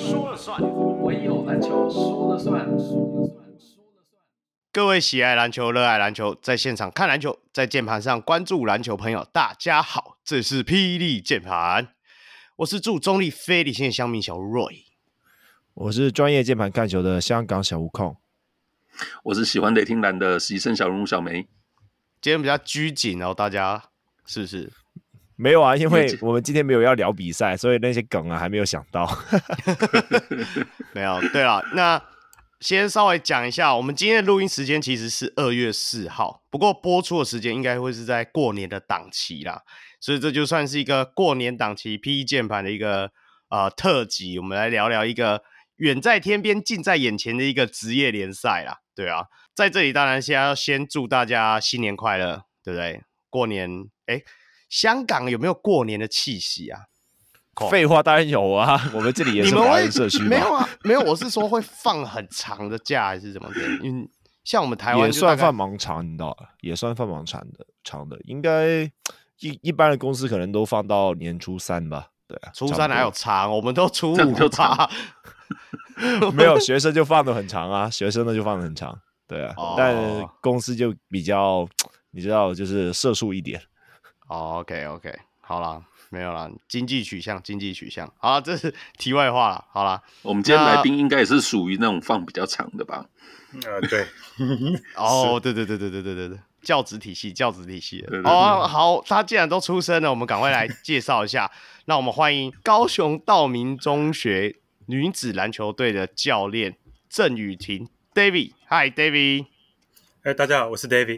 说了算，唯有篮球说了算。 各位喜爱篮球、热爱篮球，在现场看篮球，在键盘上关注篮球朋友，大家好，这是霹雳键盘，我是驻中立非理性的乡民小 Roy， 我是专业键盘看球的香港小悟空， 我是喜欢雷霆蓝的实习生小人物小梅。 今天比较拘谨哦，大家是不是？ 没有啊，因为我们今天没有要聊比赛，所以那些梗啊还没有想到。 没有，对了，那先稍微讲一下，我们今天的录音时间其实是2月4号，不过播出的时间应该会是在过年的档期啦，所以这就算是一个过年档期 PE 键盘的一个特辑，我们来聊聊一个远在天边近在眼前的一个职业联赛啦。对啊，在这里当然现在要先祝大家新年快乐，对不对？过年，香港有没有过年的气息啊？ 废话当然有啊，我们这里也是华人社区嘛。 没有啊，没有，我是说会放很长的假还是怎么的？像我们台湾也算放蛮长，你知道，也算放蛮长的，应该一般的公司可能都放到年初3吧。对啊， 初3哪有长？我们都初5吧。 没有，学生就放得很长啊，学生的就放得很长。对啊，但公司就比较，你知道，就是社畜一点。 OK， 好啦，没有啦，经济取向。好啦，这是题外话啦。好啦， 我们今天来宾应该也是属于那种放比较长的吧？ 对。 对，教职体系的。好，他既然都出生了，我们赶快来介绍一下。那我们欢迎高雄道明中学女子篮球队的教练郑雨婷 David。Hi David。 大家好，我是 David。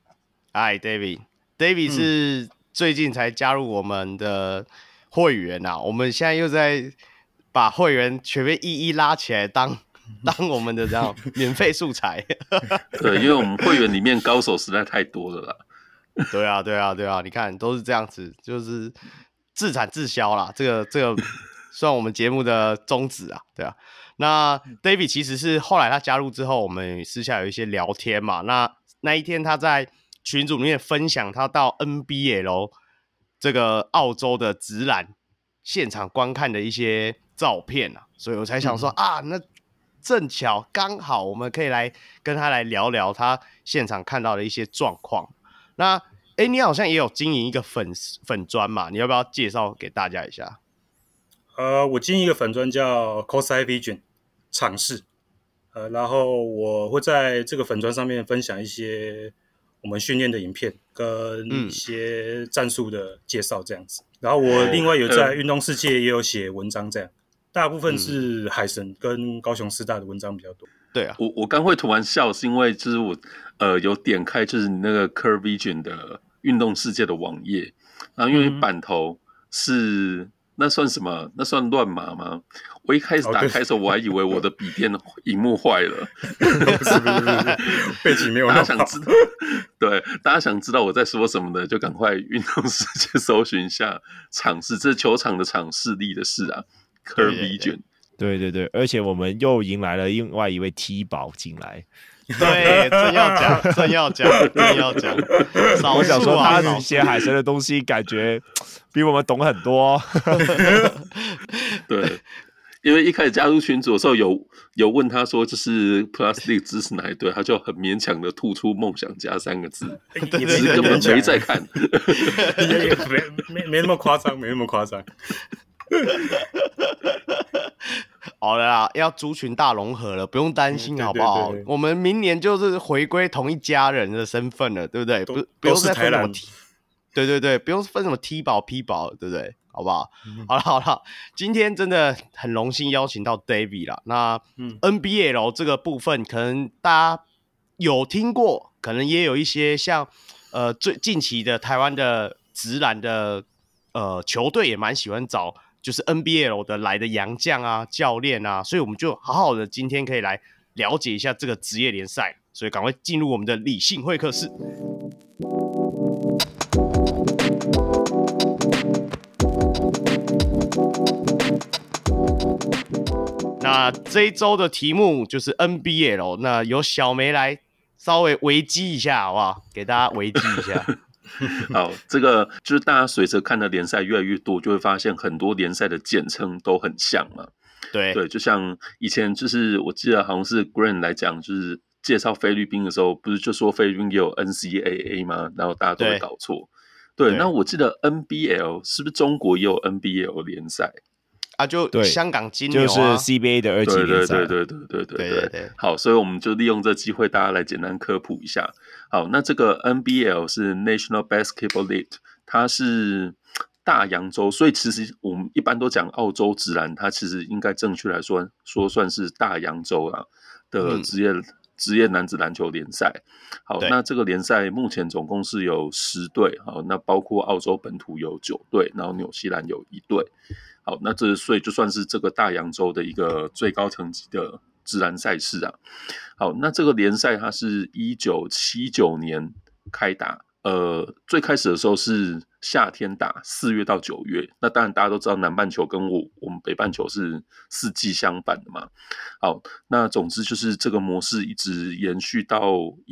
Hi David。David 是最近才加入我们的会员啊，我们现在又在把会员全部一一拉起来当我们的这样免费素材。 对，因为我们会员里面高手实在太多了啦。 对啊，你看都是这样子，就是自产自销啦。这个算我们节目的宗旨啊，对啊。那 David 其实是后来他加入之后，我们私下有一些聊天嘛。那一天他在群组里面分享他到 NBL 这个澳洲的职篮现场观看的一些照片啊，所以我才想说那正巧刚好我们可以来跟他来聊聊他现场看到的一些状况。那你好像也有经营一个粉专嘛，你要不要介绍给大家一下？ 我经营一个粉专叫 Cosine Vision 尝试，然后我会在这个粉专上面分享一些我们训练的影片跟一些战术的介绍这样子。然后我另外有在运动世界也有写文章，这样大部分是海神跟高雄师大的文章比较多。 对啊， 我刚会突然笑，是因为就是我有点开就是你那个 Curve Vision 的运动世界的网页，然后因为版头是那算什么？那算乱码吗？我一开始打开的时候，我还以为我的笔电萤幕坏了。 不是，背景没有那么好。 对，大家想知道我在说什么的，就赶快运动世界搜寻一下场势，这是球场的场势力的事啊 ，Curve Vision。 对，而且我们又迎来了另外一位 T 宝进来。 对，真要讲。 我想说他写海神的东西，感觉比我们懂很多。 对，因为一开始加入群组的时候有问他说，就是 Plastic 支持哪一队，他就很勉强的吐出梦想家3个字，只是根本没在看。 没那么夸张， 好了啦，要族群大融合了，不用担心好不好？我们明年就是回归同一家人的身份了，对不对？不用再分什么 T， 对，不用分什么 T 宝 P 宝，对不对？好不好？好了，今天真的很荣幸邀请到 David 啦。那NBL 这个部分，可能大家有听过，可能也有一些像最近期的台湾的职篮的球队也蛮喜欢找。就是 NBL 的来的洋将啊、教练啊，所以我们就好好的今天可以来了解一下这个职业联赛，所以赶快进入我们的理性会客室。那这一周的题目就是 NBL， 那由小梅来稍微维基一下，好不好？给大家维基一下。 好，这个就是大家随着看的联赛越来越多，就会发现很多联赛的简称都很像嘛。 对，就像以前就是我记得好像是 Grant 来讲，就是介绍菲律宾的时候，不是就说菲律宾也有 NCAA 吗？然后大家都会搞错。对，那我记得 NBL 是不是中国也有 NBL 联赛啊？就香港金牛啊， 就是 CBA 的2级联赛。 对。好，所以我们就利用这机会，大家来简单科普一下。好，那这个 NBL 是 National Basketball League， 它是大洋洲，所以其实我们一般都讲澳洲职篮，它其实应该正确来说算是大洋洲啦的职业男子篮球联赛。好，那这个联赛目前总共是有10队，好，那包括澳洲本土有9队，然后纽西兰有1队。好，那所以就算是这个大洋洲的一个最高层级的职篮赛事啊。好，那这个联赛它是1979年开打，最开始的时候是夏天打，4月到9月。那当然大家都知道南半球跟我们北半球是4季相反的嘛。好，那总之就是这个模式一直延续到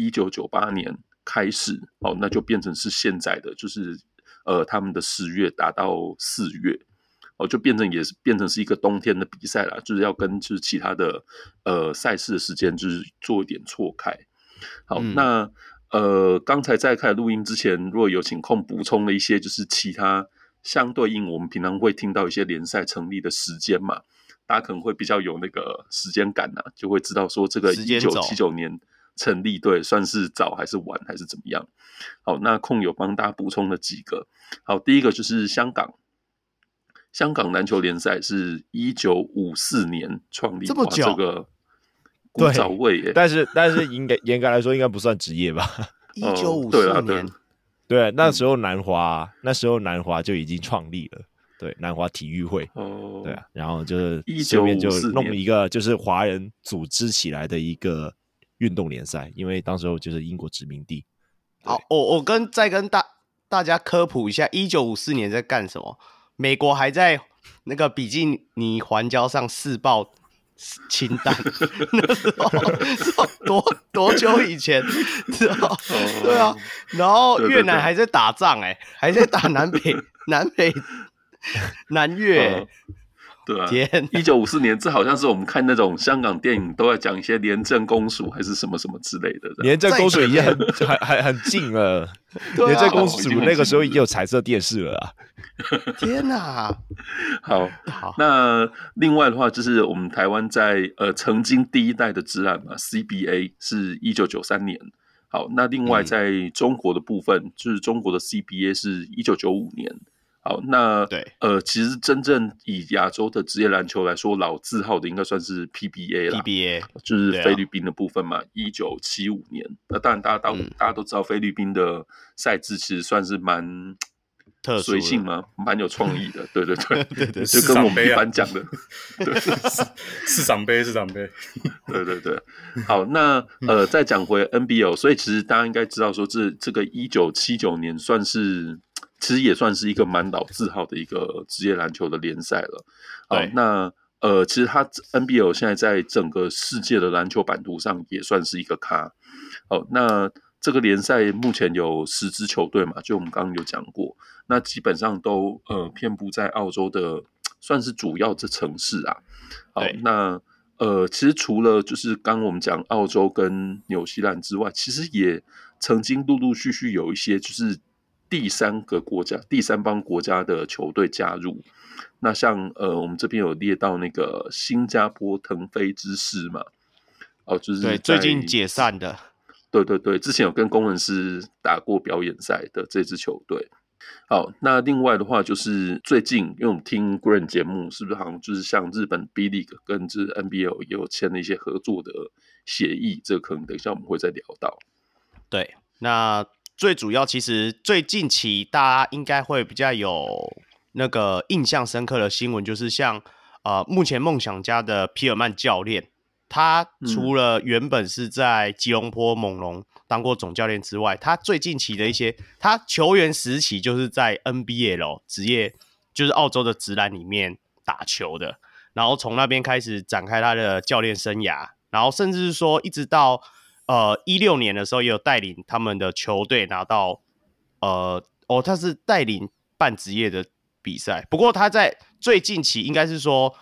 1998年开始，好，那就变成是现在的，就是他们的10月打到4月。就变成是一个冬天的比赛啦，就是要跟就是其他的赛事的时间就是做一点错开。好，那刚才在开始录音之前，如果有请空补充了一些就是其他相对应我们平常会听到一些联赛成立的时间嘛，大家可能会比较有那个时间感啊，就会知道说这个1979年成立，对，算是早还是晚还是怎么样。好，那空有帮大家补充了几个。好，第一个就是香港篮球联赛是1954年创立， 这么久， 这个古早味耶。 但是严格来说应该不算职业吧 ？1954年， 对，那时候南华就已经创立了，对，南华体育会，对啊，然后就是这边就弄一个就是华人组织起来的一个运动联赛，因为当时候就是英国殖民地。 好，我再跟大家科普一下，1954年在干什么？美国还在那个比基尼环礁上试爆氢弹，那时候多久以前？对啊，然后越南还在打仗还在打南越。 对啊，1954年，这好像是我们看那种香港电影都在讲一些廉政公署还是什么什么之类的。 廉政公署已经很近了，廉政公署那个时候已经有彩色电视了啊！ 天哪！ 好，那另外的话就是我们台湾在曾经第一代的职篮嘛 ，CBA 是1993年。好，那另外在中国的部分，就是中国的 CBA 是1995年。好，那对， 其实真正以亚洲的职业篮球来说，老字号的应该算是 PBA 啦 ，PBA 就是菲律宾的部分嘛，1975年。那当然，大家都知道菲律宾的赛制其实算是蛮随性嘛，蛮有创意的，对，就跟我们一般讲的，对， 市长杯， 对。好，那再讲回 NBL， 所以其实大家应该知道说，这个1979年算是。其实也算是一个蛮老字号的一个职业篮球的联赛了。好，那其实它 NBL 现在在整个世界的篮球版图上也算是一个咖。好，那这个联赛目前有10支球队嘛，就我们刚刚有讲过，那基本上都遍布在澳洲的算是主要的城市啊。好，那其实除了就是刚我们讲澳洲跟纽西兰之外，其实也曾经陆陆续续有一些就是第三方国家的球队加入。那像我们这边有列到那个新加坡腾飞之士嘛，就是对最近解散的， 对，之前有跟工程师打过表演赛的这支球队。好，那另外的话就是最近，因为我们听 Grant 节目，是不是好像就是像日本 B League 跟这 NBL 也有签了一些合作的协议，这个可能等一下我们会再聊到。 对，那最主要其实最近期大家应该会比较有那个印象深刻的新闻，就是像目前梦想家的皮尔曼教练，他除了原本是在吉隆坡猛龙当过总教练之外，他最近期的一些他球员时期就是在 NBL 职业，就是澳洲的职篮里面打球的，然后从那边开始展开他的教练生涯，然后甚至是说一直到16年的时候也有带领他们的球队拿到他是带领半职业的比赛，不过他在最近期应该是说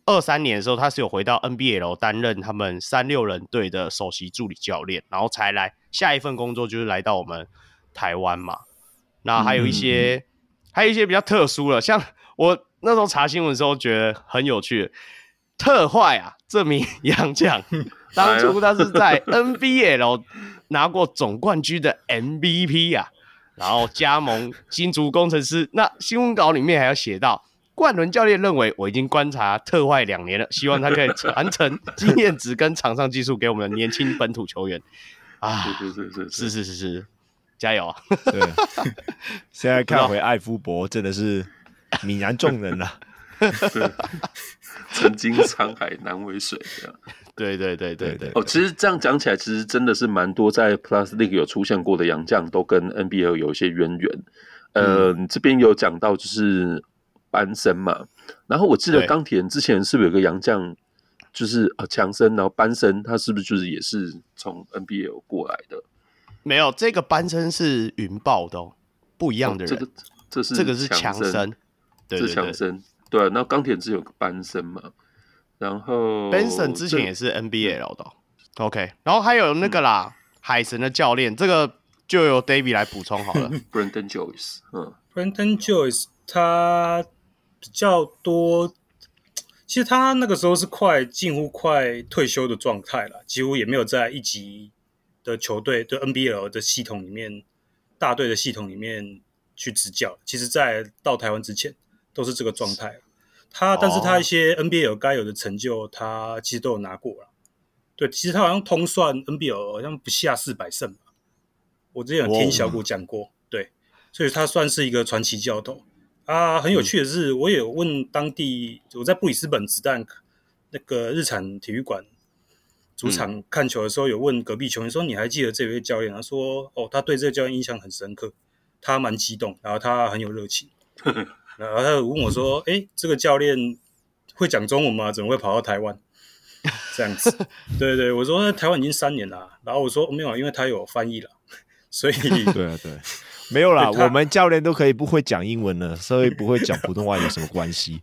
23年的时候，他是有回到 NBL 担任他们36人队的首席助理教练，然后才来下一份工作就是来到我们台湾嘛。那还有一些比较特殊的，像我那时候查新闻的时候觉得很有趣的，特坏啊，这名洋将当初他是在 NBL 拿过总冠军的 MVP 啊，然后加盟新竹工程师。那新闻稿里面还有写到，冠伦教练认为我已经观察特坏2年了，希望他可以传承经验值跟场上技术给我们的年轻本土球员啊。是，加油啊！ 对，现在看回艾夫伯真的是泯然众人啊。 对，曾经沧海难为水这样。 对。 哦，其实这样讲起来，其实真的是蛮多在 Plus League 有出现过的洋将，都跟 NBL 有一些渊源。你这边有讲到就是班森嘛，然后我记得钢铁人之前是不是有个洋将，就是强森，然后班森他是不是就是也是从 NBL 过来的？ 没有，这个班森是云豹的哦，不一样的人。这个是强森，对， 是强森。对，那钢铁人是有个班森嘛，然后 Benson 之前也是 NBL 的，OK， 然后还有那个啦，海神的教练，这个就由 David 来补充好了。 Brandon Joyce，Brandon Joyce 他比较多，其实他那个时候是近乎快退休的状态了，几乎也没有在一级的球队的 NBL 的系统里面，大队的系统里面去执教。其实在到台湾之前都是这个状态。但是他一些 NBL 该有的成就，他其实都有拿过了。对，其实他好像通算 NBL 好像不下400胜吧。我之前有听小谷讲过，对，所以他算是一个传奇教头啊。很有趣的是，我也有问当地，我在布里斯本子弹那个日产体育馆主场看球的时候，有问隔壁球员说：“你还记得这位教练？”他说：“哦，他对这个教练印象很深刻，他蛮激动，然后他很有热情。”然后他有问我说：“这个教练会讲中文吗？怎么会跑到台湾？”这样子，对，我说台湾已经3年了，然后我说没有，因为他有翻译了，所以对，没有啦，我们教练都可以不会讲英文了，所以不会讲普通话有什么关系？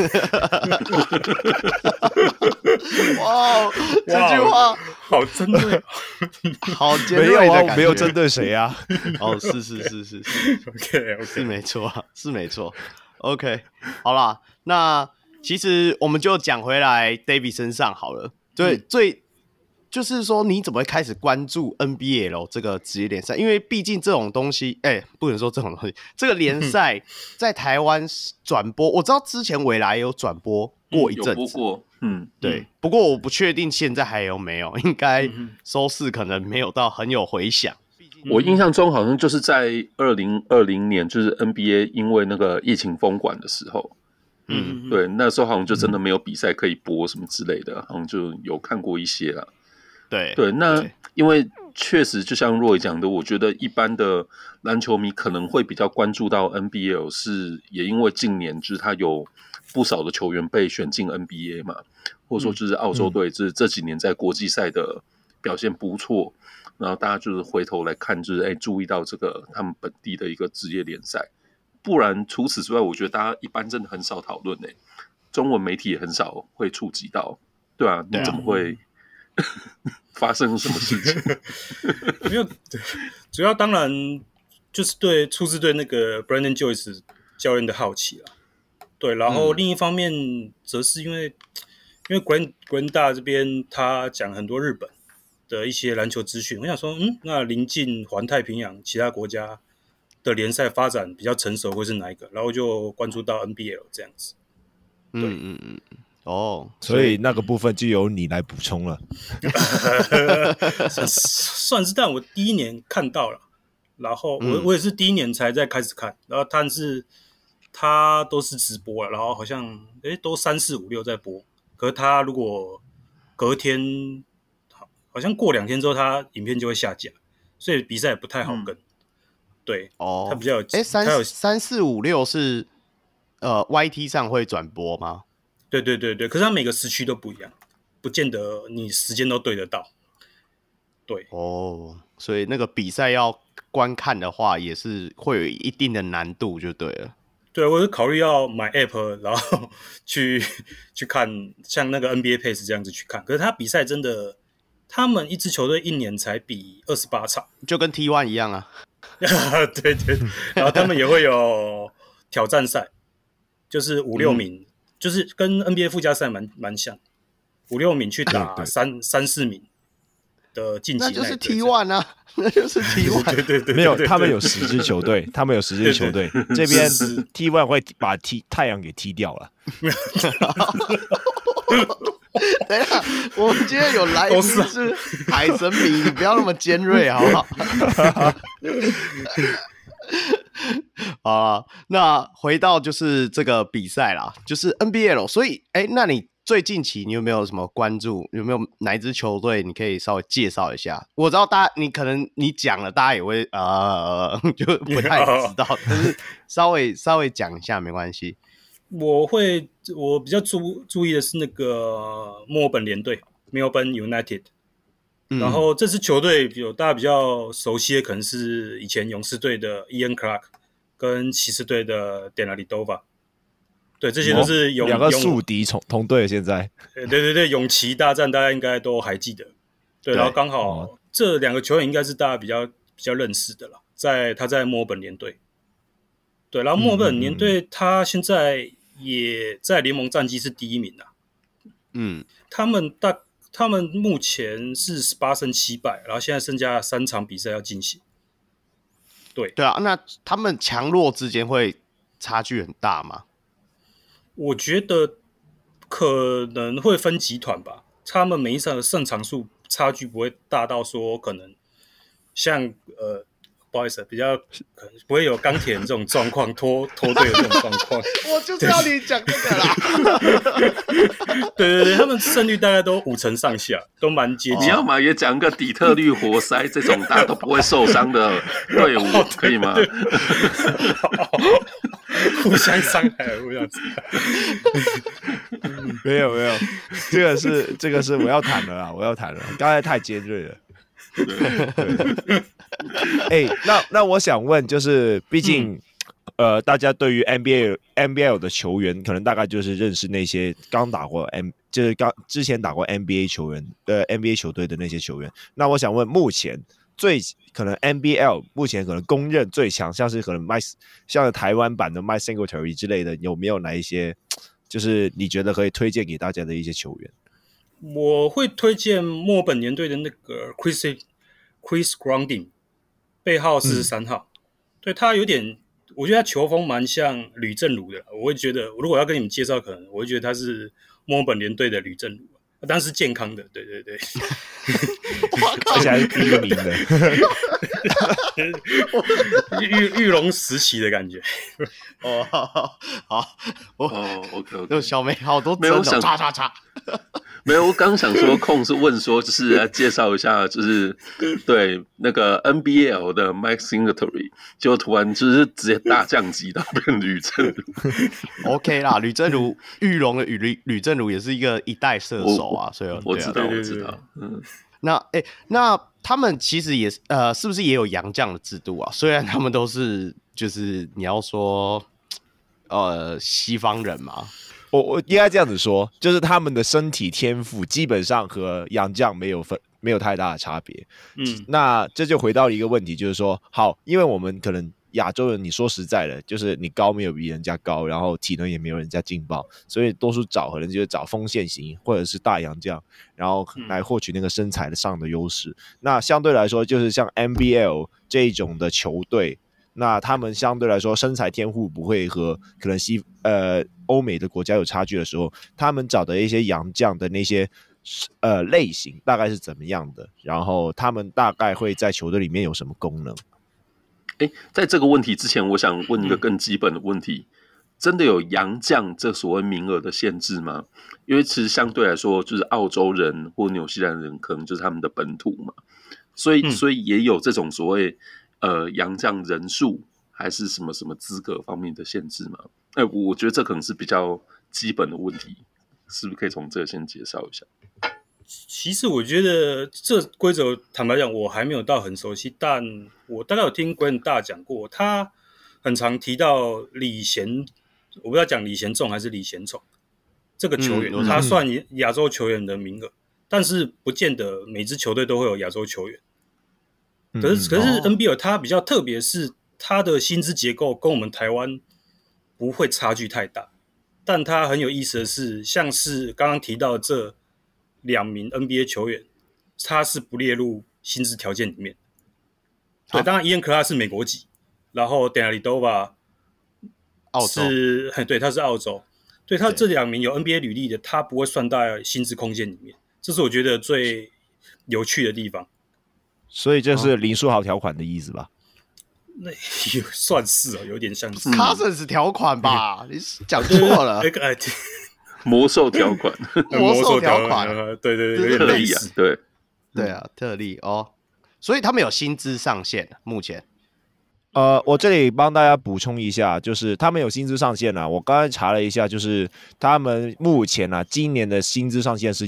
哇，这句话好针对， 好尖锐的感觉。 没有啊，没有针对谁啊？ 哦，是 ，OK， 是没错。OK， 好啦，那其实我们就讲回来 David 身上好了。最就是说，你怎么会开始关注 NBL 这个职业联赛？因为毕竟这种东西，不能说这种东西，这个联赛在台湾转播，我知道之前未来有转播过一阵子， 有播过， 对。不过我不确定现在还有没有，应该收视可能没有到很有回响。 我印象中好像就是在2020年，就是 NBA 因为那个疫情封馆的时候，对，那时候好像就真的没有比赛可以播什么之类的，好像就有看过一些啦。对，那因为确实就像Roy讲的，我觉得一般的篮球迷可能会比较关注到 NBL， 是也因为近年就是他有不少的球员被选进 NBA 嘛，或者说就是澳洲队这几年在国际赛的表现不错。然后大家就是回头来看，就是注意到这个他们本地的一个职业联赛，不然除此之外，我觉得大家一般真的很少讨论中文媒体也很少会触及到，对啊，你怎么会发生什么事情？ 没有，主要当然就是出自对那个 Brandon Joyce 教练的好奇啦，对，然后另一方面则是因为 Granda 这边他讲很多日本的一些篮球资讯，我想说，那临近环太平洋其他国家的联赛发展比较成熟会是哪一个？然后就关注到 NBL 这样子。 所以那个部分就由你来补充了。 算是，但我第一年看到了，然后我也是第一年才在开始看，然后但是他都是直播了，然后好像都3、4、5、6在播，可是他如果隔天好像过2天之后，他影片就会下架，所以比赛也不太好跟。对，他比较有 3、4、5、6是YT 上会转播吗？ 对，可是他每个时区都不一样，不见得你时间都对得到。对， 所以那个比赛要观看的话，也是会有一定的难度，就对了。 对，我是考虑要买 App， 然后去看，像那个 NBA Pace 这样子去看。可是他比赛真的，他们一支球队一年才比28场， 就跟 T1 一样啊。 对，然后他们也会有挑战赛，就是5-6名，就是跟 NBA 附加赛蛮像，5-6名去打3-4名的晋级， 那就是 T1 啊，那就是 T1。 对， 没有，他们有10支球队，这边 T1 会把太阳给踢掉了。 等一下，我们今天有来宾是海神迷，你不要那么尖锐好不好？好，那回到就是这个比赛啦，就是 NBL， 所以那你最近期你有没有什么关注？有没有哪一支球队你可以稍微介绍一下？我知道你可能你讲了，大家也会就不太知道，但是稍微讲一下没关系。 我比较注意的是那个墨尔本联队 Melbourne United，然后这支球队大家比较熟悉的可能是以前勇士队的 Ian Clark 跟骑士队的 Dellavedova， 对，这些都是两个宿敌同队现在。 对，勇骑大战大家应该都还记得。对，然后刚好这两个球员应该是大家比较认识的啦，他在墨尔本联队。对，然后墨尔本联队他现在也在联盟战绩是第1名啊。他们目前是18胜7败，然后现在剩下3场比赛要进行。对啊，那他们强弱之间会差距很大吗？ 我觉得可能会分集团吧，他们每一场的胜场数差距不会大到说可能像不好意思，比较可能不会有钢铁人这种状况，拖队的这种状况。 我就知道你讲这个啦。 对，他们胜率大概都5成上下，都蛮接近。 你要嘛也讲个底特律活塞这种大家都不会受伤的队伍，可以吗？ 互相伤害，互相伤害。 没有，这个是我要谈的啦，刚才太尖锐了。那我想问，就是毕竟大家对于 NBL 的球员，可能大概就是认识那些刚打过就是之前打过 NBA 球员NBA 球队的那些球员。那我想问，目前最可能 NBL 目前可能公认最强，像是可能像台湾版的 Mike Singletary 之类的，有没有哪一些就是你觉得可以推荐给大家的一些球员？ 我会推荐墨尔本联队的那个 Chris Grunding， 背号43号。对，他有点，我觉得他球风蛮像吕正如的。我会觉得，如果要跟你们介绍，可能我会觉得他是墨尔本联队的吕正如，但是健康的。对。 而且还是第1名的。 玉龙时期的感觉。 好 ，OK， 小梅好多没有想叉。 没有，我刚想说空是问说，就是来介绍一下，就是对那个 NBL 的 Mike Singletary， 就突然就是直接大降级到变吕正如。 OK 啦，吕正如玉龙的吕正如也是一代射手啊，所以我知道。 那他们其实也是不是也有洋将的制度啊？虽然他们都是就是你要说西方人嘛。 我应该这样子说，就是他们的身体天赋基本上和洋将没有太大的差别。那这就回到一个问题，就是说，好，因为我们可能亚洲人，你说实在的，就是你高没有比人家高，然后体能也没有人家劲爆，所以多数可能就是找锋线型或者是大洋将，然后来获取那个身材上的优势。那相对来说，就是像 NBL 这一种的球队，那他们相对来说身材天赋不会和可能欧美的国家有差距的时候，他们找的一些洋将的那些类型大概是怎么样的？然后他们大概会在球队里面有什么功能？ 在这个问题之前，我想问一个更基本的问题：真的有洋将这所谓名额的限制吗？因为其实相对来说，就是澳洲人或纽西兰人可能就是他们的本土嘛，所以也有这种所谓洋将人数还是什么资格方面的限制吗？我觉得这可能是比较基本的问题，是不是可以从这先介绍一下？ 其实我觉得这规则坦白讲我还没有到很熟悉，但我大概有听 Grant 大讲过，他很常提到李贤，我不知道讲李贤仲还是李贤宠这个球员，他算亚洲球员的名额，但是不见得每支球队都会有亚洲球员。可是 NBL 它比较特别，是它的薪资结构跟我们台湾不会差距太大，但它很有意思的是，像是刚刚提到这2名 NBA 球员，他是不列入薪资条件里面。对，当然伊恩克拉是美国籍，然后 Dellavedova 是对，他是澳洲。对，他这2名有 NBA 履历的，他不会算在薪资空间里面，这是我觉得最有趣的地方。 所以这是林书豪条款的意思吧？ 那算是有点像是 Cousins 条款吧？你讲错了， 魔兽条款， 魔兽条款， 对，有点类似， 对啊，特例哦。所以他们有薪资上限，目前。 我这里帮大家补充一下，就是他们有薪资上限啊。我刚才查了一下，就是他们目前啊，今年的薪资上限是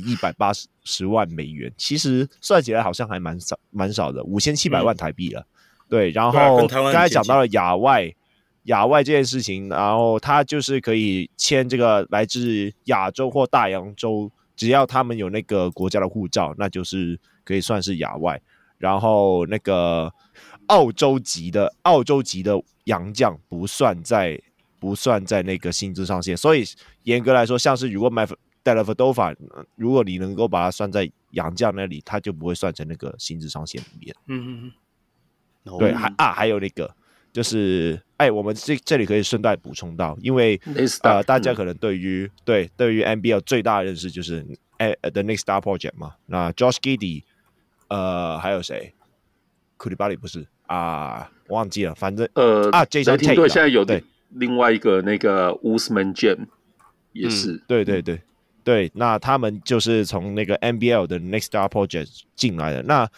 180万美元，其实算起来好像还蛮少的，5700万台币了。对，然后刚才讲到了亚外这件事情，然后他就是可以签这个来自亚洲或大洋洲，只要他们有那个国家的护照，那就是可以算是亚外。然后那个澳洲籍的洋将不算在那个薪资上限，所以严格来说，像是如果买 Dellavedova， 如果你能够把它算在洋将那里，它就不会算成那个薪资上限里面。对，还有那个就是，我们这里可以顺带补充到，因为大家可能对于 NBL 最大的认识就是 The Next Star Project 嘛，那 Josh Giddey， 还有谁？库里巴里不是啊，我忘记了，反正Jason Tate 对，现在有另外一个那个 Usman Jam 也是， 对，那他们就是从那个 NBL 的 Next Star Project 进来的。那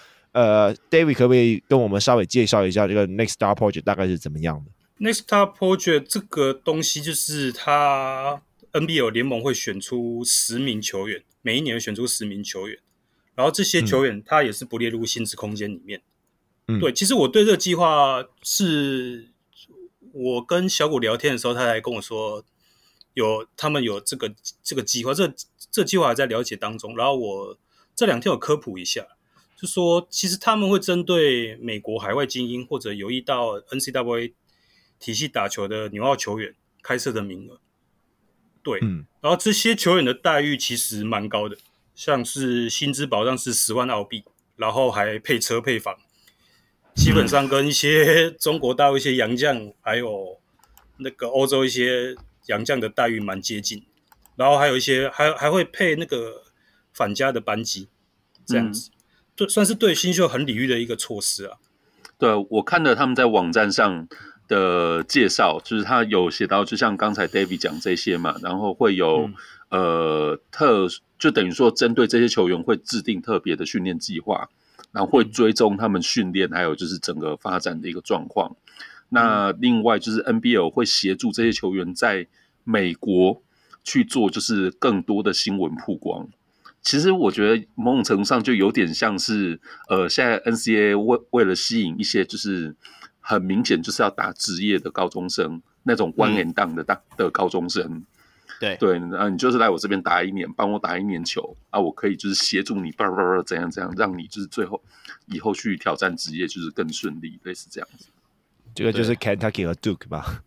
David 可不可以跟我们稍微介绍一下这个 Next Star Project 大概是怎么样的 ？Next Star Project 这个东西就是它 NBL 联盟会选出10名球员，每一年会选出10名球员，然后这些球员他也是不列入薪资空间里面。对，其实我对这个计划是我跟小谷聊天的时候，他才跟我说他们有这个计划，这计划还在了解当中。然后我这2天有科普一下，就说其实他们会针对美国海外精英或者有意到 NCAA 体系打球的纽澳球员开设的名额。对，然后这些球员的待遇其实蛮高的，像是薪资保障是10万澳币，然后还配车配房。基本上跟一些中国大陆一些洋将，还有那个欧洲一些洋将的待遇蛮接近，然后还有一些还会配那个返家的班机，这样子，算是对新秀很礼遇的一个措施啊。 对，我看了他们在网站上的介绍，就是他有写到，就像刚才 David 讲这些嘛，然后会有就等于说针对这些球员会制定特别的训练计划。然后会追踪他们训练，还有就是整个发展的一个状况。那另外就是 NBL 会协助这些球员在美国去做，就是更多的新闻曝光。其实我觉得某种程度上就有点像是现在 NCAA 为了吸引一些就是很明显就是要打职业的高中生，那种one and done的高中生。对，你就是来我这边打1年，帮我打1年球啊，我可以就是协助你，怎样，让你就是以后去挑战职业就是更顺利，类似这样子。 这个就是 Kentucky 和 Duke 吧？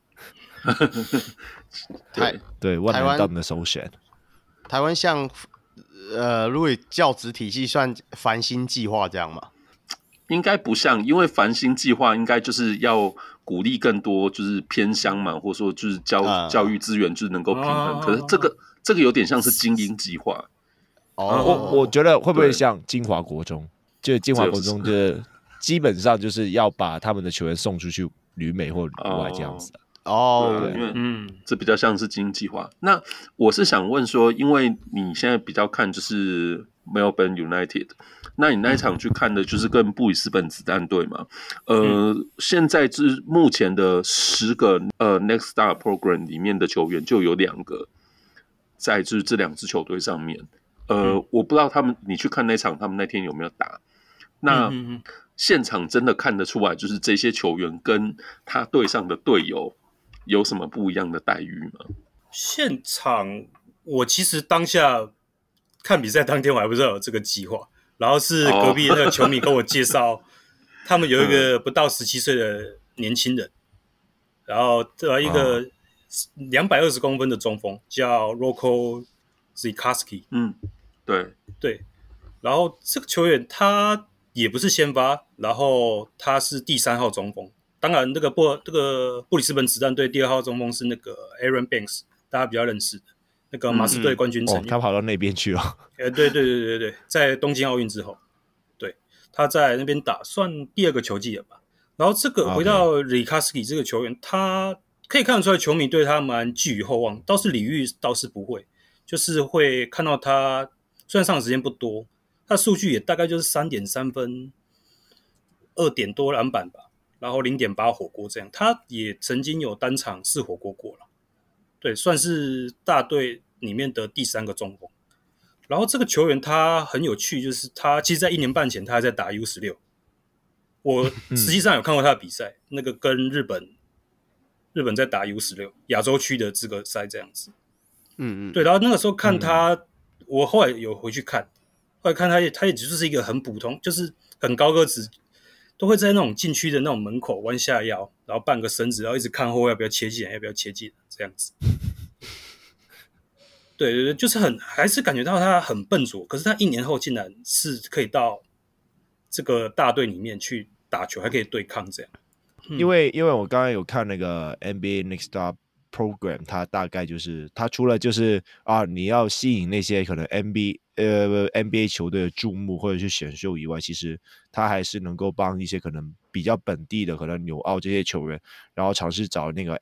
对，one and done的首选。 台湾像如果教职体系算繁星计划这样吗？ 应该不像，因为繁星计划应该就是要鼓励更多就是偏乡嘛，或者说就是教育资源就是能够平衡。可是这个有点像是精英计划。 我觉得会不会像金华国中？就金华国中就是基本上就是要把他们的球员送出去旅美或旅外这样子。 因为这比较像是精英计划。那我是想问说，因为你现在比较看就是 Melbourne United。那你那一场去看的就是跟布里斯本子弹队嘛？现在是目前的10个Next Star Program 里面的球员就有2个在就是这2支球队上面。我不知道你去看那场他们那天有没有打？那现场真的看得出来，就是这些球员跟他队上的队友有什么不一样的待遇吗？ 现场我其实当下看比赛当天我还不知道有这个计划，然后是隔壁那个球迷跟我介绍，他们有一个不到17岁的年轻人，然后一个220公分的中锋叫 Rocco Zikarsky， 对，然后这个球员他也不是先发，然后他是第3号中锋。当然，这个布里斯本子弹队第2号中锋是那个 Aaron Banks， 大家比较认识的那个马刺队冠军成员。 他跑到那边去了。 对，在东京奥运之后，对，他在那边打算第2个球季了吧。然后这个回到 Zikarsky 这个球员，他可以看得出来球迷对他蛮寄予厚望，倒是李玉倒是不会，就是会看到他虽然上的时间不多，他的数据也大概就是3.3分，2点多篮板吧，然后0.8火锅这样。他也曾经有单场4火锅过了，对，算是大队里面的第3个中锋。然后这个球员他很有趣，就是他其实在1年半前他还在打 U16， 我实际上有看过他的比赛，那个跟日本在打 U16 亚洲区的资格赛这样子。对，然后那个时候看他，我后来有回去看，后来看他也就是一个很普通，就是很高个子，都会在那种禁区的那种门口弯下腰，然后半个身子，然后一直看后要不要切进来，这样子。对，就是还是感觉到他很笨拙，可是他1年后竟然是可以到这个大队里面去打球，还可以对抗这样。 因为我刚刚有看那个 NBA Next Star Program， 它大概就是它除了就是你要吸引那些可能 NBA 球队的注目或者是选秀以外，其实它还是能够帮一些可能比较本地的可能纽澳这些球员，然后尝试找那个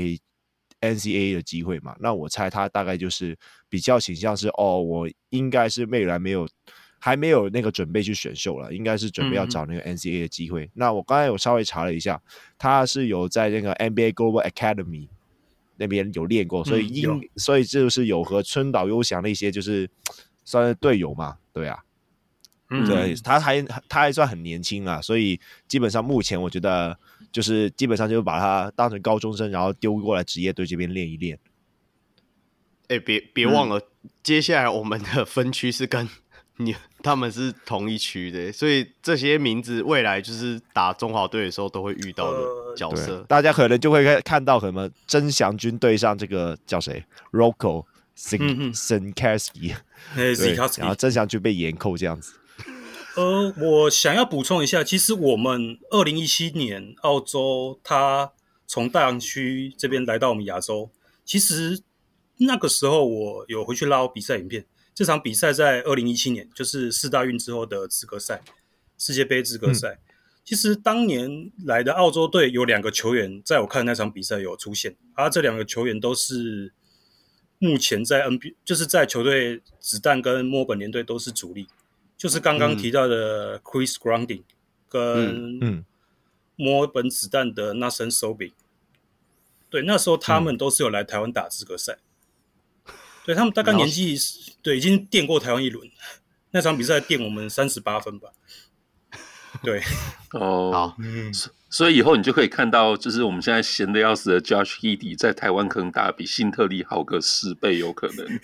NCAA 的机会嘛。那我猜他大概就是比较倾向是我应该是未来还没有那个准备去选秀了，应该是准备要找那个 NCAA 的机会。那我刚才有稍微查了一下，他是有在那个 NBA Global Academy 那边有练过，所以就是有和春岛优翔的一些就是算是队友嘛，对啊。对，他还算很年轻啊，所以基本上目前我觉得就是基本上就把他当成高中生，然后丢过来职业队这边练一练。 别忘了，接下来我们的分区是跟他们是同一区的，所以这些名字未来就是打中华队的时候都会遇到的角色。 大家可能就会看到什么曾祥军对上这个叫谁 Rocco Zikarsky， 然后曾祥军被严扣这样子。 我想要补充一下，其实我们2017年澳洲他从大洋区这边来到我们亚洲，其实那个时候我有回去捞比赛影片。这场比赛在2017年，就是世大运之后的资格赛，世界杯资格赛。其实当年来的澳洲队有2个球员，在我看那场比赛有出现，这2个球员都是目前在 NBA， 就是在球队子弹跟墨本联队都是主力。就是刚刚提到的 Chris Grundy 跟墨本子弹的 Nathan Sobey， 对，那时候他们都是有来台湾打资格赛，对，他们大概年纪对已经垫过台湾一轮，那场比赛垫我们38分吧，对， 好， 所以以后你就可以看到，就是我们现在闲得要死的 Josh Giddey 在台湾可能打比辛特利好个10倍有可能。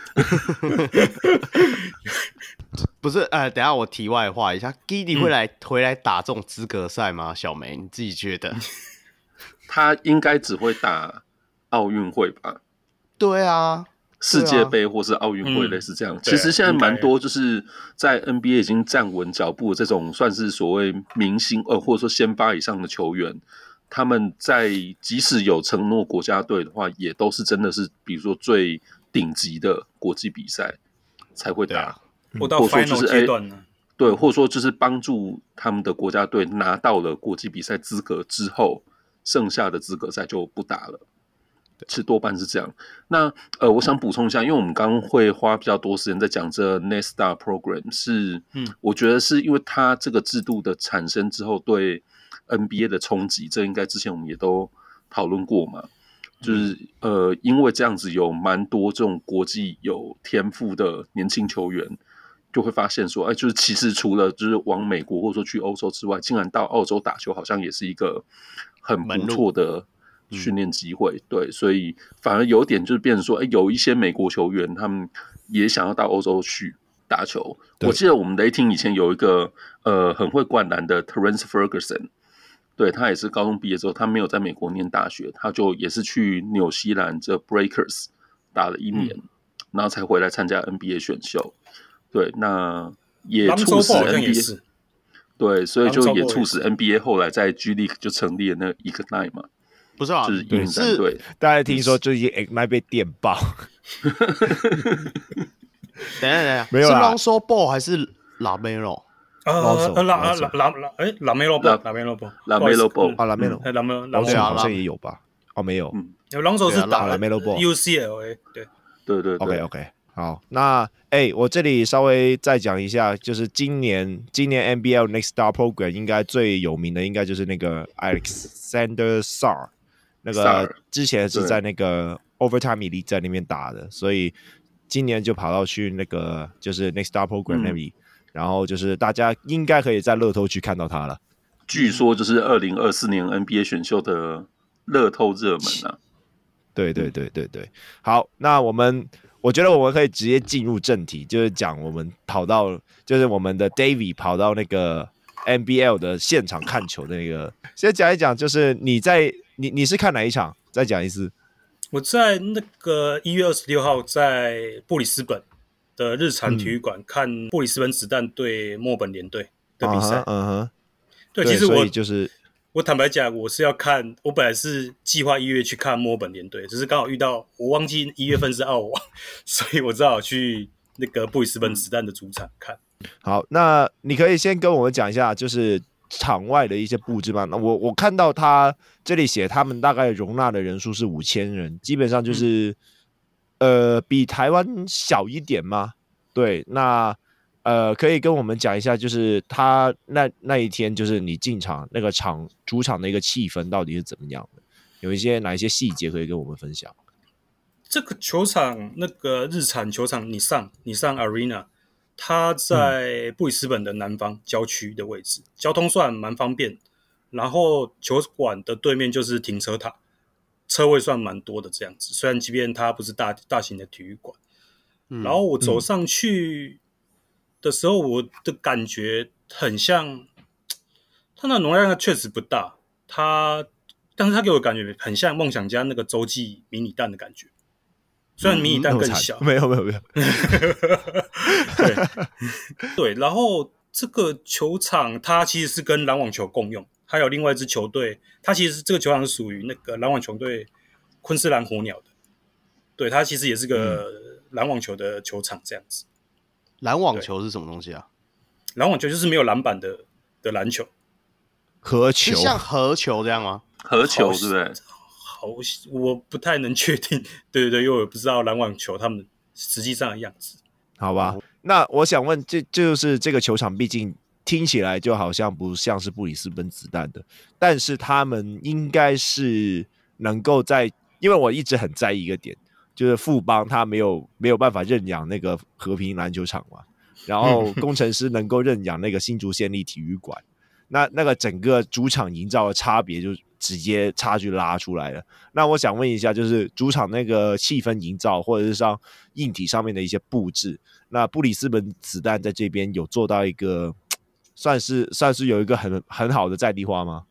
不是，等一下我题外话一下 ，Giddey 会回来打这种资格赛吗？小梅，你自己觉得？ 他应该只会打奥运会吧？ 对啊， 世界杯或是奥运会类似这样。其实现在蛮多就是在 NBA 已经站稳脚步的这种算是所谓明星或者说先发以上的球员，他们在即使有承诺国家队的话，也都是真的是比如说最顶级的国际比赛才会打， 或到 final 阶段呢？ 对，或者说就是帮助他们的国家队拿到了国际比赛资格之后，剩下的资格赛就不打了。是多半是这样。那我想补充一下，因为我们刚刚会花比较多时间在讲这 Next Star Program， 是我觉得是因为它这个制度的产生之后对 NBA 的冲击，这应该之前我们也都讨论过嘛。就是因为这样子有蛮多这种国际有天赋的年轻球员就会发现说，就是其实除了就是往美国或者说去欧洲之外，竟然到澳洲打球好像也是一个很不错的训练机会。对，所以反而有点就是变成说，有一些美国球员他们也想要到欧洲去打球。我记得我们雷霆以前有一个很会灌篮的 Terrence Ferguson。对，他也是高中毕业之后，他没有在美国念大学，他就也是去纽西兰这 Breakers 打了1年，然后才回来参加 NBA 选秀。对，那也促使 NBA， 对，所以就也促使 NBA 后来在 G League 就成立了那个 Ignite 嘛， 不是啊， 就是鹰战队。 大家听说最近 Ignite 被电爆， 等一下， 没有啦， 是 Lonzo Ball 还是 LaMelo？ 拉梅洛好像也有吧？没有 ，Lonzo 是打拉梅洛 UCLA， 对 ，OK， 好，那我这里稍微再讲一下，就是今年 NBL Next Star Program 应该最有名的应该就是那个 Alexander Sarr， 那个之前是在那个 Overtime Elite 在那边打的，所以今年就跑到去那个就是 Next Star Program 那里。然后就是大家应该可以在乐透去看到他了。 据说就是2024年 NBA 选秀的乐透热门啊。 对。好，那我觉得我们可以直接进入正题，就是讲我们就是我们的 David 跑到那个 NBL 的现场看球的那个。先讲一讲，就是你是看哪一场？再讲一次。 我在那个1月26号在布里斯本的日产体育馆看布里斯本子弹对墨本联队的比赛。对，其实我坦白讲，我是要看，我本来是计划1月去看墨本联队，只是刚好遇到我忘记1月份是澳网，所以我只好去那个布里斯本子弹的主场看。 好，那你可以先跟我们讲一下，就是场外的一些布置吗？那我看到他这里写他们大概容纳的人数是5000人，基本上就是。比台湾小一点吗？对，那可以跟我们讲一下，就是他那一天，就是你进场那个主场的一个气氛到底是怎么样的？有哪一些细节可以跟我们分享？ 这个球场，那个日产球场，你上 Arena， 它在布里斯本的南方郊区的位置，交通算蛮方便。然后球馆的对面就是停车塔。车位算蛮多的这样子，虽然即便它不是大型的体育馆，然后我走上去的时候，我的感觉很像，它那容量确实不大，但是它给我的感觉很像梦想家那个洲际迷你蛋的感觉，虽然迷你蛋更小， 没有， 对，然后这个球场它其实是跟篮网球共用。还有另外一支球队，它其实这个球场是属于那个篮网球队昆士兰火鸟的，对，它其实也是个篮网球的球场这样子。 篮网球是什么东西啊？ 篮网球就是没有篮板的篮球， 合球是像合球这样吗？ 合球对不对？ 好，我不太能确定，对，因为我不知道篮网球他们实际上的样子。 好吧，那我想问，就是这个球场，毕竟。听起来就好像不像是布里斯本子弹的，但是他们应该是能够因为我一直很在意一个点，就是富邦他没有办法认养那个和平篮球场嘛，然后工程师能够认养那个新竹县立体育馆，那个整个主场营造的差别就直接差距拉出来了。那我想问一下，就是主场那个气氛营造，或者是像硬体上面的一些布置，那布里斯本子弹在这边有做到一个。算是有一个很好的在地化吗？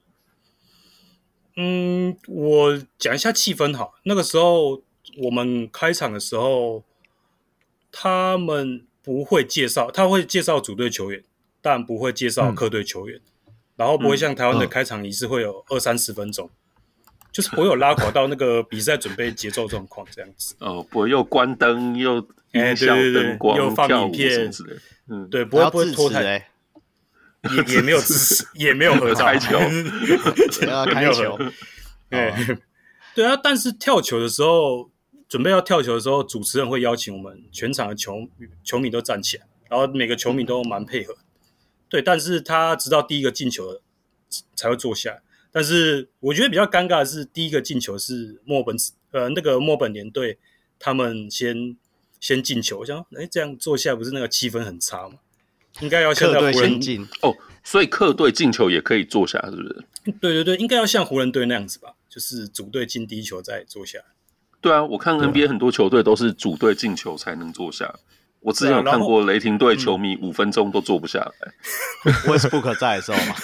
我讲一下气氛好。那个时候我们开场的时候，他们不会介绍，他会介绍主队球员，但不会介绍客队球员，然后不会像台湾的开场仪式会有20-30分钟，就是不会有拉垮到那个比赛准备节奏状况这样子。 不会又关灯又音效灯光又放影片之类的， 对，不会拖太。也没有支持，也没有合照， 开球， 开球， 对啊。但是跳球的时候，准备要跳球的时候，主持人会邀请我们全场的球迷都站起来，然后每个球迷都蛮配合。对，但是他直到第一个进球才会坐下来。但是我觉得比较尴尬的是，第一个进球是那个墨本联队他们先先进球，我想这样做下不是那个气氛很差吗？应该要像客队湖人先进哦，所以客队进球也可以坐下，是不是？ 对对对，应该要像湖人队那样子吧，就是主队进第一球再坐下。 对啊，我看 NBA 很多球队都是主队进球才能坐下。我之前有看过雷霆队球迷5分钟都坐不下来。 Westbrook 在的时候嘛。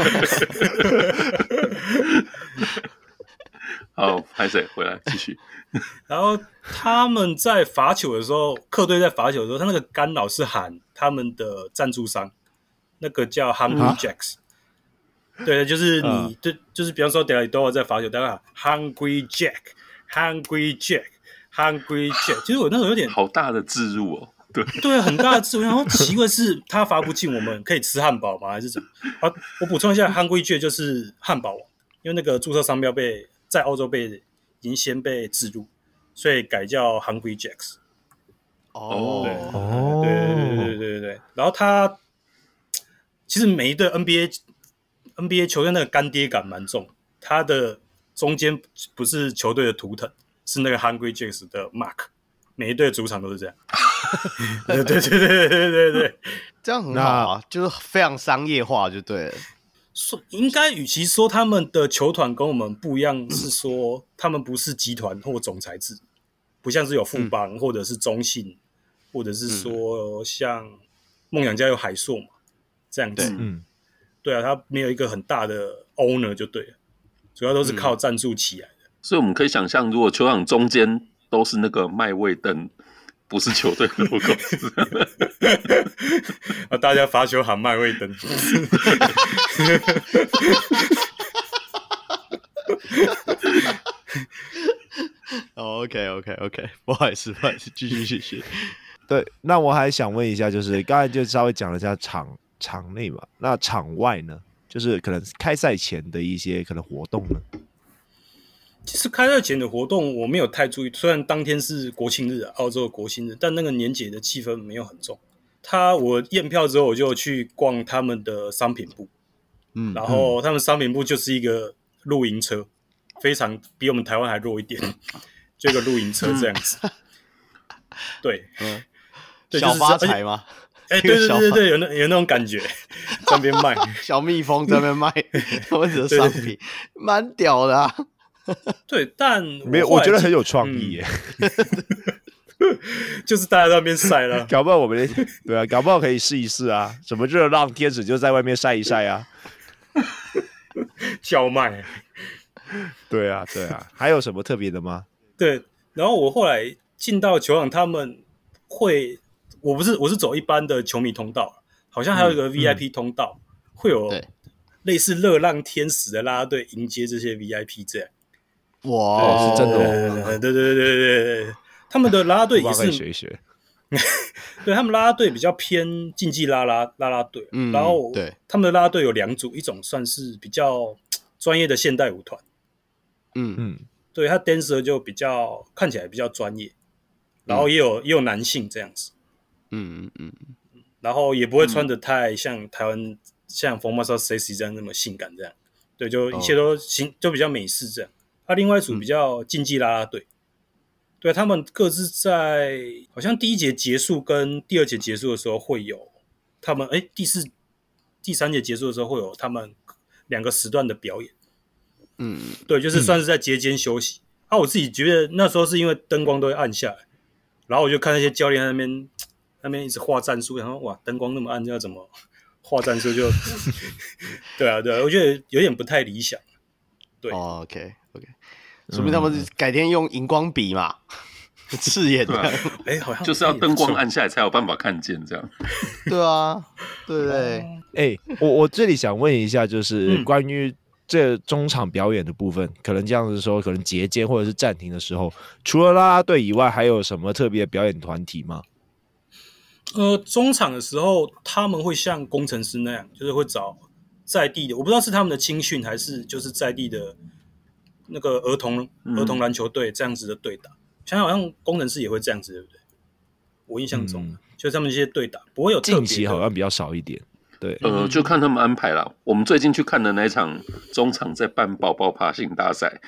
好，拍谁回来继续。 然后他们在罚球的时候，客队在罚球的时候，他那个干扰是喊他们的赞助商，那个叫 Hungry Jacks。对，就是你，就是比方说德拉多在罚球，大家喊 Hungry Jack。Hungry Jack， 其实我那时候有点好大的置入哦， 对，很大的置入。然后奇怪是他罚不进，我们可以吃汉堡吗？还是怎么？好，我补充一下 ，Hungry Jack 就是汉堡王，因为那个注册商标在澳洲已经先被置入，所以改叫 Hungry Jacks。 哦， 对。然后他其实每一队 NBA 球队那个干爹感蛮重，他的中间不是球队的图腾，是那个 Hungry Jacks 的 mark， 每一队的主场都是这样。对， 这样很好啊，就是非常商业化就对了。 应该与其说他们的球团跟我们不一样，是说他们不是集团或总裁制，不像是有富邦或者是中信，或者是说像梦想家有海硕嘛这样子。对啊，他没有一个很大的 owner 就对了，主要都是靠赞助起来的。 所以我们可以想象，如果球场中间都是那个麦味登，不是球队的 logo， 大家罚球喊麦味登。 OK， 不好意思，继续。 对，那我还想问一下，就是刚才就稍微讲了一下场内嘛，那场外呢？就是可能开赛前的一些可能活动呢？ 其实开赛前的活动我没有太注意，虽然当天是国庆日，澳洲的国庆日，但那个年节的气氛没有很重。我验票之后，我就去逛他们的商品部，然后他们商品部就是一个露营车，非常比我们台湾还弱一点，就一个露营车这样子。对， 小发财吗？ 对，有那种感觉，在那边卖小蜜蜂在那边卖他们的商品，蛮屌的啊。 对，但没有，我觉得很有创意耶。 就是大家在那边晒了， 搞不好对啊，搞不好可以试一试啊。什么热浪天使就在外面晒一晒啊， 叫卖。 对啊，还有什么特别的吗？ 对，然后我后来进到球场，他们会，我是走一般的球迷通道，好像还有一个 VIP 通道，会有类似热浪天使的啦啦队迎接这些 VIP 这样。 哇，是真的对，他们的啦啦队也是学一学。 对，他们啦啦队比较偏竞技啦啦队，然后他们的啦啦队有2组，一种算是比较专业的现代舞团，对，他 dancer 就比较看起来比较专业，然后也有男性这样子，然后也不会穿得太像台湾像 Formosa Sexy 这样那么性感这样，对，就一切都就比较美式这样。另外一组比较竞技啦啦队，对，他们各自在好像第1节结束跟第2节结束的时候会有他们第3节结束的时候会有他们2个时段的表演，对，就是算是在节间休息。我自己觉得那时候是因为灯光都会暗下来，然后我就看那些教练在那边一直画战术，然后哇，灯光那么暗，要怎么画战术就对啊，我觉得有点不太理想。对 ，OK， 说明他们改天用荧光笔嘛，刺眼的， 好像就是要灯光暗下来才有办法看见这样。 对啊，对。 我这里想问一下，就是关于这中场表演的部分，可能这样子说，可能节间或者是暂停的时候，除了啦啦队以外，还有什么特别的表演团体吗？ 中场的时候，他们会像工程师那样，就是会找在地的，我不知道是他们的青训还是就是在地的那个儿童篮球队这样子的对打。想想好像工程师也会这样子，对不对？我印象中，就是他们这些对打不会有特别的， 近期好像比较少一点。对， 就看他们安排啦。我们最近去看的那一场中场在办宝宝爬行大赛，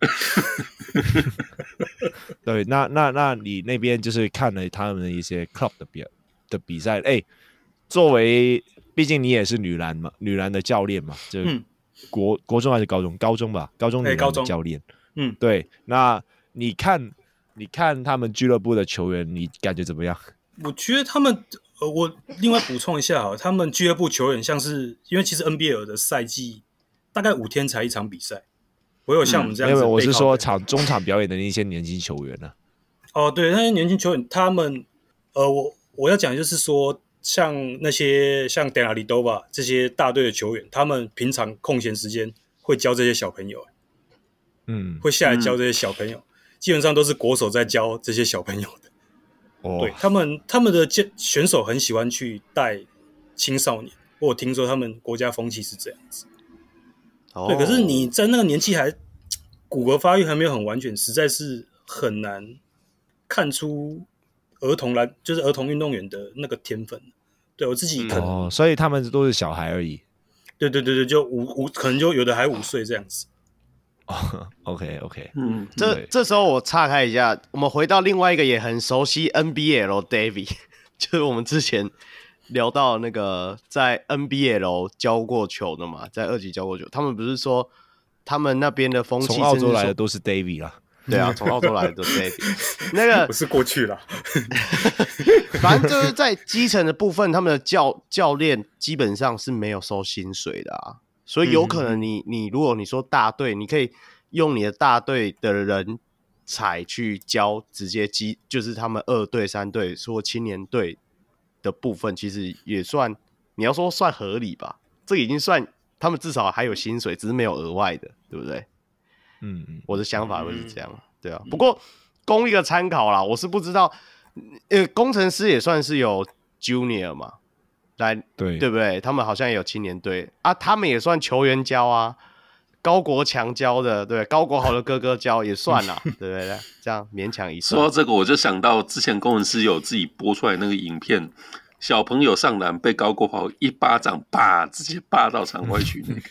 对，那你那边就是看了他们的一些 club 的比赛，作为毕竟你也是女篮的教练嘛，就国中还是高中？高中吧，高中女篮的教练。对，那你看他们俱乐部的球员，你感觉怎么样？ 我觉得他们，我另外补充一下他们俱乐部球员像是，因为其实 NBL 的赛季大概5天才一场比赛，不会有像我们这样子。 没有，我是说中场表演的那些年轻球员呢。 对，那些年轻球员，他们，我要讲就是说，像那些像 Dellavedova 这些大队的球员，他们平常空闲时间会教这些小朋友，会下来教这些小朋友，基本上都是国手在教这些小朋友的。对，他们的选手很喜欢去带青少年，我有听说他们国家风气是这样子。对，可是你在那个年纪骨骼发育还没有很完全，实在是很难看出儿童运动员的那个天分。对，我自己可能所以他们都是小孩而已。 对，就可能就有的还5岁这样子。 OK， 这时候我岔开一下，我们回到另外一个也很熟悉 NBL David， 就是我们之前聊到那个在 NBL 教过球的嘛，在2级教过球，他们不是说他们那边的风气， 从澳洲来的都是 David 啦。 对啊，从澳洲来的都是 David。那个不是过去了， 反正就是在基层的部分，他们的教练基本上是没有收薪水的啊。所以有可能你如果你说大队，你可以用你的大队的人才去教直接就是他们2队、3队说青年队的部分，其实也算你要说算合理吧。这已经算他们至少还有薪水，只是没有额外的，对不对？我的想法会是这样，对啊。不过供一个参考啦，我是不知道，工程师也算是有 Junior 嘛。对不对？他们好像也有青年队啊，他们也算球员教啊，高国强教的，对，高国豪的哥哥教也算啦，对不对？这样勉强一算。 说到这个，我就想到之前工程师有自己播出来那个影片，小朋友上篮被高国豪一巴掌直接扒到场外去那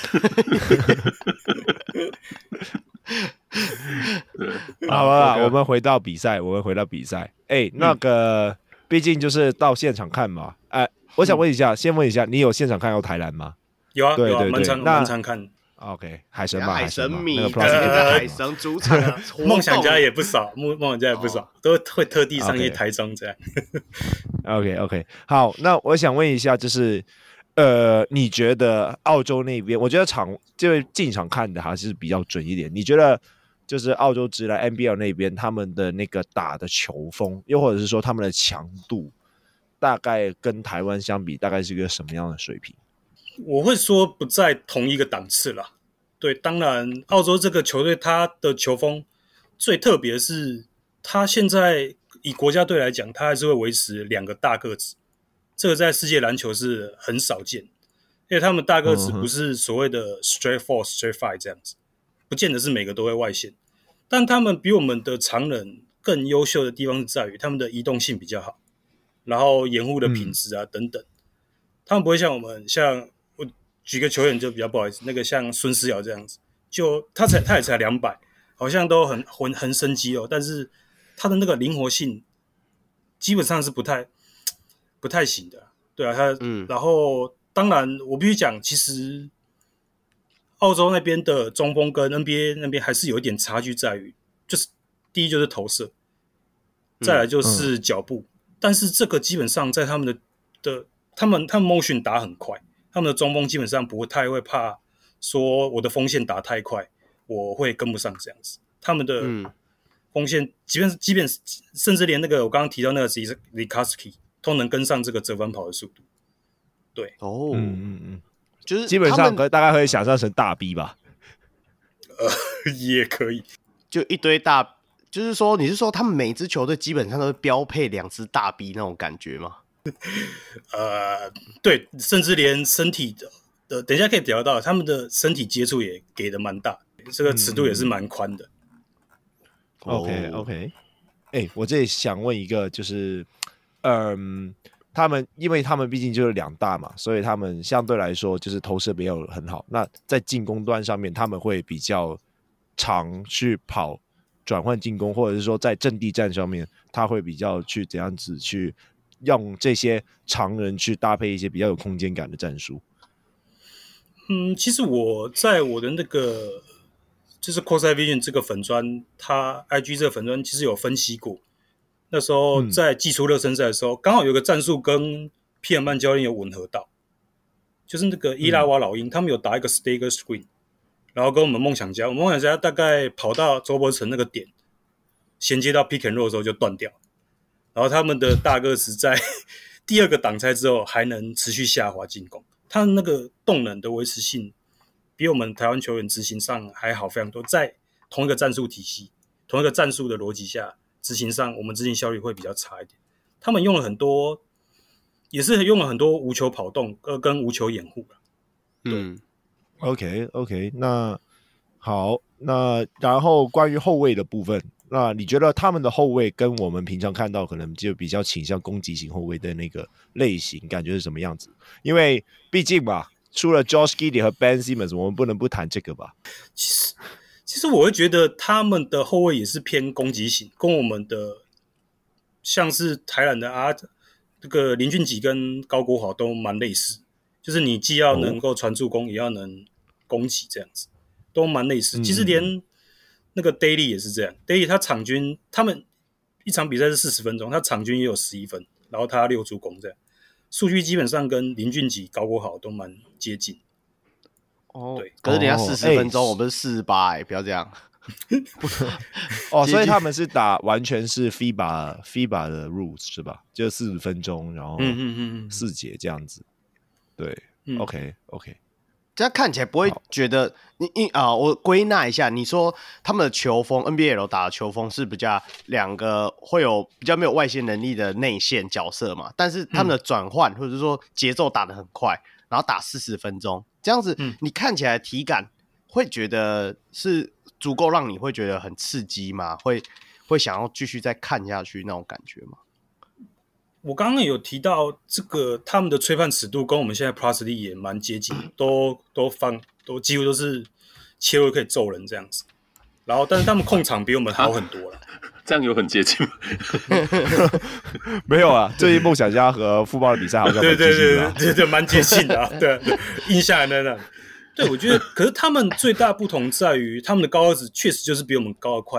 个。好了，我们回到比赛。那个毕竟就是到现场看嘛，我想问一下，先问一下，你有现场看到台篮吗？ 有啊， 对， 蛮常看。 OK， 海神迷， 那个海神主场啊， 梦想家也不少，都会特地上一台中这样。 OK， 好，那我想问一下，就是你觉得澳洲那边，我觉得就进场看的还是比较准一点。你觉得就是澳洲职篮 NBL 那边他们的那个打的球风，又或者是说他们的强度，大概跟台湾相比，大概是一个什么样的水平？ 我会说不在同一个档次啦。对，当然澳洲这个球队它的球风最特别的是，它现在以国家队来讲，它还是会维持2个大个子，这个在世界篮球是很少见，因为他们大个子不是所谓的 straight 4、straight 5这样子，不见得是每个都会外线，但他们比我们的常人更优秀的地方是在于他们的移动性比较好，然后掩护的品质啊等等，他们不会像我们我举个球员就比较不好意思，那个像孙思尧这样子，就他也才200，好像都很生肌但是他的那个灵活性基本上是不太行的，对啊，然后当然我必须讲，其实澳洲那边的中锋跟 NBA 那边还是有一点差距，在于就是第一就是投射，再来就是脚步，但是这个基本上在他们他们 motion 打很快。他们的中锋基本上不太会怕说我的锋线打太快，我会跟不上这样子。他们的锋线即便甚至连那个我刚刚提到那个 Likatsky 都能跟上这个折返跑的速度。对， 就是基本上大概可以想象成大 B 吧。 也可以， 就一堆就是说你是说他们每支球队基本上都是标配2支大 B 那种感觉吗？ 对，甚至连身体的，等一下可以聊到他们的身体接触也给的蛮大，这个尺度也是蛮宽的。 OK， 我这里想问一个，就是因为他们毕竟就是2大嘛，所以他们相对来说就是投射没有很好。那在进攻端上面，他们会比较常去跑转换进攻，或者是说在阵地战上面，他会比较去怎样子去用这些常人去搭配一些比较有空间感的战术。 其实我在我的那个就是 Cosine Vision 这个粉专，他 IG 这个粉专其实有分析过。那时候在季初热身赛的时候，刚好有个战术跟皮尔曼教练有吻合到，就是那个伊拉瓦老鹰，他们有打一个 stagger screen， 然后跟我们梦想家大概跑到周伯成那个点，衔接到 pick and roll 的时候就断掉，然后他们的大个子在第二个挡拆之后还能持续下滑进攻，他那个动能的维持性比我们台湾球员执行上还好非常多，在同一个战术体系、同一个战术的逻辑下，执行上我们执行效率会比较差一点。他们用了很多，也是用了很多无球跑动跟无球掩护。 OK， 那好，那然后关于后卫的部分，那你觉得他们的后卫跟我们平常看到可能就比较倾向攻击型后卫的那个类型，感觉是什么样子？因为毕竟吧，除了 Josh Giddey 和 Ben Simmons， 我们不能不谈这个吧。 其实我会觉得他们的后卫也是偏攻击型，跟我们的像是台篮的这个林俊杰跟高国豪都蛮类似，就是你既要能够传助攻，也要能攻击，这样子都蛮类似。其实连那个 Daily 也是这样 ，Daily 他场均他们一场比赛是40分钟，他场均也有11分，然后他6助攻这样，数据基本上跟林俊杰、高国豪都蛮接近。 对，可是人家40分钟，我们是48，不要这样。 所以他们是打完全是 FIBA 的 rules 是吧？就40分钟，然后4节这样子。对，OK， 这样看起来不会觉得我归纳一下，你说他们的球风 NBL 打的球风是比较两个会有比较没有外线能力的内线角色嘛，但是他们的转换或者是说节奏打得很快，然后打40分钟，这样子你看起来体感会觉得是足够让你会觉得很刺激吗？会想要继续再看下去那种感觉吗？ 我刚刚有提到这个他们的吹判尺度跟我们现在 Plus 力也蛮接近，都几乎都是切入可以揍人这样子。然后但是他们控场比我们好很多了。 这样有很接近吗？ 没有啊，最近梦想家和富邦的比赛好像蛮接近的、 对，蛮接近的、啊。对，印象在那。对，我觉得，可是他们最大不同在于他们的高个子确实就是比我们高了快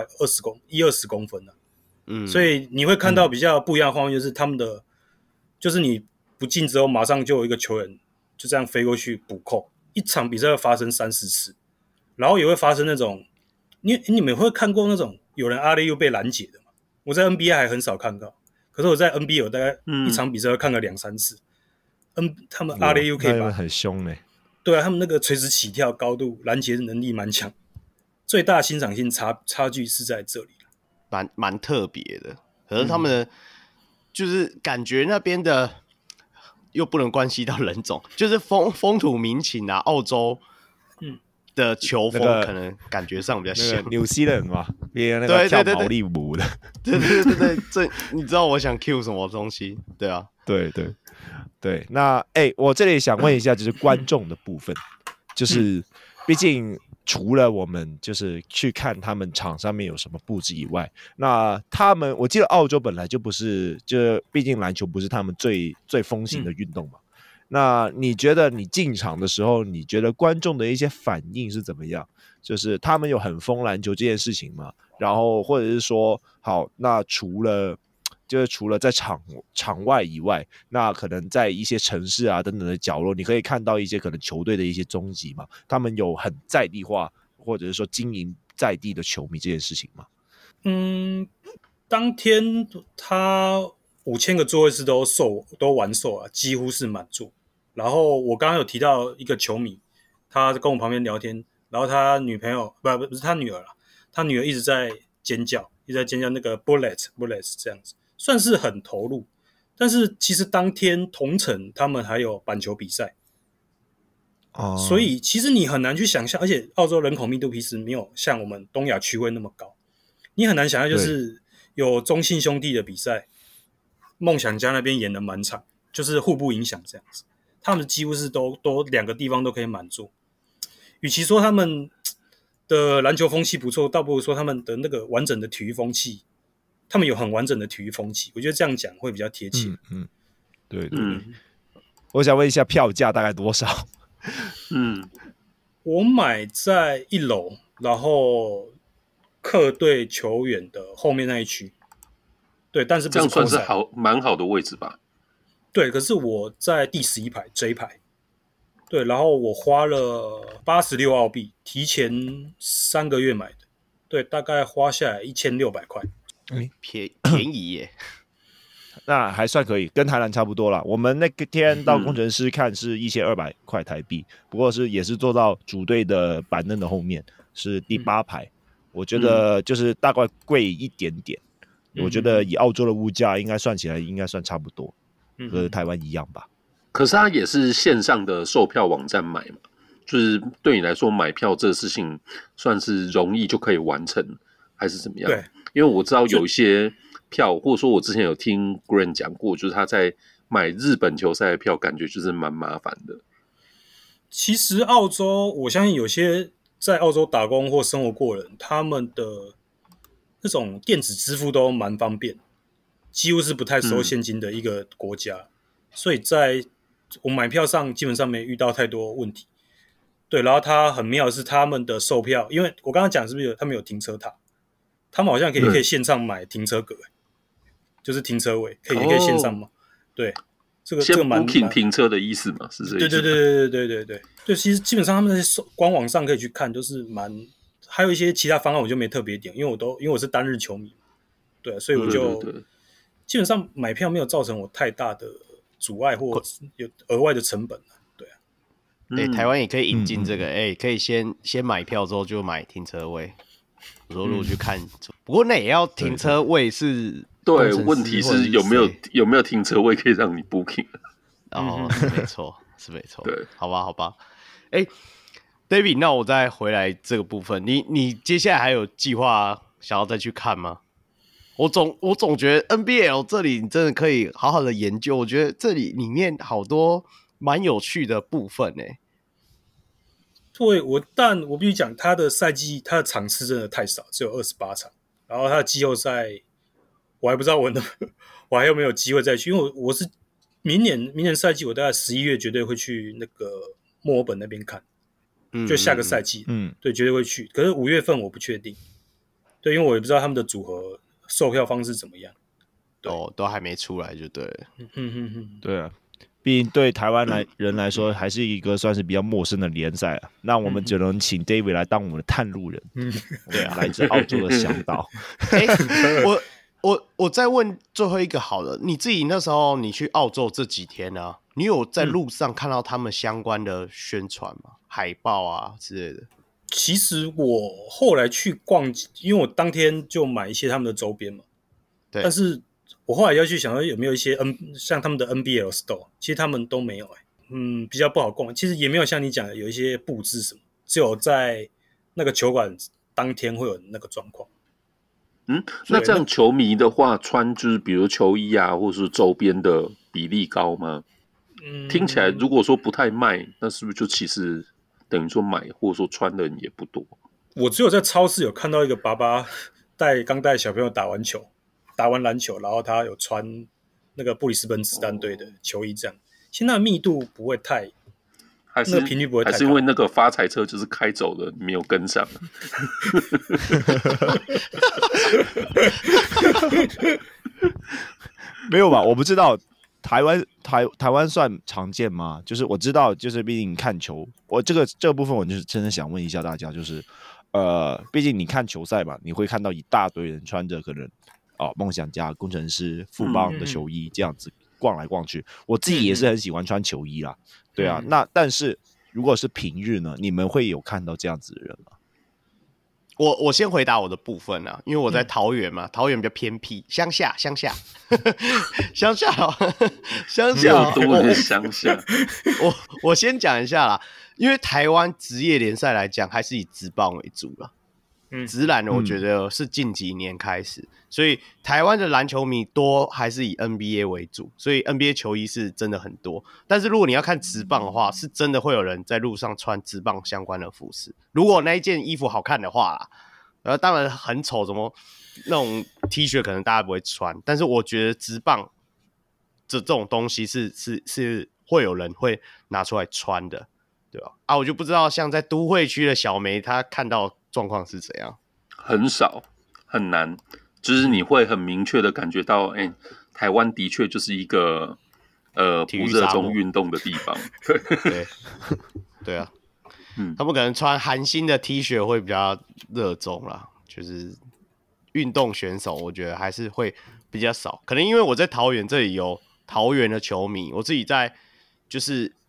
20公分了、所以你会看到比较不一样的画面，就是他们的，就是你不进之后，马上就有一个球员就这样飞过去补扣，一场比赛会发生3-4次，然后也会发生那种，你们会看过那种有人阿雷又被拦截的吗？我在 NBA 还很少看到，可是我在 NBA 有大概一场比赛会看个2-3次，他们阿雷又可以把很凶呢、 对啊，他们那个垂直起跳高度拦截能力蛮强，最大欣赏性差距是在这里。 蛮特别的，可是他们的、就是感觉那边的又不能关系到人种，就是风土民情啊，澳洲的球风可能感觉上比较像纽西兰嘛，别那个跳毛利舞的， 对，这你知道我想 cue 什么东西？对啊， 对，那我这里想问一下，就是观众的部分，就是毕竟除了我们就是去看他们场上面有什么布置以外，那我记得澳洲本来就不是，就毕竟篮球不是他们最风行的运动嘛。那你觉得你进场的时候，你觉得观众的一些反应是怎么样？就是他们有很疯篮球这件事情吗？然后或者是说，好，那除了在场外以外，那可能在一些城市啊等等的角落，你可以看到一些可能球队的一些踪迹嘛？他们有很在地化，或者是说经营在地的球迷这件事情吗？ 当天他5000个座位是都完售啊，几乎是满座。然后我刚刚有提到一个球迷，他跟我旁边聊天，然后他女朋友不是他女儿啦，他女儿一直在尖叫那个 bullets 这样子。算是很投入，但是其实当天同城他们还有板球比赛，所以其实你很难去想象，而且澳洲人口密度其实没有像我们东亚区位那么高，你很难想象就是有中信兄弟的比赛，梦想家那边演的满场，就是互不影响这样子，他们几乎是都两个地方都可以满座。与其说他们的篮球风气不错，倒不如说他们的那个完整的体育风气，他们有很完整的体育风气，我觉得这样讲会比较贴切。 对。我想问一下，票价大概多少？ 我买在1楼，然后客队球员的后面那一区。对，但是不是这样算是蛮好的位置吧？ 对，可是我在第11排 J 排。对，然后我花了86澳币，提前3个月买的。对，大概花下来1600块。 便宜耶。 那还算可以，跟台南差不多啦。我们那个天到工程师看是1200块台币，不过也是坐到主队的板凳的后面，是第8排。我觉得就是大概贵一点点。我觉得以澳洲的物价应该算起来应该算差不多，和台湾一样吧。 可是它也是线上的售票网站买嘛，就是对你来说买票这个事情算是容易就可以完成，还是怎么样？ 对， 因为我知道有一些票，或者说我之前有听 Grant 讲过，就是他在买日本球赛的票，感觉就是蛮麻烦的。 其实澳洲，我相信有些在澳洲打工或生活过的人，他们的那种电子支付都蛮方便，几乎是不太收现金的一个国家，所以在我买票上基本上没遇到太多问题。对，然后它很妙的是他们的售票，因为我刚刚讲是不是他们有停车塔，他们好像可以线上买停车格，就是停车位可以线上买。对，这个蛮 booking 停车的意思嘛，是这意思吗？ 对，其实基本上他们在官网上可以去看，就是还有一些其他方案我就没特别点，因为我是单日球迷，对，所以我就基本上买票没有造成我太大的阻碍或有额外的成本。对啊， 台湾也可以引进这个，可以先买票之后就买停车位。我说如果去看，不过那也要停车位是。 对，问题是有没有停车位可以让你 booking？ 是没错，是没错。 对， 好吧。David， 那我再回来这个部分，你接下来还有计划想要再去看吗？我总觉得 NBL 这里你真的可以好好的研究，我觉得这里面好多蛮有趣的部分欸。 对，但我必须讲，他的赛季他的场次真的太少，只有28场，然后他的季后赛。我还不知道我还有没有机会再去，因为我是明年赛季，我大概11月绝对会去那个墨尔本那边看，就下个赛季，对，绝对会去。可是5月份我不确定，对，因为我也不知道他们的组合售票方式怎么样， 都还没出来就对了。 对啊，毕竟对台湾人来说，还是一个算是比较陌生的联赛啊。那我们只能请 David 来当我们的探路人，对啊，来自澳洲的向导。 我再问最后一个好了，你自己那时候你去澳洲这几天啊，你有在路上看到他们相关的宣传吗？海报啊之类的？ 其实我后来去逛，因为我当天就买一些他们的周边嘛，对。但是我后来要去想说有没有一些像他们的 NBL Store， 其实他们都没有比较不好逛。其实也没有像你讲的有一些布置什么，只有在那个球馆当天会有那个状况。 那这样球迷的话，穿就是比如球衣啊，或者是周边的比例高吗？听起来如果说不太卖，那是不是就其实等于说买或者说穿的人也不多？ 我只有在超市有看到一个爸爸刚带小朋友打完篮球，然后他有穿那个布里斯本子弹队的球衣，这样。其实那密度不会太。 还是那个频率不会太高， 还是因为那个发财车就是开走了，没有跟上。 没有吧？我不知道台湾算常见吗？就是我知道，就是毕竟看球，我这个部分我就是真的想问一下大家，就是毕竟你看球赛嘛，你会看到一大堆人穿着可能梦想家、工程师、富邦的球衣这样子逛来逛去。我自己也是很喜欢穿球衣啦。对啊，那但是如果是平日呢，你们会有看到这样子的人吗？ 我先回答我的部分啊，因为我在桃园嘛，桃园比较偏僻，乡下，我先讲一下啦，因为台湾职业联赛来讲，还是以职棒为主啦。 直男的我觉得是近几年开始，所以台湾的篮球迷多还是以 NBA 为主，所以 NBA 球衣是真的很多。但是如果你要看职棒的话，是真的会有人在路上穿职棒相关的服饰。如果那一件衣服好看的话啦，当然很丑，什么那种 T 恤可能大家不会穿，但是我觉得职棒这种东西是会有人会拿出来穿的，对吧？我就不知道像在都会区的小梅她看到状况是怎样。 很少，很难，就是你会很明确的感觉到，台湾的确就是一个不热衷运动的地方。 对啊，他们可能穿韩星的 T 恤会比较热衷啦，就是运动选手，我觉得还是会比较少。可能因为我在桃园这里有桃园的球迷，我自己在就是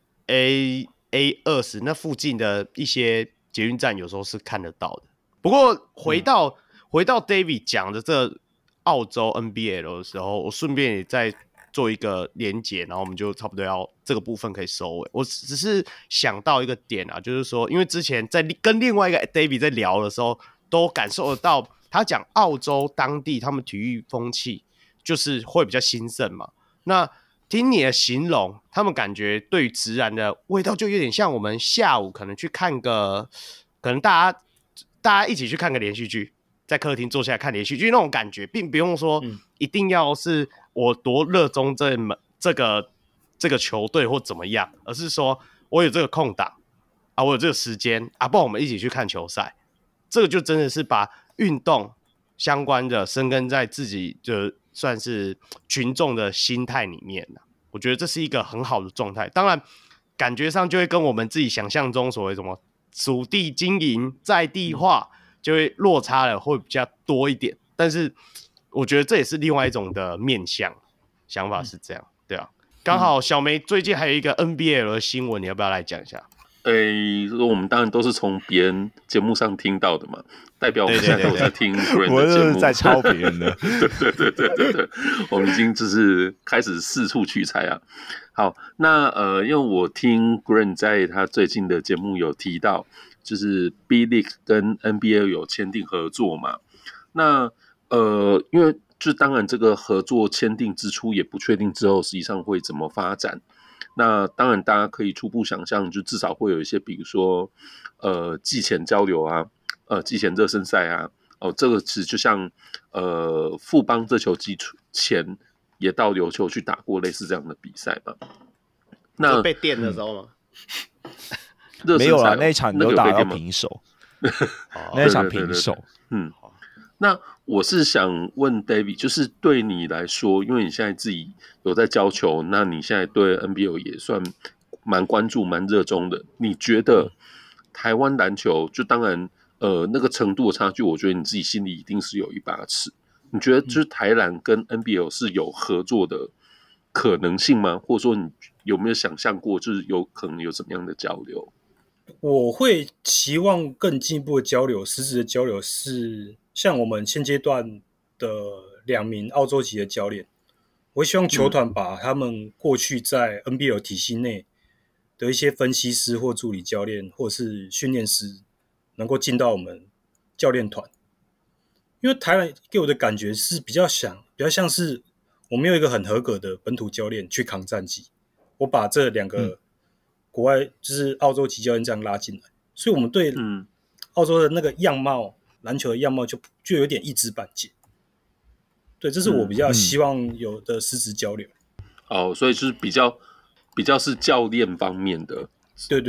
A20 那附近的一些捷运站，有时候是看得到的。不过回到 David 讲的这澳洲 NBL 的时候，我顺便也再做一个连结，然后我们就差不多要这个部分可以收尾。我只是想到一个点啊，就是说，因为之前在跟另外一个 David 在聊的时候，都感受得到他讲澳洲当地他们体育风气就是会比较兴盛嘛。那听你的形容，他们感觉对于直男的味道就有点像我们下午可能去看个，可能大家一起去看个连续剧，在客厅坐下来看连续剧那种感觉，并不用说一定要是我多热衷这个球队或怎么样，而是说我有这个空档啊，我有这个时间啊，不然我们一起去看球赛。这个就真的是把运动相关的生根在自己就算是群众的心态里面了。我觉得这是一个很好的状态，当然感觉上就会跟我们自己想象中所谓什么属地经营在地化就会落差了，会比较多一点。但是我觉得这也是另外一种的面向，想法是这样，对啊。刚好小梅最近还有一个 NBL 的新闻，你要不要来讲一下？ 我们当然都是从别人节目上听到的嘛，代表我们现在都在听 Grant 的节目， 我是在抄别人的。 对，我们已经就是开始四处取材啊。好，那因为我听 Grant 在他最近的节目有提到，就是 B League 跟 NBA 有签订合作嘛。那因为就当然这个合作签订之初也不确定之后实际上会怎么发展。那当然大家可以初步想象，就至少会有一些比如说季前交流啊，季前热身赛啊，这个其实就像富邦这球季前也到琉球去打过类似这样的比赛嘛。那被电的时候吗？ 没有啦，那一场有打到平手，那一场平手。 那我是想问 David， 就是对你来说，因为你现在自己有在教球，那你现在对 NBL 也算蛮关注、蛮热衷的。你觉得台湾篮球，就当然那个程度的差距，我觉得你自己心里一定是有一把尺。你觉得就是台篮跟 NBL 是有合作的可能性吗？或者说你有没有想象过，就是有可能有什么样的交流？ 我会期望更进一步的交流，实质的交流是像我们现阶段的2名澳洲籍的教练，我希望球团把他们过去在 NBL 体系内的一些分析师或助理教练或是训练师能够进到我们教练团，因为台湾给我的感觉是比较像是我们有一个很合格的本土教练去扛战绩，我把这2个国外就是澳洲籍教练这样拉进来，所以我们对澳洲的那个样貌，篮球的样貌就有点一知半解。对，这是我比较希望有的实质交流。 所以就是比较是教练方面的。 对。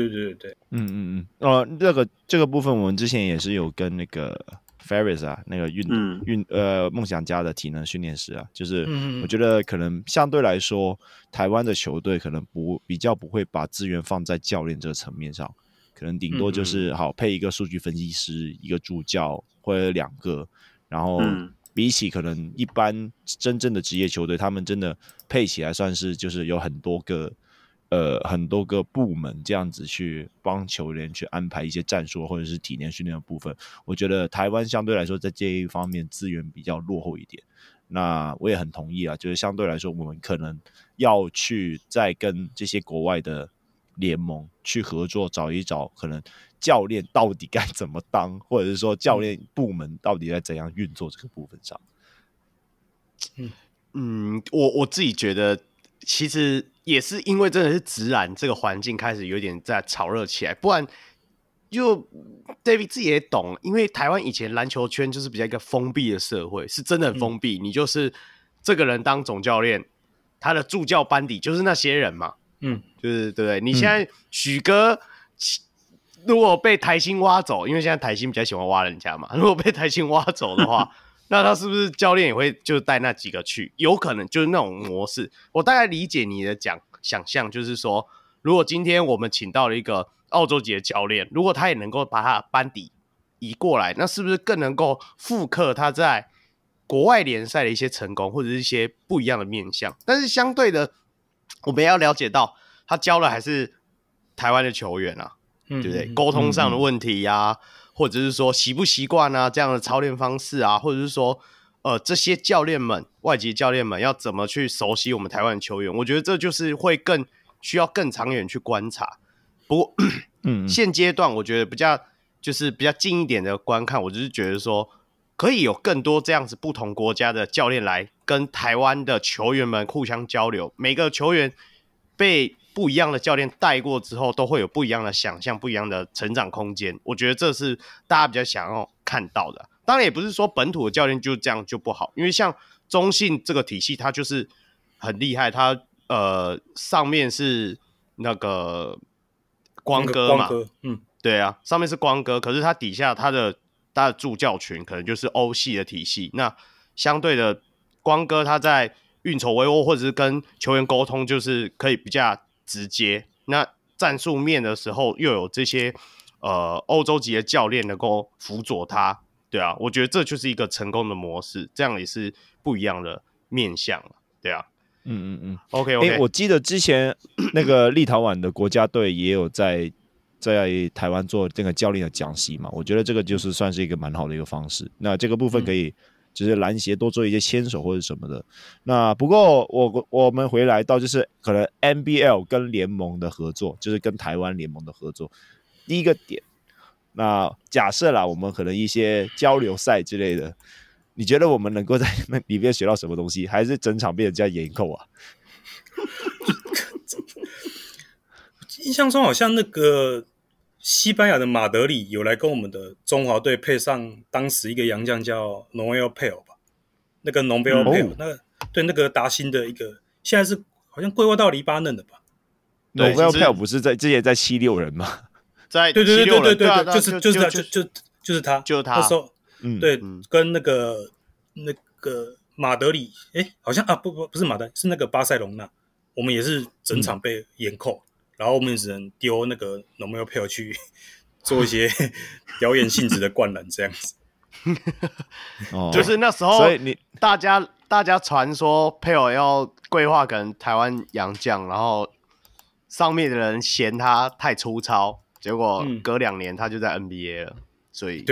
这个部分我们之前也是有跟那个 Ferris 啊，那个梦想家的体能训练师啊，就是我觉得可能相对来说，台湾的球队可能比较不会把资源放在教练这个层面上，可能顶多就是好配一个数据分析师，一个助教或者2个，然后比起可能一般真正的职业球队，他们真的配起来算是就是有很多个部门这样子去帮球员去安排一些战术或者是体能训练的部分，我觉得台湾相对来说在这一方面资源比较落后一点。那我也很同意啊，就是相对来说我们可能要去再跟这些国外的联盟去合作，找一找可能教练到底该怎么当，或者是说教练部门到底在怎样运作这个部分上。 我自己觉得，其实也是因为真的是职篮这个环境开始有点在炒热起来，不然就 David 自己也懂，因为台湾以前篮球圈就是比较一个封闭的社会，是真的很封闭，你就是这个人当总教练，他的助教班底就是那些人嘛，就是对不对？你现在许哥如果被台新挖走，因为现在台新比较喜欢挖人家嘛，如果被台新挖走的话，那他是不是教练也会就带那几个去？有可能就是那种模式。我大概理解你的想象，就是说，如果今天我们请到了一个澳洲籍的教练，如果他也能够把他的班底移过来，那是不是更能够复刻他在国外联赛的一些成功，或者是一些不一样的面向？但是相对的，我们也要了解到，他教的还是台湾的球员啊，对不对？沟通上的问题啊，或者是说习不习惯啊这样的操练方式啊，或者是说这些教练们、外籍教练们要怎么去熟悉我们台湾的球员？我觉得这就是会更需要更长远去观察。不过，现阶段我觉得比较近一点的观看，我就是觉得说，可以有更多这样子不同国家的教练来跟台湾的球员们互相交流。每个球员被不一样的教练带过之后，都会有不一样的想象、不一样的成长空间。我觉得这是大家比较想要看到的。当然，也不是说本土的教练就这样就不好，因为像中信这个体系，它就是很厉害。它上面是那个光哥嘛，对啊，上面是光哥，可是他底下他的助教群可能就是欧系的体系。那相对的，光哥他在运筹帷幄或者是跟球员沟通，就是可以比较直接。那战术面的时候，又有这些欧洲级的教练能够辅佐他，对啊，我觉得这就是一个成功的模式，这样也是不一样的面向，对啊。OK， 我记得之前那个立陶宛的国家队也有在台湾做这个教练的讲习嘛，我觉得这个就是算是一个蛮好的一个方式。那这个部分可以就是篮协多做一些牵手或者什么的。那不过我们回来到就是可能 NBL 跟联盟的合作，就是跟台湾联盟的合作。第一个点，那假设啦，我们可能一些交流赛之类的。你觉得我们能够在那里面学到什么东西，还是整场被人家严扣啊？ 印象中好像那个西班牙的马德里有来跟我们的中华队配上当时一个洋将叫 Noel Pale 吧，那个 Noel Pale，对，那个达新的一个，现在是好像规划到黎巴嫩的吧。 Noel Pale 不是在之前在76人吗？ 在对，就是他，那时候。对，跟那个马德里，好像不是马德里，是那个巴塞隆纳，我们也是整场被严扣，然后我们只能丢那个 Noel Pale 去做一些表演性质的灌篮这样子。 就是那时候，所以大家传说 Pale 要规划跟台湾洋将，然后上面的人嫌他太粗糙，结果隔2年他就在 NBA 了，所以对。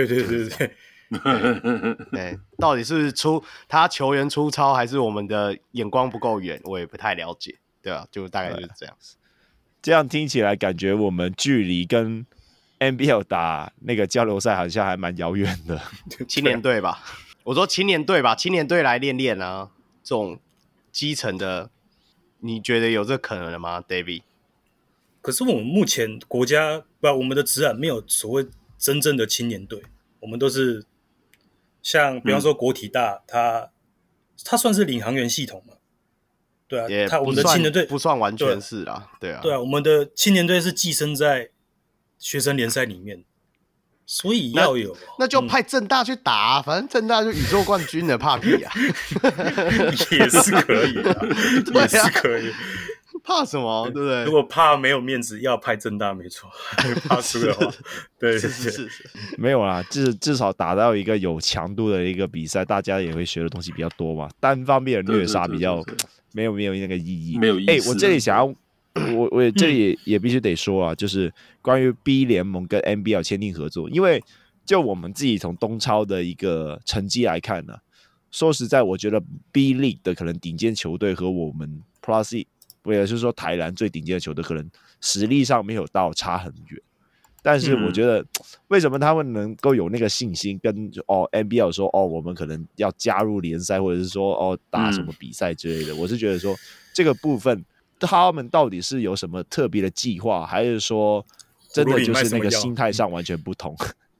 对，到底是他球员粗糙，还是我们的眼光不够远，我也不太了解，对吧？就大概就是这样子。 这样听起来，感觉我们距离跟 NBL 打那个交流赛好像还蛮遥远的。 青年队吧，我说青年队吧，青年队来练练啊，这种基层的，你觉得有这可能的吗 ，David？ 可是我们目前国家我们的职篮没有所谓真正的青年队，我们都是。像比方说国体大，他算是领航员系统嘛？对啊，我们的青年队不算完全是啦，对啊， 我们的青年队是寄生在学生联赛里面，所以要有那就派政大去打，反正政大就宇宙冠军了，怕屁啊！ 也是可以的，也是可以。 怕什么？对不对？ 如果怕没有面子，要派政大没错。怕输的话，对， 是没有啦，至少打到一个有强度的一个比赛，大家也会学的东西比较多嘛。单方面的虐杀比较没有那个意义， 没有意思。 我这里想要，我这里也必须得说啊，就是关于 B 联盟跟 NBL 签订合作，因为就我们自己从东超的一个成绩来看呢，说实在，我觉得 B League 的可能顶尖球队和我们 Plus 也就是说台篮最顶尖的球队可能实力上没有到差很远。但是我觉得，为什么他们能够有那个信心跟NBL 说我们可能要加入联赛，或者是说打什么比赛之类的？我是觉得说这个部分他们到底是有什么特别的计划，还是说真的就是那个心态上完全不同？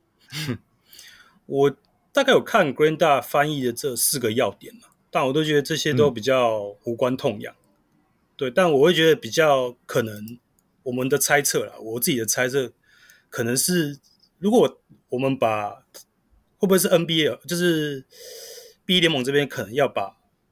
我大概有看 Granda 翻译的这4个要点，但我都觉得这些都比较无关痛痒。对，但我会觉得比较可能我们的猜测啦，我自己的猜测。可能是，如果我们会不会是 NBA， 就是 B 联盟这边可能要把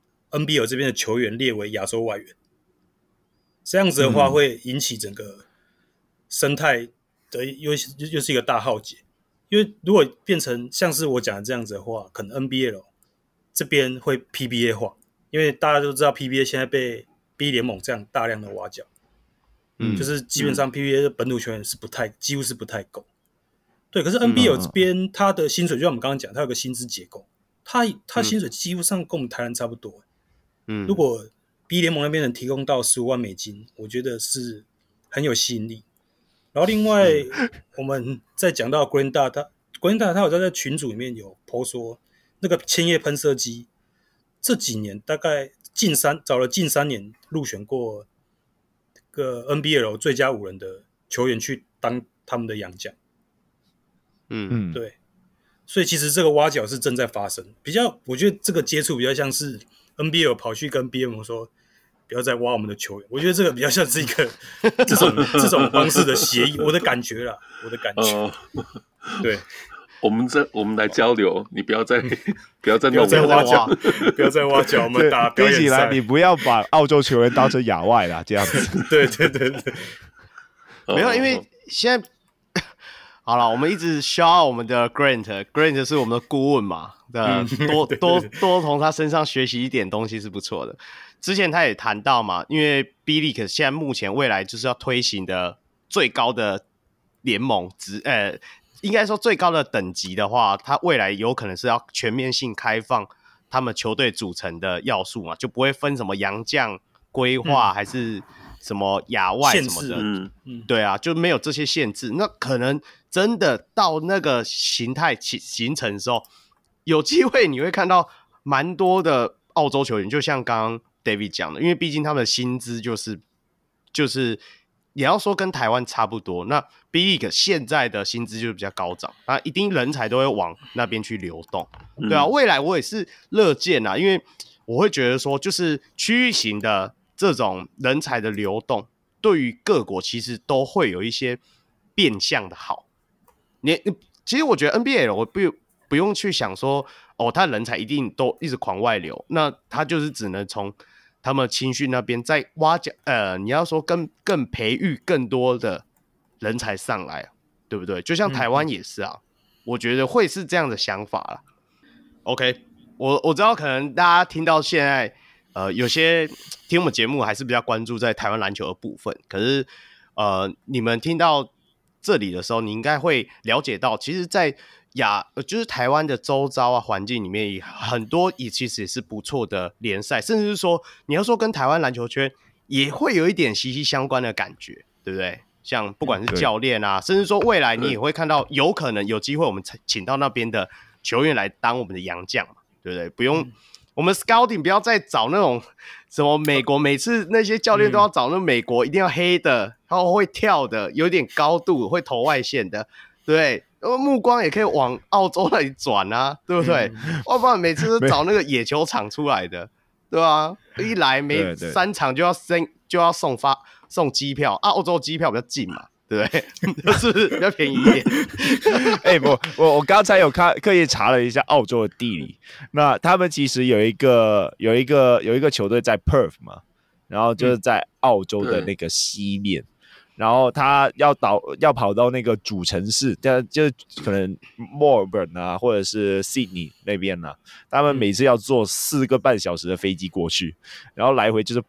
NBL 这边的球员列为亚洲外援，这样子的话会引起整个生态的又是一个大浩劫。因为如果变成像是我讲的这样子的话，可能 NBL 这边会 PBA 化，因为大家都知道 PBA 现在被 B 联盟这样大量的挖角。就是基本上 PBA 的本土球员是几乎是不太够。对，可是 NBL 这边他的薪水就像我们刚刚讲，他有个薪资结构，他薪水几乎上跟我们台湾差不多。如果 B 联盟那边能提供到$15万美金，我觉得是很有吸引力。然后另外我们再讲到 Granda， 他好像在群组里面有 po 说，那个千叶喷射机这几年大概找了近3年入选过个 NBL 最佳5人的球员去当他们的洋将。对，所以其实这个挖角是正在发生。我觉得这个接触比较像是 NBL 跑去跟 BM 说不要再挖我们的球员，我觉得这个比较像是一个这种方式的协议，我的感觉啦，对。 我们来交流，你不要再挖角，不要再挖角，我们打表演赛。 比起来，你不要把澳洲球员当成亚外啦，这样子。 对， 没有，因为现在好了，我们一直shout我们的 Grant 是我们的顾问嘛，多从他身上学习一点东西是不错的。之前他也谈到嘛，因为 B League 现在目前未来就是要推行的最高的联盟应该说最高的等级的话，它未来有可能是要全面性开放他们球队组成的要素嘛，就不会分什么洋将规划还是什么亚外什么的，对啊，就没有这些限制。那可能真的到那个形态形成的时候，有机会你会看到蛮多的澳洲球员，就像刚刚 David 讲的，因为毕竟他们的薪资就是也要说跟台湾差不多，那 B League 现在的薪资就是比较高涨，那一定人才都会往那边去流动，对啊，未来我也是乐见啊，因为我会觉得说，就是区域型的这种人才的流动，对于各国其实都会有一些变相的好。其实我觉得 NBL 我不用去想说，他人才一定都一直狂外流，那他就是只能从他们青训那边再挖角，你要说更培育更多的人才上来，对不对？就像台湾也是啊，我觉得会是这样的想法啦。OK， 我知道可能大家听到现在，有些听我们节目还是比较关注在台湾篮球的部分，可是你们听到这里的时候，你应该会了解到，其实在就是台湾的周遭啊环境里面，很多其实也是不错的联赛，甚至是说你要说跟台湾篮球圈也会有一点息息相关的感觉，对不对？像不管是教练啊，甚至说未来你也会看到，有可能有机会我们请到那边的球员来当我们的洋将嘛，对不对？不用我们 scouting 不要再找那种什么美国，每次那些教练都要找那美国一定要黑的，然后会跳的，有点高度，会投外线的，对。目光也可以往澳洲那里转啊，对不对？要不然每次都找那个野球场出来的，对吧？一来没3场就要送机票，澳洲机票比较近嘛，对不对？是不是比较便宜一点？ 我刚才有刻意查了一下澳洲的地理，那他们其实有一个球队在 Perth 嘛，然后就是在澳洲的那个西面。然后他要跑到那个主城市，就可能墨尔本啊，或者是 Sydney 那边啊，他们每次要坐4个半小时的飞机过去，然后来回就是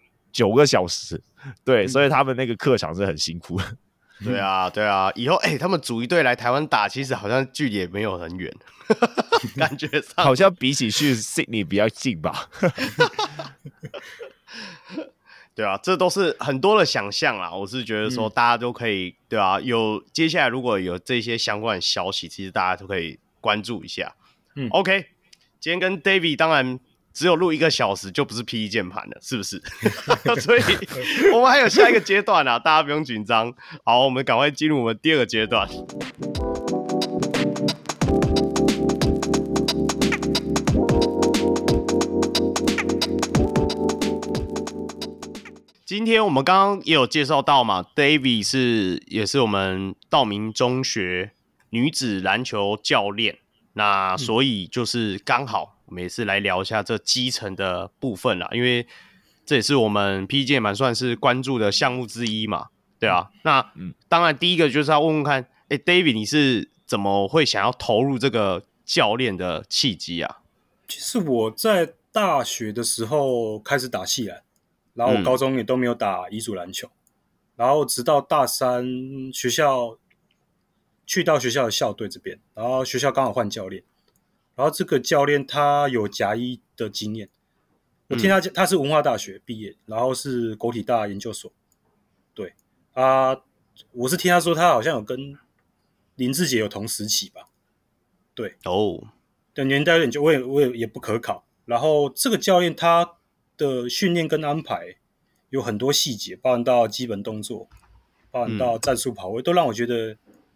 9个小时，对，所以他们那个客场是很辛苦的。 对啊，以后他们组一队来台湾打，其实好像距离也没有很远，感觉上好像比起去 Sydney 比较近吧。 对啊，这都是很多的想象啦。我是觉得说，大家都可以，对啊，接下来如果有这些相关的消息，其实大家都可以关注一下。OK， 今天跟 David 当然只有录1个小时，就不是 PE 键盘了，是不是？所以我们还有下一个阶段啊，大家不用紧张。好，我们赶快进入我们第2个阶段。今天我们刚刚也有介绍到嘛 ，David 也是我们道明中学女子篮球教练，那所以就是刚好我们也是来聊一下这基层的部分啦，因为这也是我们 PE 键盘算是关注的项目之一嘛，对啊。那当然第一个就是要问问看，David 你是怎么会想要投入这个教练的契机啊？ 其实我在大学的时候开始打系篮。然后我高中也都没有打乙组篮球，然后直到大3去到学校的校队这边，然后学校刚好换教练，然后这个教练他有甲1的经验，我听他是文化大学毕业，然后是国体大研究所，对啊，我是听他说他好像有跟林志杰有同时期吧，对的年代有点就我也不可考，然后这个教练他的训练跟安排有很多细节，包含到基本动作，包含到战术跑位，都让我觉得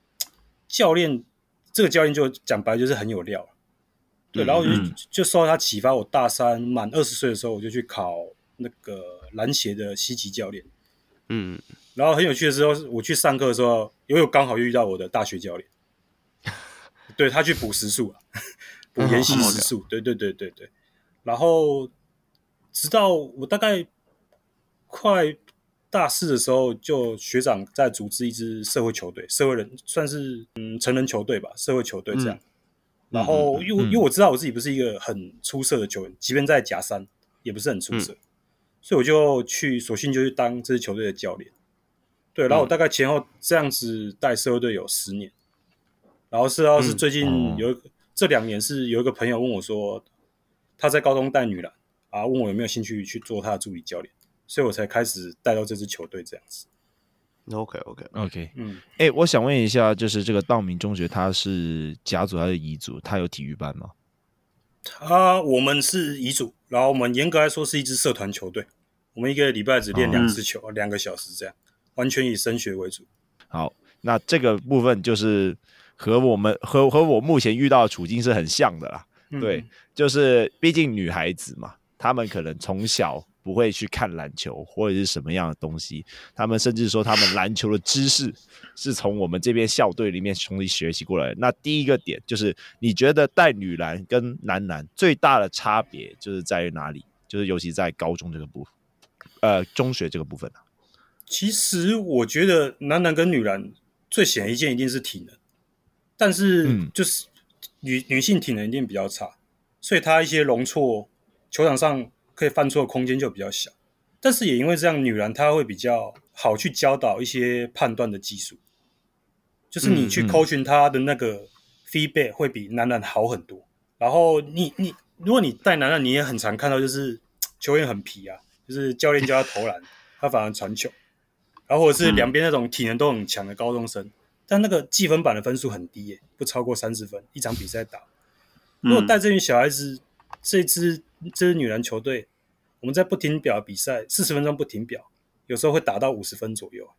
这个教练就讲白就是很有料。对，然后就受到他启发，我大3满20岁的时候，我就去考那个篮协的西级教练。然后很有趣的时候，我去上课的时候，刚好遇到我的大学教练，对，他去补时数补研习时数，对，然后。直到我大概快大4的时候，就学长在组织一支社会球队，社会人算是成人球队吧，社会球队这样。然后因为我知道我自己不是一个很出色的球员，即便在甲3也不是很出色，所以我就索性就去当这支球队的教练。对，然后我大概前后这样子带社会队有10年，然后是最近这2年是有一个朋友问我说，他在高中带女篮。问我有没有兴趣去做他的助理教练，所以我才开始带到这支球队这样子。 OK， 我想问一下，就是这个道明中学，他是甲组还是乙组？他有体育班吗？ 我们是乙组，然后我们严格来说是一支社团球队，我们一个礼拜只练2次球，2个小时这样，完全以升学为主。 好，那这个部分就是和我目前遇到的处境是很像的啦。对，就是毕竟女孩子嘛。他们可能从小不会去看篮球或者是什么样的东西，他们甚至说他们篮球的知识是从我们这边校队里面从里学习过来的。那第一个点就是你觉得带女篮跟男篮最大的差别就是在于哪里？就是尤其在高中这个部分，中学这个部分啊。 其实我觉得男篮跟女篮最显而易见一定是体能，但是就是女性体能一定比较差，所以她一些容错。球场上可以犯错的空间就比较小，但是也因为这样，女篮她会比较好去教导一些判断的技术，就是你去coaching她的那个 feedback 会比男篮好很多。然后如果你带男篮，你也很常看到就是球员很皮啊，就是教练叫他投篮，他反而传球，然后或者是两边那种体能都很强的高中生，但那个计分板的分数很低耶，不超过30分，一场比赛打。如果带这群小孩子，这支女篮球队，我们在不停表比赛40分钟不停表，有时候会打到50分左右。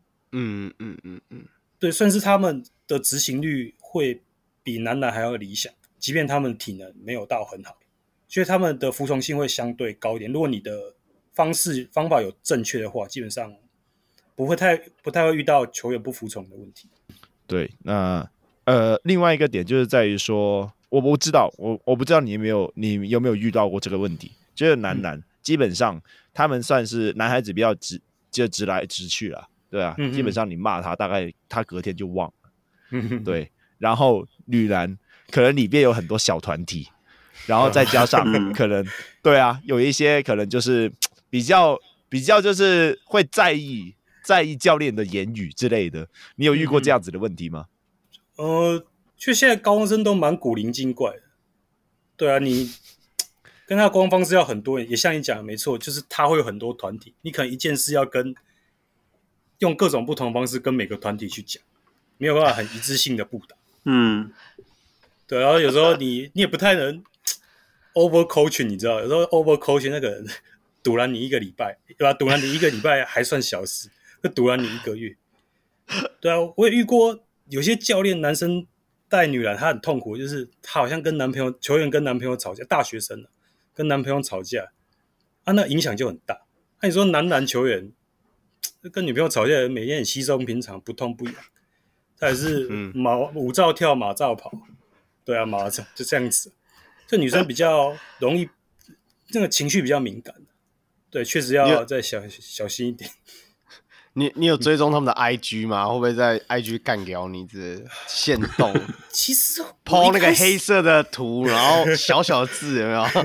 对，算是他们的执行率会比男篮还要理想，即便他们体能没有到很好，所以他们的服从性会相对高一点。如果你的方法有正确的话，基本上不太会遇到球员不服从的问题。 对，那另外一个点就是在于说，我不知道你有没有遇到过这个问题？就是男篮基本上他们算是男孩子比较直来直去啦，对啊，基本上你骂他，大概他隔天就忘了。对，然后女篮可能里面有很多小团体，然后再加上可能对啊，有一些可能就是比较就是会在意教练的言语之类的。你有遇过这样子的问题吗？ 就现在高中生都蛮古灵精怪的。对啊，你跟他的沟通方式要很多人，也像你讲的没错，就是他会有很多团体，你可能一件事要用各种不同的方式跟每个团体去讲，没有办法很一致性的布达。对，然后有时候你也不太能 over coaching， 你知道，有时候 over coaching 那个人堵拦你1个礼拜，对吧？堵拦你1个礼拜还算小事，就堵拦你1个月。对啊，我也遇过有些教练男生带女篮，他很痛苦，就是他好像球员跟男朋友吵架，大学生跟男朋友吵架，那影响就很大。那你说男篮球员跟女朋友吵架，每天很稀松平常，不痛不痒，他也是舞照跳，马照跑，对啊，马照就这样子。这女生比较容易，那个情绪比较敏感，对，确实要再小心一点。 你有追踪他们的 IG 吗？会不会在 IG 干掉你之类的限动？ 其实 po 那个黑色的图，然后小小的字有没有？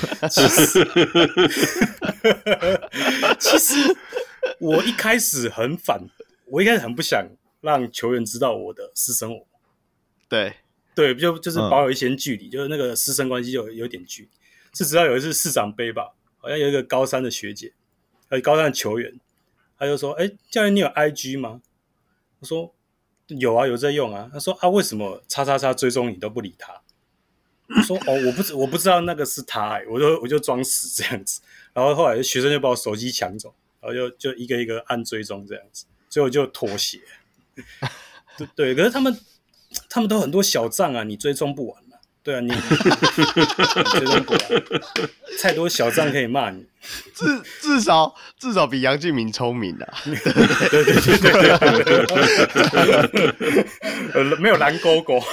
其实我一开始很不想让球员知道我的私生活。对，就是保有一些距离，就是那个师生关系就有点距离。是直到有一次市长杯吧，好像有一个高三的学姐，高三的球员，他就说：“教练，你有 IG 吗？”我说：“有啊，有在用啊。”他说：“为什么叉叉叉追踪你都不理他？”我说：“我不知道那个是他，我就装死这样子。”然后后来学生就把我手机抢走，然后就一个一个按追踪这样子，最后就妥协。对，可是他们都很多小账啊，你追踪不完啊。对啊，你追踪不完，太多小账可以骂你。 至少比杨敬敏聪明啊。 对，没有蓝勾勾。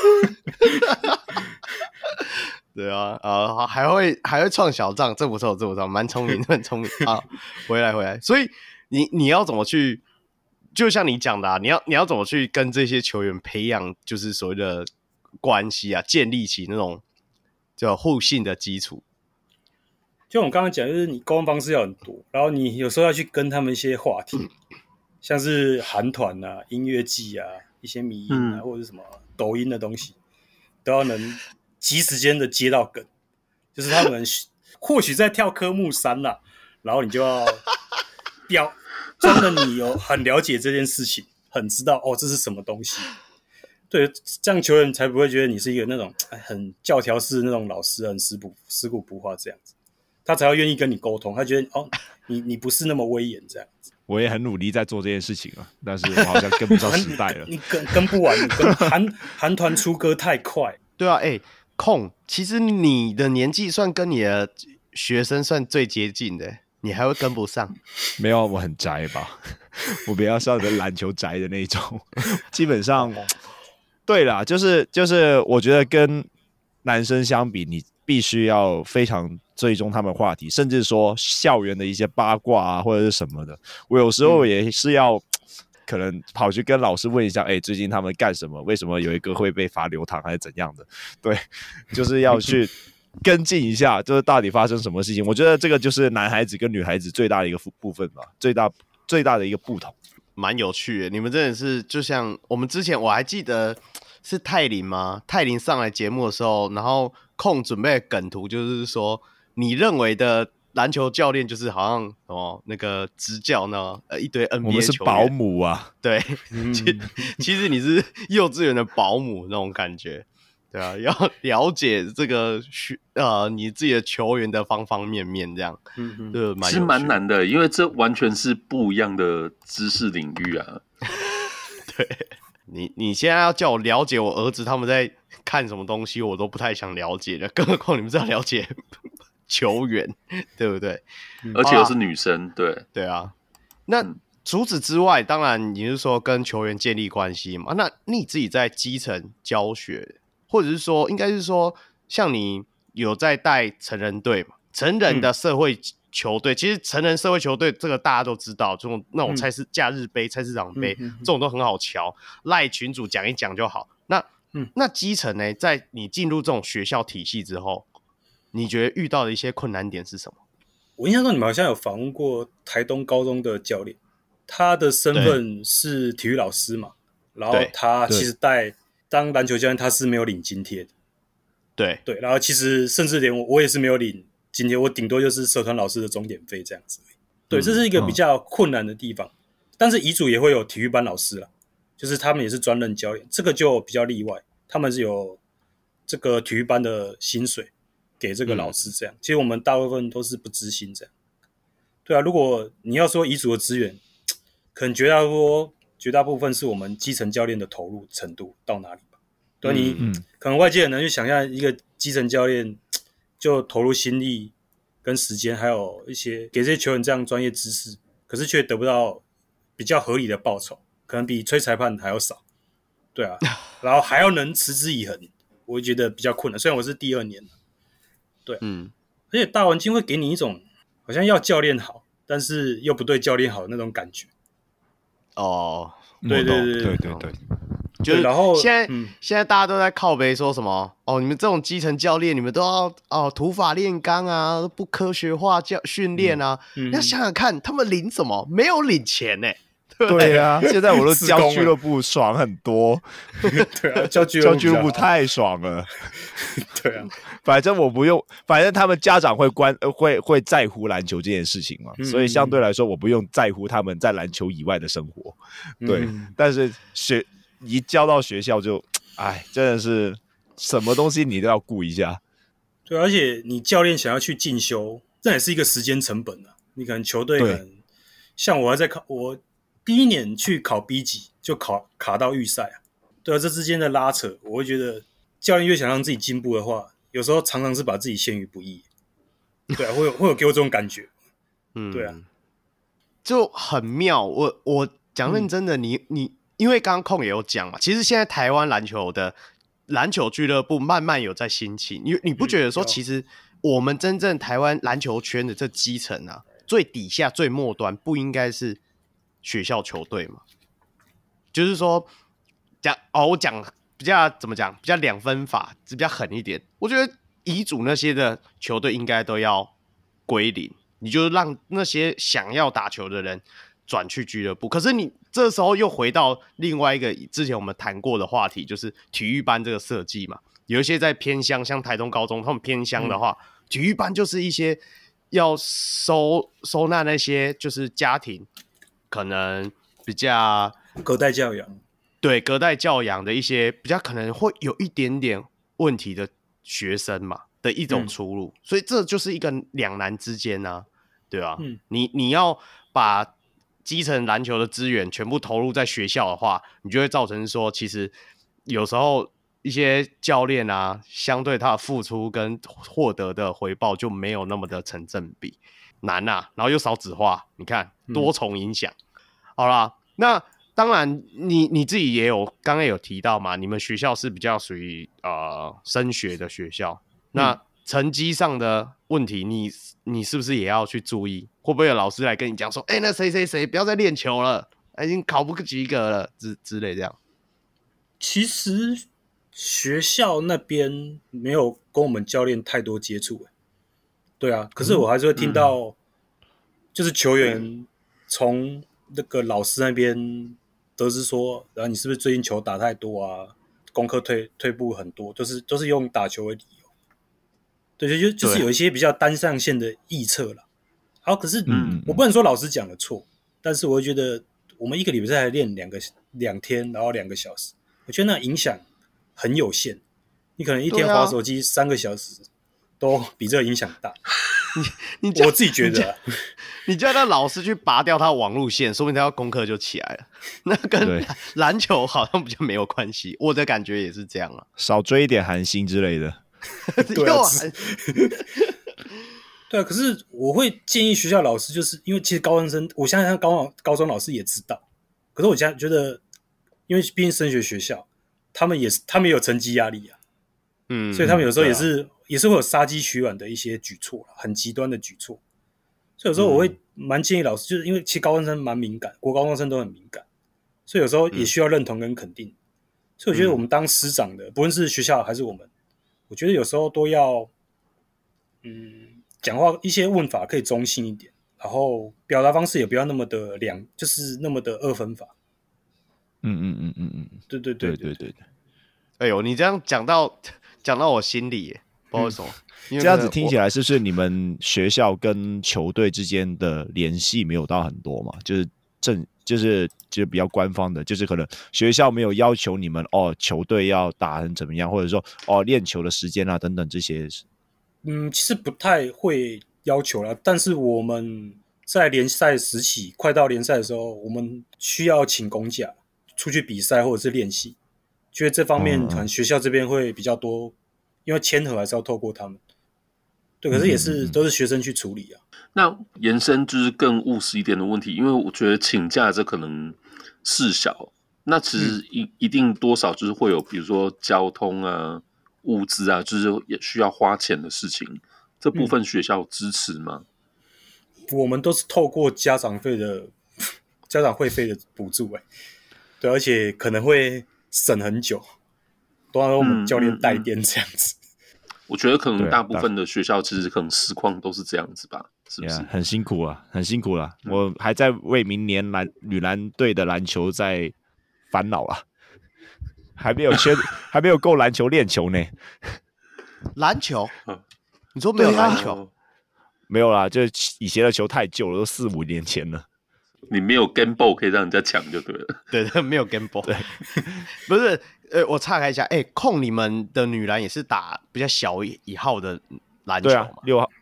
对啊，还会创小账，这不错，蛮聪明，很聪明啊。回来，所以你要怎么去？就像你讲的啊，你要怎么去跟这些球员培养，就是所谓的关系啊，建立起那种叫互信的基础。 就我刚刚讲，就是你沟通方式要很多，然后你有时候要去跟他们一些话题，像是韩团啊、音乐季啊、一些迷因啊，或者是什么抖音的东西，都要能及时间的接到梗，就是他们或许在跳科目3啦，然后你就要装的你有很了解这件事情，很知道这是什么东西。对，这样球员才不会觉得你是一个那种很教条式的那种老师，很死骨不化这样子，他才会愿意跟你沟通。他觉得你不是那么威严这样子。 我也很努力在做这件事情啊，但是我好像跟不上时代了。 你跟不完，你跟韩团出歌太快。 对啊，控，其实你的年纪算跟你的学生算最接近的。你还会跟不上？ 没有，我很宅吧，我比较像篮球宅的那种。基本上，对啦，就是我觉得跟男生相比，你必须要非常追踪他们话题，甚至说校园的一些八卦啊，或者是什么的。我有时候也是要可能跑去跟老师问一下，最近他们干什么？为什么有一个会被罚留堂还是怎样的？对，就是要去跟进一下，就是到底发生什么事情。我觉得这个就是男孩子跟女孩子最大的一个部分吧，最大的一个不同。 蛮有趣的，你们真的是就像我们之前，我还记得是泰林吗？泰林上来节目的时候，然后控准备的梗图就是说，你认为的篮球教练就是好像那个执教呢，一堆 NBA 球员， 我们是保姆啊， 对，其实你是幼稚园的保姆那种感觉。对啊，要了解这个你自己的球员的方方面面，这样， 其实蛮难的，因为这完全是不一样的知识领域啊。 对，你现在要叫我了解我儿子他们在看什么东西，我都不太想了解的，更何况你们是要了解球员，对不对？ 而且又是女生， 对啊。那除此之外，当然你是说跟球员建立关系嘛？那你自己在基层教学。或者是说，应该是说，像你有在带成人队嘛？成人的社会球队，其实成人社会球队这个大家都知道，这种那种假日杯、菜市场杯，这种都很好瞧，赖群主讲一讲就好。那基层呢，在你进入这种学校体系之后，你觉得遇到的一些困难点是什么？ 我印象中你们好像有访问过台东高中的教练，他的身份是体育老师嘛，然后他其实当篮球教练他是没有领津贴的，对，然后其实甚至连我也是没有领津贴，我顶多就是社团老师的钟点费这样子。对，这是一个比较困难的地方。但是乙组也会有体育班老师啦，就是他们也是专任教练，这个就比较例外，他们是有这个体育班的薪水给这个老师这样。其实我们大部分都是不支薪这样。对啊，如果你要说乙组的资源，可能绝大部分是我们基层教练的投入程度到哪里吧。对，你可能外界很难去想象一个基层教练就投入心力跟时间，还有一些给这些球员这样专业知识，可是却得不到比较合理的报酬，可能比吹裁判还要少。对啊，然后还要能持之以恒，我会觉得比较困难。虽然我是第2年，对，而且大环境会给你一种好像要教练好，但是又不对教练好的那种感觉。 哦， 对， 就是然后现在大家都在靠北说什么哦，你们这种基层教练，你们都要土法炼钢啊，不科学化训练啊。要想想看，他们领什么？没有领钱呢。 对啊，现在我都教俱乐部爽很多。 对啊，教俱乐部太爽了。 对啊， 反正我不用，反正他们家长会在乎篮球这件事情嘛，所以相对来说我不用在乎他们在篮球以外的生活。对，但是一交到学校就，真的是什么东西你都要顾一下。 对，而且你教练想要去进修，这也是一个时间成本啊。你可能球队可能像我还在我第1年去考 B 级就卡到预赛啊。对啊，这之间的拉扯，我会觉得教练越想让自己进步的话，有时候常常是把自己陷于不义。对啊，会有给我这种感觉。对啊， 就很妙。我讲认真的，你因为刚刚控也有讲嘛，其实现在台湾篮球俱乐部慢慢有在兴起。你不觉得说，其实我们真正台湾篮球圈的这基层啊，最底下最末端不应该是学校球队吗？就是说，我讲比较怎么讲，比较2分法，比较狠一点。我觉得乙组那些的球队应该都要归零，你就让那些想要打球的人转去俱乐部。可是你这时候又回到另外一个之前我们谈过的话题，就是体育班这个设计嘛。有一些在偏乡，像台东高中，他们偏乡的话，体育班就是一些要收纳那些就是家庭可能比较隔代教养， 对，隔代教养的一些比较可能会有一点点问题的学生嘛的一种出路，所以这就是一个两难之间啊，对吧？你要把基层篮球的资源全部投入在学校的话，你就会造成说，其实有时候一些教练啊，相对他的付出跟获得的回报就没有那么的成正比，难啊，然后又少子化，你看多重影响。好啦，那当然你自己也有刚刚有提到嘛，你们学校是比较属于升学的学校，那成绩上的问题你是不是也要去注意？会不会有老师来跟你讲说，那谁谁谁不要再练球了，已经考不及格了之类这样？ 其实学校那边没有跟我们教练太多接触，对啊，可是我还是会听到，就是球员从那个老师那边得知说，然后你是不是最近球打太多啊，功课退步很多，都是用打球为理由。对，就是有一些比较单向线的臆测啦。好，可是我不能说老师讲的错，但是我会觉得我们一个礼拜才练2天，然后2个小时，我觉得那影响很有限。你可能一天滑手机3个小时，都比这个影响大。我自己觉得， 你叫那老师去拔掉他网路线，说不定他功课就起来了。那跟篮球好像比较没有关系，我的感觉也是这样啊。 少追一点韩星之类的。 对啊，对啊。可是我会建议学校老师，就是因为其实高中生，我相信高中老师也知道。可是我现在觉得，因为毕竟升学学校，他们也有成绩压力啊。所以他们有时候也是会有杀鸡取卵的一些举措，很极端的举措。所以有时候我会蛮建议老师，就是因为其实高中生蛮敏感，国高中生都很敏感，所以有时候也需要认同跟肯定。所以我觉得我们当师长的，不论是学校还是我们，我觉得有时候都要，讲话一些问法可以中性一点，然后表达方式也不要那么的就是那么的2分法。对。 哎呦，你这样讲到我心里耶， 不知道为什么。 这样子听起来是不是你们学校跟球队之间的联系没有到很多嘛？就是比较官方的，就是可能学校没有要求你们球队要打成怎么样，或者说练球的时间啊等等这些。 其实不太会要求啦，但是我们在联赛时期快到联赛的时候，我们需要请公假出去比赛或者是练习，觉得这方面可能学校这边会比较多，因为签合还是要透过他们。对，可是也是都是学生去处理啊。 那延伸就是更务实一点的问题，因为我觉得请假这可能事小，那其实一定多少就是会有，比如说交通啊、物资啊，就是也需要花钱的事情。这部分学校支持吗？ 我们都是透过家长会费的补助对，而且可能会省很久，都要我们教练带电这样子。 我觉得可能大部分的学校其实可能实况都是这样子吧，是不是？ 很辛苦啊，很辛苦啦。我还在为明年女篮队的篮球在烦恼啊，还没有够篮球练球呢。 篮球？你说没有篮球？ 没有啦，就以前的球太旧了，都4-5年前了。 你没有 Game Ball 可以让人家抢就对了。 对，没有 Game Ball。对，不是，我岔开一下，控你们的女篮也是打比较小一号的篮球嘛？ 对啊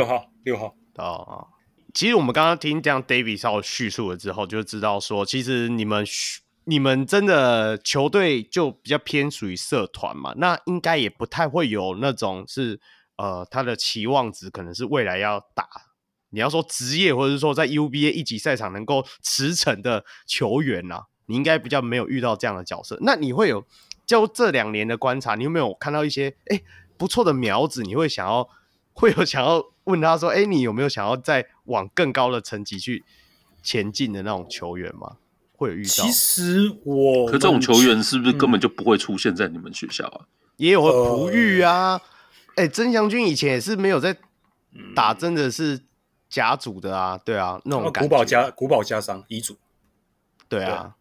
，6号。 哦，其实我们刚刚听这样 David 稍微叙述了之后，就知道说，其实你们真的球队就比较偏属于社团嘛，那应该也不太会有那种是他的期望值可能是未来要打。你要说职业，或者是说在 UBA 一级赛场能够驰骋的球员啊，你应该比较没有遇到这样的角色。那你会有就这2年的观察，你有没有看到一些不错的苗子？你会有想要问他说，你有没有想要再往更高的层级去前进的那种球员吗？会有遇到？ 其实可这种球员是不是根本就不会出现在你们学校啊？ 也有璞玉啊，曾祥军以前也是没有在打，真的是甲组的啊，对啊，那种感觉。 古堡加商乙组， 对啊。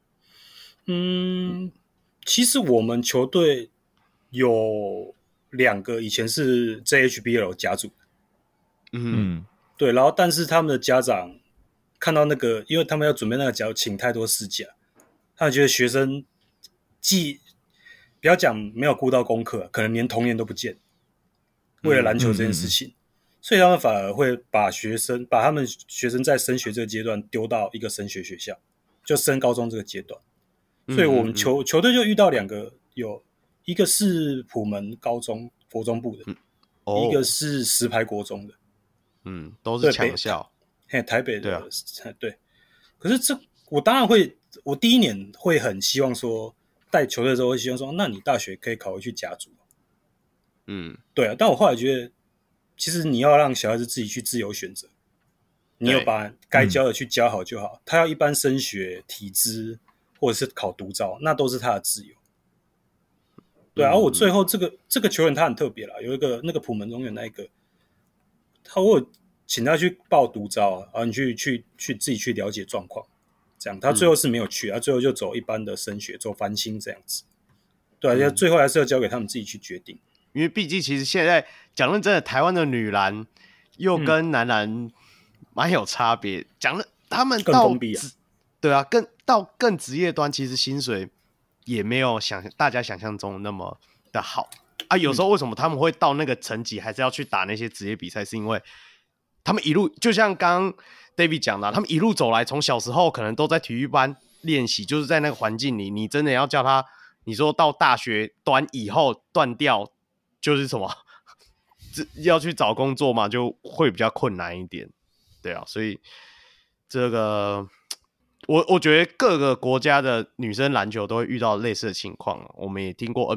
其实我们球队有2个以前是 JHBL 甲组，对，然后但是他们的家长看到那个，因为他们要准备那个甲，请太多事假，他们觉得学生不要讲没有顾到功课，可能连童年都不见，为了篮球这件事情。所以他们反而会把他们学生在升学这个阶段丢到一个升学学校，就升高中这个阶段。所以我们球队就遇到2个，有一个是普门高中国中部的，一个是石牌国中的， 都是强校。 台北的，对。可是我当然会，我第1年会很希望说带球队的时候会希望说，那你大学可以考回去甲组。对啊，但我后来觉得。其实你要让小孩子自己去自由选择，你有把该教的去教好就好。他要一般升学、体资或者是考独招，那都是他的自由。对啊，而我最后这个球员他很特别啦，有一个那个普门中原那一个，我有请他去报独招啊，你去自己去了解状况，这样他最后是没有去，他最后就走一般的升学，走繁星这样子。对啊，最后还是要交给他们自己去决定。 因为毕竟其实现在讲认真的，台湾的女篮又跟男篮蛮有差别。讲了他们到更封闭对啊，更职业端，其实薪水也没有大家想象中那么的好啊。有时候为什么他们会到那个层级，还是要去打那些职业比赛，是因为他们一路就像刚刚 David 讲的，他们一路走来，从小时候可能都在体育班练习，就是在那个环境里，你真的要叫他，你说到大学端以后断掉。就是什么要去找工作嘛，就会比较困难一点，对啊，所以这个我觉得各个国家的女生篮球都会遇到类似的情况。我们也听过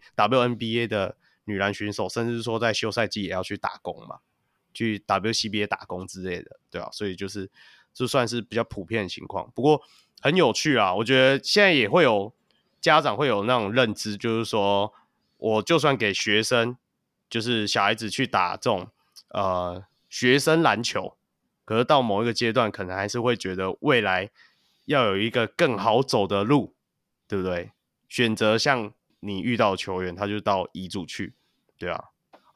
WNBA 的女篮选手，甚至说在休赛季也要去打工嘛，去 WCBA 打工之类的，对啊，所以就算是比较普遍的情况。不过很有趣啊，我觉得现在也会有家长会有那种认知，就是说。我就算给学生，就是小孩子去打这种学生篮球，可是到某一个阶段，可能还是会觉得未来要有一个更好走的路，对不对？选择像你遇到的球员，他就到乙组去，对啊。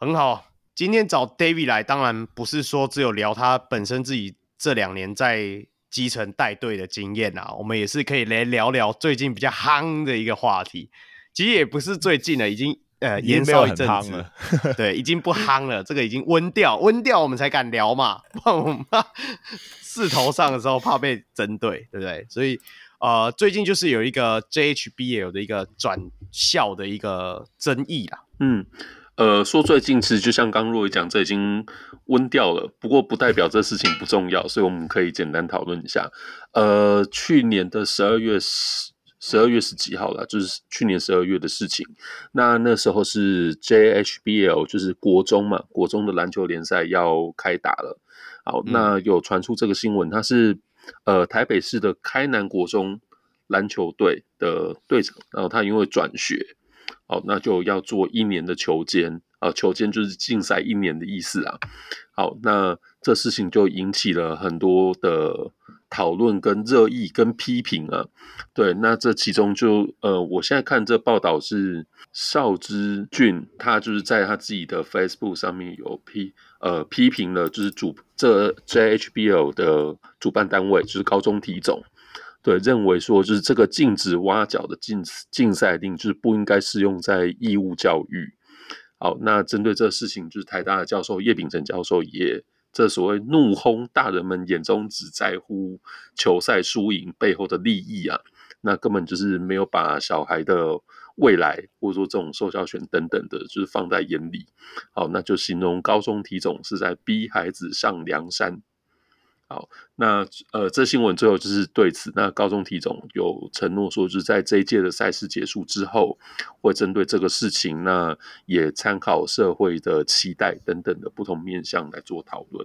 很好。今天找 David 来，当然不是说只有聊他本身自己这2年在基层带队的经验啊，我们也是可以来聊聊最近比较夯的一个话题。其实也不是最近了，已经延烧一阵子了，对，已经不夯了，这个已经温掉我们才敢聊嘛，不然我们势头上的时候怕被针对，对不对？所以最近就是有一个 JHBL 的一个转校的一个争议啦。 说最近其实就像刚若仪讲，这已经温掉了，不过不代表这事情不重要，所以我们可以简单讨论一下。去年的12月十几号啦，就是去年12月的事情。那时候是 JHBL， 就是国中嘛，国中的篮球联赛要开打了。好，那有传出这个新闻，他是台北市的开南国中篮球队的队长，然后他因为转学，好，那就要做1年的球监，球监就是禁赛1年的意思啊。好，那这事情就引起了很多的讨论跟热议跟批评啊。对，那这其中就我现在看这报道是邵之俊，他就是在他自己的 Facebook 上面有批评了，就是这 JHBL 的主办单位，就是高中体总，对，认为说就是这个禁止挖角的禁赛令，就是不应该适用在义务教育。好，那针对这个事情，就是台大的教授叶丙成教授也这所谓怒轰大人们眼中只在乎球赛输赢背后的利益啊，那根本就是没有把小孩的未来或者说这种受教权等等的，就是放在眼里。好，那就形容高中体总是在逼孩子上梁山。好，那这新闻最后就是对此，那高中体总有承诺说，就是在这一届的赛事结束之后，会针对这个事情，那也参考社会的期待等等的不同面向来做讨论。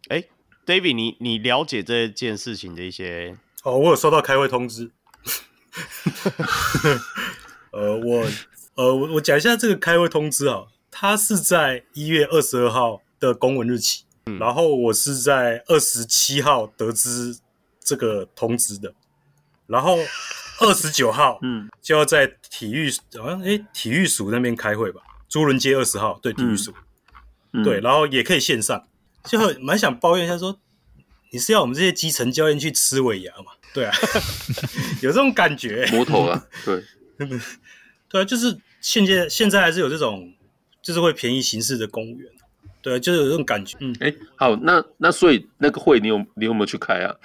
David， 你了解这件事情的一些？ 我有收到开会通知。我讲一下这个开会通知啊，它是在1月22号的公文日期。然后我是在27号得知这个通知的，然后29号就要在体育署那边开会吧，朱伦街20号，对，体育署，对，然后也可以线上，就蛮想抱怨一下说，你是要我们这些基层教练去吃尾牙嘛？对啊，有这种感觉， 摸头啊，对， 对啊，就是现在还是有这种，就是会便宜行事的公务员。对，就是有这种感觉。 好，那所以那个会你有没有去开啊？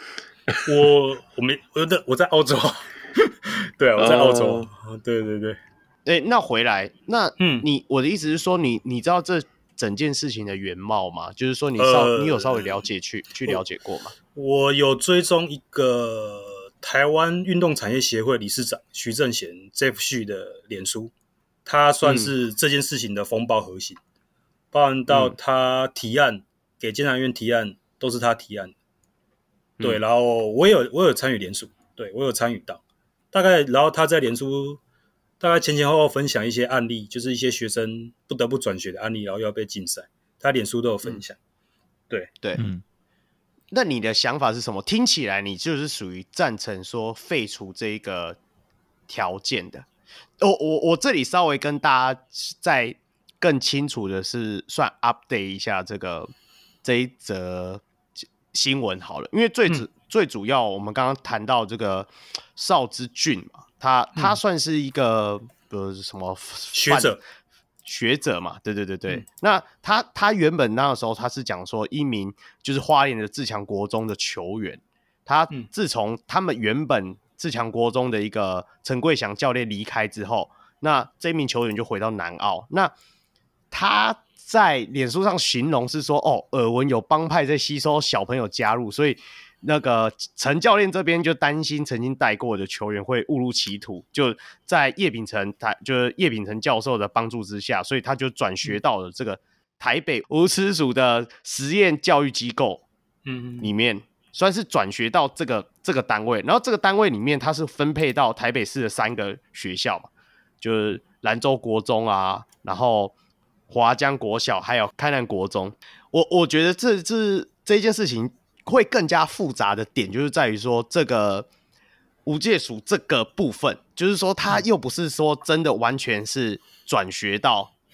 我在澳洲。对啊，我在澳洲。对对对。 那回来，那我的意思是说，你知道这整件事情的原貌吗？就是说你有稍微了解去了解过吗？ 我有追踪一个台湾运动产业协会理事长徐正贤 Jeff Xu 的脸书，他算是这件事情的风暴核心。包含到他提案给监察院提案，都是他提案的。对，然后我有参与联署，对，我有参与到。大概，然后他在联署大概前后后分享一些案例，就是一些学生不得不转学的案例，然后要被禁赛，他脸书都有分享。对， 那你的想法是什么？听起来你就是属于赞成说废除这一个条件的。我这里稍微跟大家在更清楚的是算 update 一下这一则新闻好了，因为最主要我们刚刚谈到这个邵之俊嘛，他算是一个什么学者嘛，对。那他原本那个时候他是讲说一名就是花莲的自强国中的球员，他自从他们原本自强国中的一个陈桂祥教练离开之后，那这名球员就回到南澳。那他在脸书上形容是说，耳闻有帮派在吸收小朋友加入，所以那个陈教练这边就担心曾经带过的球员会误入歧途，就在叶丙成教授的帮助之下，所以他就转学到了这个台北无耻属的实验教育机构里面，算是转学到这个单位。然后这个单位里面，他是分配到台北市的3个学校嘛，就是兰州国中啊，然后华江国小还有开南国中。我觉得这一件事情会更加复杂的点，就是在于说这个无界属这个部分，就是说他又不是说真的完全是转学到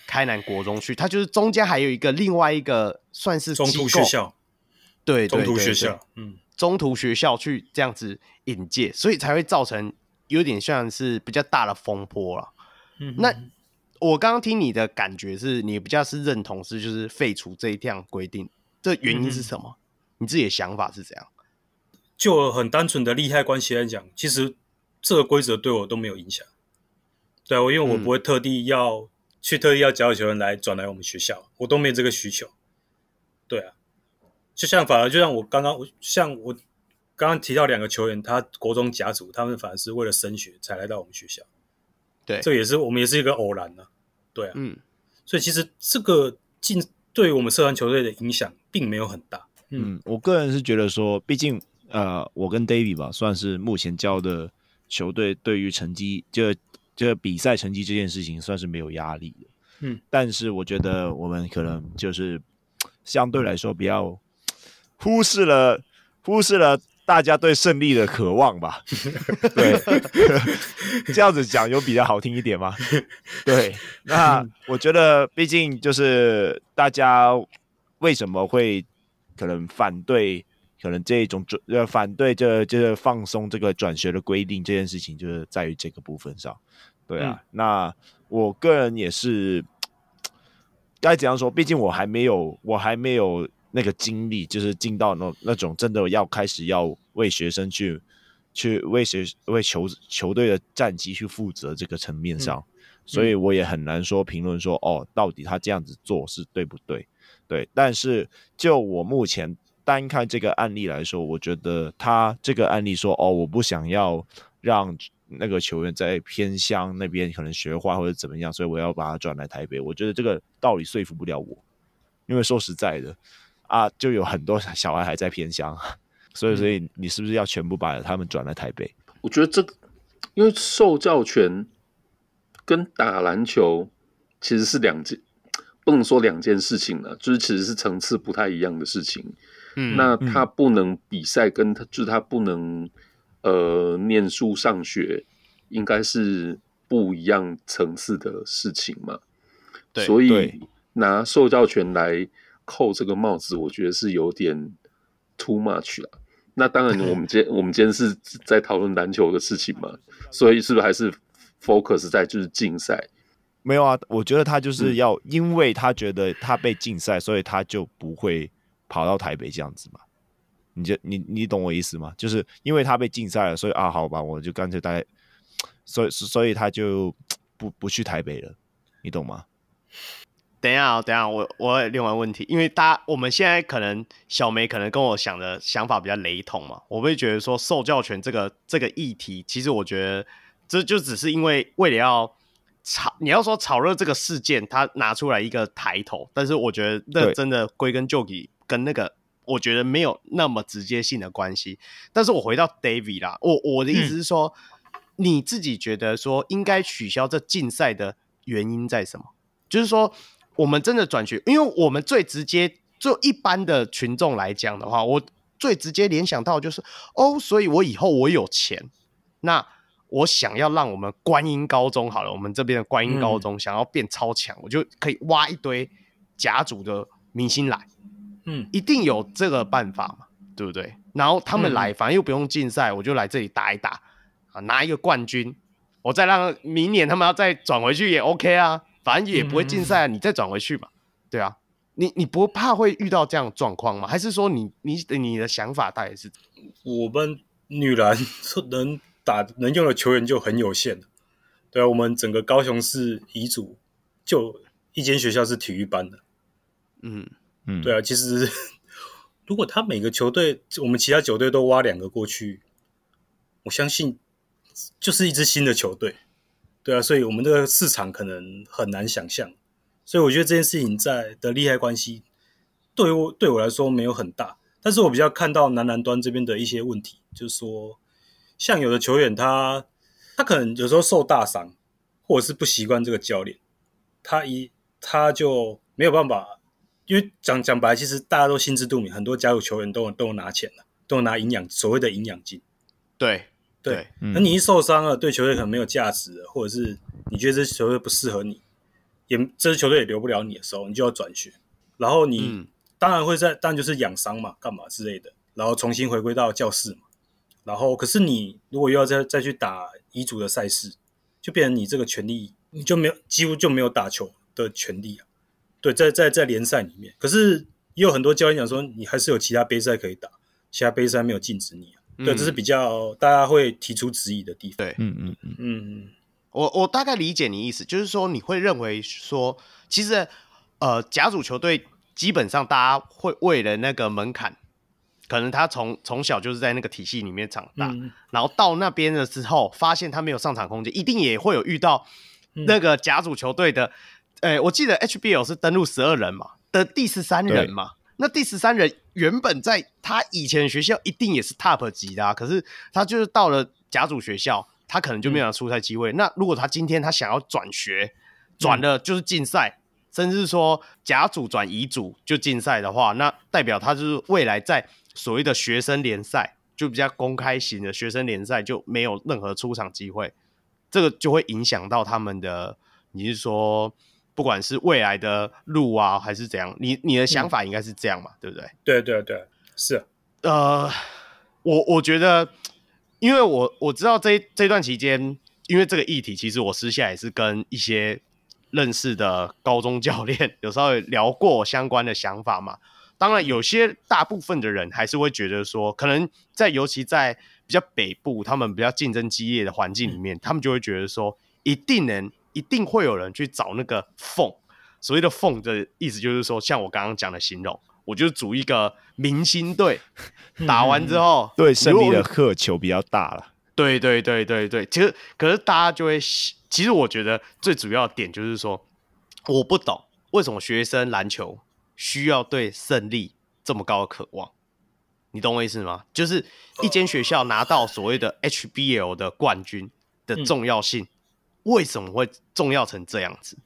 开南国中去，它就是中间还有一个另外一个算是中途学校， 对， 中途学校， 中途学校去这样子引介，所以才会造成有点像是比较大的风波啦。那我刚刚听你的感觉是你比较是认同是就是废除这一项规定，这原因是什么？你自己的想法是怎样？ 就很单纯的利害关系来讲，其实这个规则对我都没有影响。对啊，因为我不会特地要教球员来转来我们学校，我都没有这个需求。对啊，反而就像我刚刚提到2个球员，他国中甲组，他们反而是为了升学才来到我们学校。 对， 这我们也是一个偶然啊。对啊，所以其实这个对我们社团球队的影响并没有很大。 我个人是觉得说，毕竟我跟 David 吧，算是目前教的球队，对于成绩就比赛成绩这件事情算是没有压力的。但是我觉得我们可能就是相对来说比较忽视了大家对胜利的渴望吧。对，这样子讲有比较好听一点吗？对，那我觉得毕竟就是大家为什么会可能反对，可能这种反对就是放松这个转学的规定这件事情，就是在于这个部分上。对啊，那我个人也是该怎样说？毕竟我还没有那个经历，就是进到那种真的要开始要为学生去为球队的战绩去负责这个层面上，所以我也很难说评论说到底他这样子做是对不对？对，但是就我目前单看这个案例来说，我觉得他这个案例说我不想要让那个球员在偏乡那边可能学坏或者怎么样，所以我要把他转来台北。我觉得这个道理说服不了我，因为说实在的就有很多小孩还在偏乡，所以你是不是要全部把他们转来台北？ 我觉得因为受教权跟打篮球其实是不能说2件事情了，就是其实是层次不太一样的事情。那他不能比赛，就是他不能念书上学，应该是不一样层次的事情嘛。 对， 所以拿受教权来扣这个帽子，我觉得是有点 too much 啦。那当然，我们今天是在讨论篮球的事情嘛，所以是不是还是 focus 在就是竞赛？ 没有啊，我觉得他就是要，因为他觉得他被禁赛，所以他就不会跑到台北这样子嘛。你懂我意思吗？就是因为他被禁赛了，所以好吧，我就干脆待，所以他就不去台北了，你懂吗？ 等一下，我有另外问题，因为我们现在可能小梅可能跟我想法比较雷同嘛，我会觉得说受教权这个议题，其实我觉得这就只是因为了要你要说炒热这个事件，他拿出来一个抬头，但是我觉得那真的归根究底跟那个我觉得没有那么直接性的关系。但是我回到 David 啦，我的意思是说，你自己觉得说应该取消这竞赛的原因在什么？就是说我们真的转学，因为我们最直接就一般的群众来讲的话，我最直接联想到就是所以我以后我有钱，那我想要让我们观音高中好了，我们这边的观音高中想要变超强，我就可以挖一堆甲组的明星来，一定有这个办法嘛，对不对？然后他们来，反正又不用竞赛，我就来这里打一打，拿一个冠军，我再让明年他们要再转回去也 OK 啊，反正也不会竞赛，你再转回去嘛，对啊，你不怕会遇到这样的状况吗？还是说你的想法大概是？ 我们女篮能用的球员就很有限了，对啊，我们整个高雄市乙组就一间学校是体育班的，对啊，其实如果他每个球队，我们其他9队都挖2个过去，我相信就是一支新的球队，对啊，所以我们这个市场可能很难想象，所以我觉得这件事情的利害关系对我来说没有很大，但是我比较看到男篮端这边的一些问题，就是说像有的球员他可能有时候受大伤，或者是不习惯这个教练，他就没有办法，因为讲白，其实大家都心知肚明，很多加入球员都有拿钱了，都有拿所谓的营养金。 对， 那你一受伤了，对球队可能没有价值了，或者是你觉得这球队不适合你， 这支球队也留不了你的时候，你就要转学，然后你当然就是养伤嘛，干嘛之类的，然后重新回归到教室嘛。然后可是你如果又要再去打乙组的赛事，就变成你这个权利你就几乎就没有打球的权利啊。对，在联赛里面，可是也有很多教练讲说，你还是有其他杯赛可以打，其他杯赛没有禁止你啊。对，这是比较大家会提出质疑的地方。 对， 我大概理解你意思，就是说你会认为说，其实甲组球队基本上大家会为了那个门槛，可能他从小就是在那个体系里面长大，然后到那边的时候发现他没有上场空间，一定也会有遇到那个甲组球队的，我记得 HBL 是登录12人嘛的第13人嘛，那第13人原本在他以前的学校一定也是 top 级的可是他就是到了甲组学校，他可能就没有出赛机会。那如果他今天他想要转学，转了就是竞赛，甚至说甲组转乙组就竞赛的话，那代表他就是未来在所谓的学生联赛，就比较公开型的学生联赛就没有任何出场机会，这个就会影响到他们的，你是说不管是未来的路啊还是怎样，你的想法应该是这样嘛，对不对？ 对，是我觉得，因为我知道这段期间，因为这个议题，其实我私下也是跟一些认识的高中教练有稍微聊过相关的想法嘛。当然，有些大部分的人还是会觉得说，可能尤其在比较北部，他们比较竞争激烈的环境里面，他们就会觉得说，一定会有人去找那个缝。所谓的缝的意思就是说，像我刚刚讲的形容，我就是组一个明星队，打完之后对胜利的渴求比较大了。 对，其实可是大家就会，其实我觉得最主要的点就是说，我不懂为什么学生篮球需要对胜利这么高的渴望，你懂我意思吗？就是一间学校拿到所谓的 HBL 的冠军的重要性，为什么会重要成这样子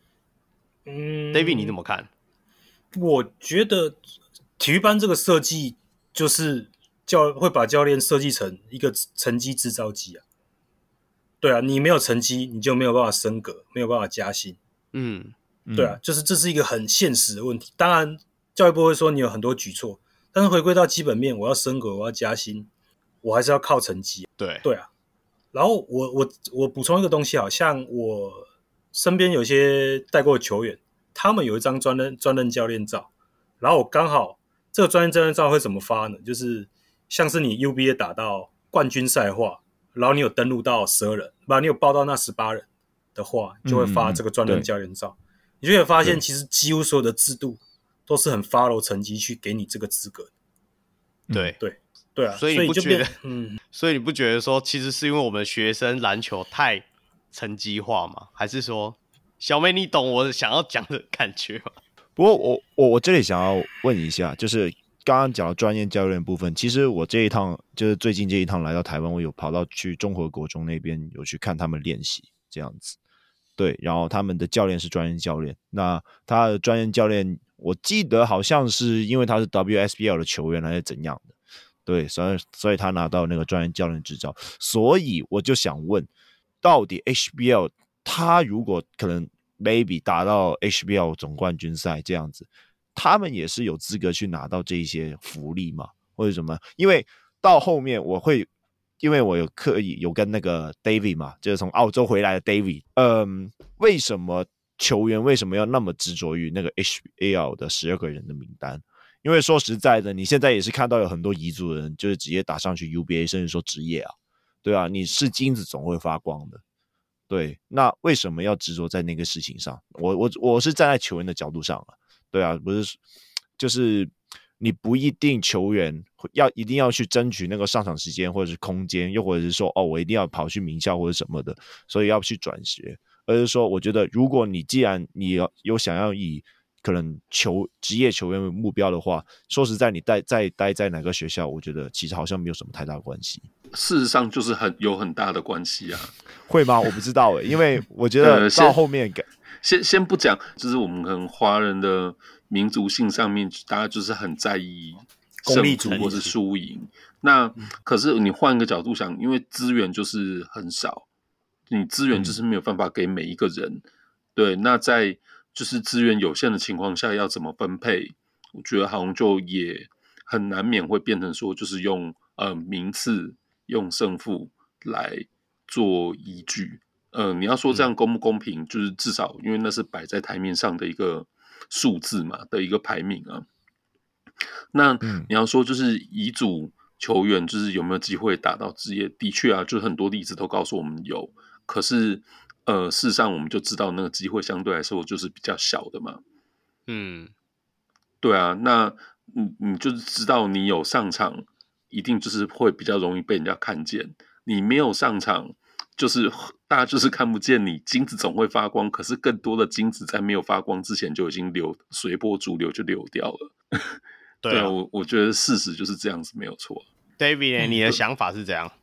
？David 你怎么看？ 我觉得体育班这个设计就是会把教练设计成一个成绩制造机啊。对啊，你没有成绩，你就没有办法升格，没有办法加薪。对啊，就是这是一个很现实的问题。当然，教育部会说你有很多举措，但是回归到基本面，我要升格，我要加薪，我还是要靠成绩。对啊。然后我补充一个东西，好像我身边有些带过的球员，他们有一张专任教练照，然后我刚好这个专任教练照会怎么发呢？就是像是你 UBA 打到冠军赛的话，然后你有登录到12人，你有报到那18人的话，就会发这个专任教练照。你就会发现，其实几乎所有的制度都是很 follow 成绩去给你这个资格。对啊， 所以你不觉得？所以你不觉得说，其实是因为我们学生篮球太成绩化吗？还是说，小美你懂我想要讲的感觉吗？ 不过我这里想要问一下，就是刚刚讲的专业教练的部分，其实我这一趟就是最近这一趟来到台湾，我有跑到去中和国中那边有去看他们练习这样子。对，然后他们的教练是专业教练，那他的专业教练我记得好像是因为他是 WSBL 的球员还是怎样的，对，所以他拿到那个专业教练执照。所以我就想问，到底 HBL 他如果可能 maybe 打到 HBL 总冠军赛这样子，他们也是有资格去拿到这些福利吗？或者什么？因为到后面因为我有刻意有跟那个 David 嘛，就是从澳洲回来的 David， 为什么球员为什么要那么执着于那个 HBL 的12个人的名单？因为说实在的，你现在也是看到有很多乙组的人就是直接打上去 UBA， 甚至说职业啊，对啊，你是金子总会发光的，对，那为什么要执着在那个事情上？我是站在球员的角度上啊，对啊，不是就是你不一定球员一定要去争取那个上场时间或者是空间，又或者是说我一定要跑去名校或者什么的，所以要去转学，而是说我觉得如果你既然你有想要以可能职业球员为目标的话，说实在你待在哪个学校，我觉得其实好像没有什么太大的关系。 事实上就是有很大的关系啊。 会吗？我不知道因为我觉得到后面先不讲，就是我们可能华人的民族性上面，大家就是很在意胜负或是输赢。那可是你换一个角度想，因为资源就是很少，你资源就是没有办法给每一个人。对，那在就是资源有限的情况下要怎么分配，我觉得好像就也很难免会变成说，就是用名次、用胜负来做依据。你要说这样公不公平，就是至少因为那是摆在台面上的一个数字嘛，的一个排名啊。那你要说就是乙组球员就是有没有机会打到职业，的确啊，就是很多例子都告诉我们有，可是事实上我们就知道那个机会相对来说就是比较小的嘛。对啊，那你就是知道你有上场，一定就是会比较容易被人家看见。你没有上场，就是大家就是看不见你，金子总会发光，可是更多的金子在没有发光之前就已经随波逐流就流掉了。对啊，我觉得事实就是这样子，没有错。 David 你的想法是怎样？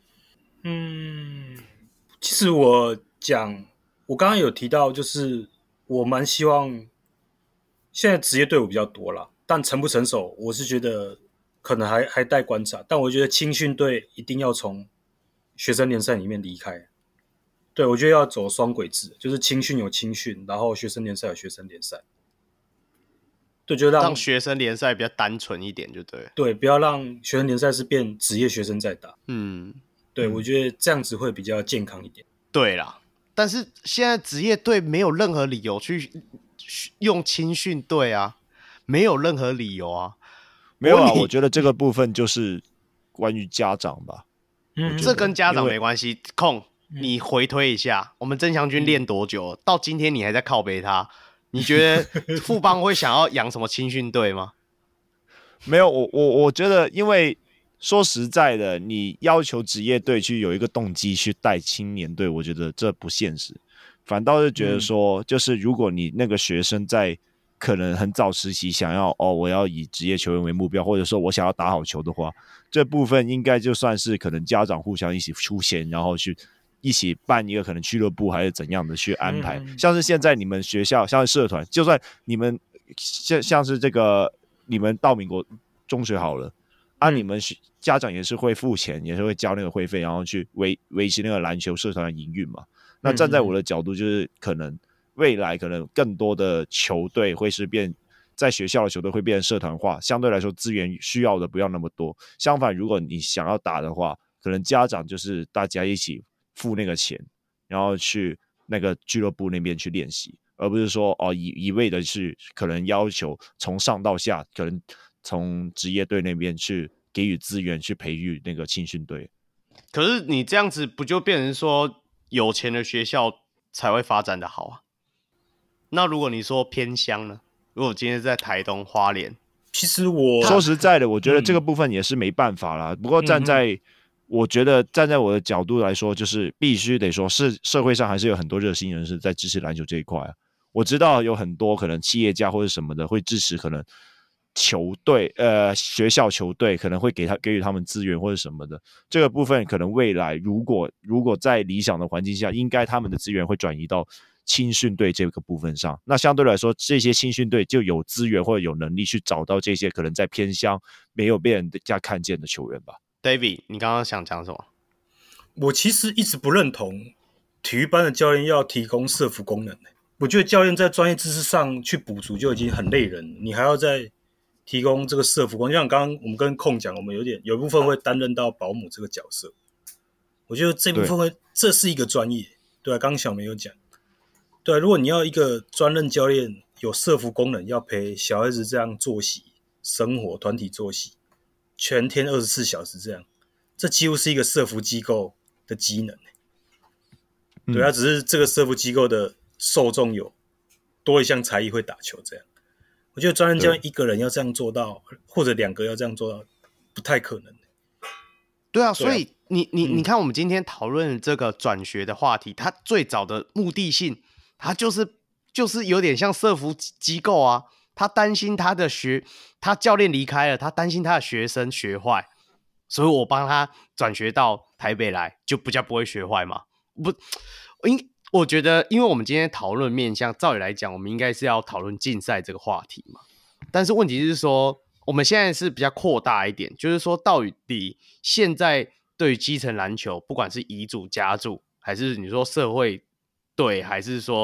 其实我刚刚有提到，就是我蛮希望现在职业队伍比较多啦，但成不成熟，我是觉得可能还待观察。但我觉得青训队一定要从学生联赛里面离开。对，我觉得要走双轨制，就是青训有青训，然后学生联赛有学生联赛。对，就让学生联赛比较单纯一点，就对。 对，不要让学生联赛是变职业学生在打。对，我觉得这样子会比较健康一点。 对啦，但是现在职业队没有任何理由去用青训队啊，没有任何理由啊。 没有啊，我觉得这个部分就是关于家长吧。 这跟家长没关系。你回推一下，我们曾祥军练多久？到今天你还在靠北他？你觉得富邦会想要养什么青训队吗？ 没有，我觉得，因为说实在的，你要求职业队去有一个动机去带青年队，我觉得这不现实。反倒是觉得说，就是如果你那个学生在可能很早时期想要我要以职业球员为目标，或者说我想要打好球的话，这部分应该就算是可能家长互相一起出钱，然后去一起办一个可能俱乐部还是怎样的去安排。像是现在你们学校，像是社团，就算你们像是这个你们道明国中学好了啊，你们家长也是会付钱，也是会交那个会费，然后去维持那个篮球社团的营运嘛。那站在我的角度，就是可能未来可能更多的球队会是在学校的球队会变成社团化，相对来说资源需要的不要那么多。相反，如果你想要打的话，可能家长就是大家一起付那个钱，然后去那个俱乐部那边去练习，而不是说一味的是可能要求从上到下，可能从职业队那边去给予资源去培育那个青训队。 可是你这样子不就变成说有钱的学校才会发展的好啊？那如果你说偏乡呢？如果今天在台东花莲， 其实我说实在的，我觉得这个部分也是没办法啦。不过我觉得站在我的角度来说，就是必须得说，是社会上还是有很多热心人士在支持篮球这一块啊。我知道有很多可能企业家或者什么的会支持可能球队学校球队可能会给予他们资源或者什么的，这个部分可能未来如果在理想的环境下，应该他们的资源会转移到青训队这个部分上。那相对来说，这些青训队就有资源或者有能力去找到这些可能在偏乡没有被人家看见的球员吧。 David， 你刚刚想讲什么？ 我其实一直不认同体育班的教练要提供社福功能。我觉得教练在专业知识上去补足就已经很累人，你还要再提供这个社福功能。像刚刚我们跟控讲，我们有一部分会担任到保姆这个角色。我觉得这部分这是一个专业，对啊，刚刚小梅有讲，对啊，如果你要一个专任教练有社福功能，要陪小孩子这样作息、生活、团体作息，全天24小时这样，这几乎是一个社福机构的机能。对啊，只是这个社福机构的受众有多一项才艺会打球这样。我觉得专任教练一个人要这样做到，或者2个要这样做到，不太可能。 对啊，所以你看，我们今天讨论这个转学的话题，它最早的目的性，它就是有点像社福机构啊。他担心他教练离开了，他担心他的学生学坏，所以我帮他转学到台北来，就比较不会学坏嘛。我觉得，因为我们今天讨论面向，照理来讲，我们应该是要讨论竞赛这个话题嘛。但是问题是说，我们现在是比较扩大一点，就是说，到底现在对于基层篮球，不管是乙组、甲组，还是你说社会队，还是说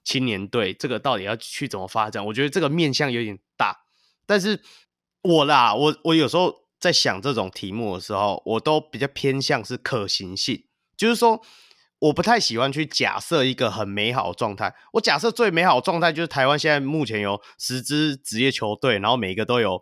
青年队这个到底要去怎么发展？我觉得这个面向有点大。但是我有时候在想这种题目的时候，我都比较偏向是可行性，就是说我不太喜欢去假设一个很美好的状态。我假设最美好的状态就是台湾现在目前有10支职业球队，然后每一个都有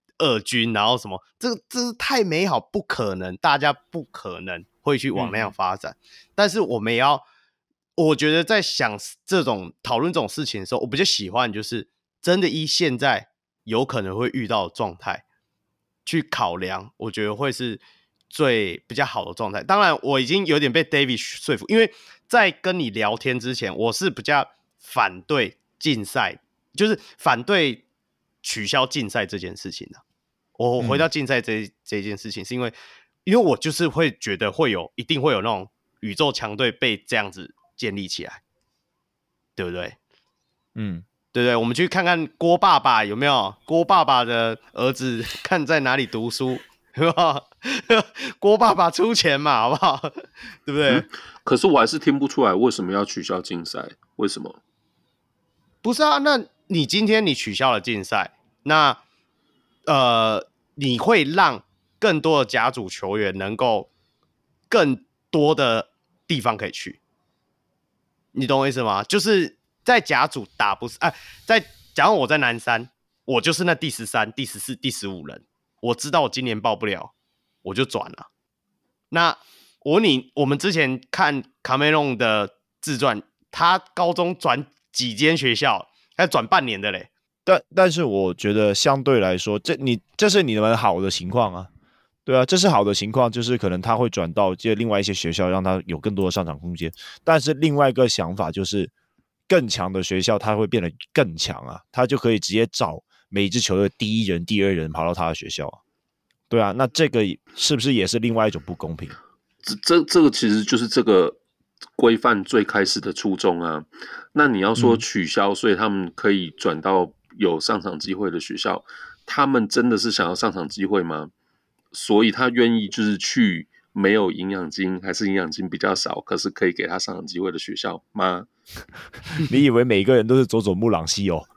2军，然后什么，这是太美好，不可能，大家不可能会去往那样发展。但是我觉得在想讨论这种事情的时候，我比较喜欢就是真的依现在有可能会遇到的状态去考量，我觉得会是比较好的状态。当然我已经有点被 David 说服，因为在跟你聊天之前，我是比较反对竞赛，就是反对取消竞赛这件事情的。我回到竞赛这件事情，是因为我就是会觉得一定会有那种宇宙强队被这样子建立起来，对不对？对不对？我们去看看郭爸爸有没有？郭爸爸的儿子看在哪里读书，有没有？郭爸爸出钱嘛，好不好？对不对？ 可是我还是听不出来为什么要取消竞赛？为什么？ 不是啊，那你今天你取消了竞赛，那你会让更多的甲组球员能够更多的地方可以去，你懂我意思吗？就是在甲组打不是假如我在南山，我就是那第13、第14、第15人，我知道我今年报不了，我就转了。那我们之前看卡梅隆的自传，他高中转几间学校，还转半年的嘞。 但是我觉得相对来说，这是你们好的情况啊，对啊，这是好的情况，就是可能他会转到另外一些学校，让他有更多的上场空间。但是另外一个想法就是，更强的学校他会变得更强啊，他就可以直接找每一支球队第1人、第2人跑到他的学校啊，对啊，那这个是不是也是另外一种不公平？ 这个其实就是这个规范最开始的初衷啊。那你要说取消，所以他们可以转到有上场机会的学校，他们真的是想要上场机会吗？所以他愿意就是去没有营养金还是营养金比较少，可是可以给他上场机会的学校吗？ 你以为每个人都是佐佐木朗希哦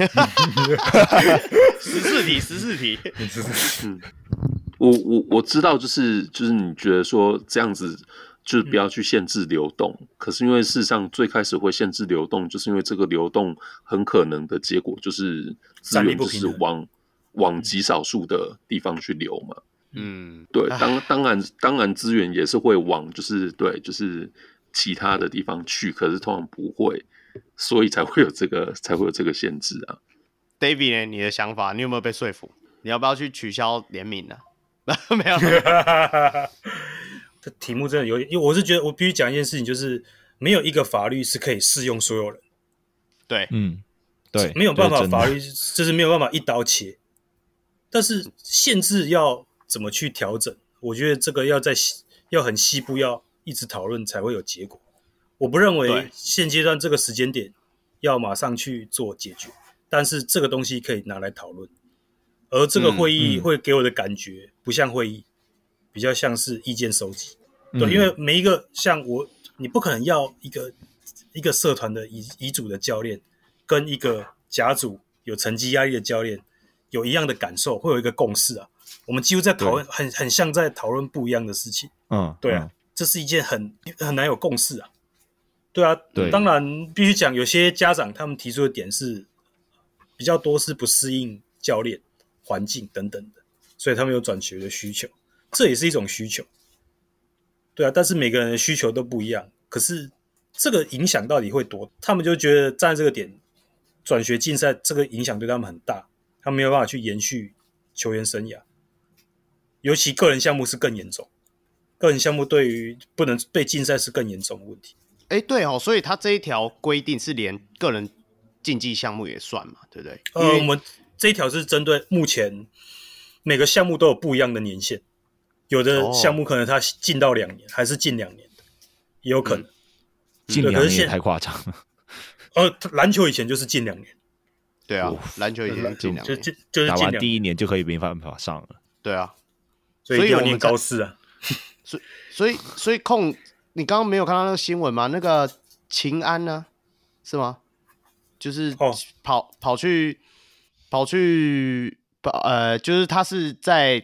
14题我知道，就是你觉得说这样子就是不要去限制流动，可是因为事实上最开始会限制流动，就是因为这个流动很可能的结果就是资源就是往极少数的地方去流嘛。对，当然资源也是会往就是其他的地方去，可是通常不会，所以才会有这个限制啊。 David 呢？你的想法，你有没有被说服？你要不要去取消联名呢？没有。 这题目真的有点，因为我是觉得我必须讲一件事情，就是没有一个法律是可以适用所有人。 对， 对， 没有办法，法律就是没有办法一刀切。但是限制要怎么去调整？我觉得这个要很细部，要一直讨论才会有结果。我不认为现阶段这个时间点要马上去做解决，但是这个东西可以拿来讨论。而这个会议会给我的感觉不像会议，比较像是意见收集。对，因为每一个像你不可能要一个社团的乙组的教练跟一个甲组有成绩压力的教练有一样的感受，会有一个共识啊。我们几乎在讨论很像在讨论不一样的事情。对啊，这是一件很难有共识啊。对啊，当然必须讲，有些家长他们提出的点是比较多是不适应教练环境等等的，所以他们有转学的需求，这也是一种需求。对啊，但是每个人的需求都不一样，可是这个影响到底会多？他们就觉得站在这个点，转学竞赛这个影响对他们很大，他们没有办法去延续球员生涯，尤其个人项目是更严重，个人项目对于不能被竞赛是更严重的问题。 对哦，所以他这一条规定是连个人竞技项目也算嘛，对不对？ 我们这一条是针对目前每个项目都有不一样的年限，有的项目可能他进到2年，还是近2年的，也有可能。 近2年也太夸张了。 篮球以前就是近2年。 对啊，篮球以前近2年， 就是打完第1年就可以没办法上了。 对啊， 所以要念高4啊。 所以控，你刚刚没有看到那个新闻吗？那个秦安呢？是吗？ 就是跑去就是他是在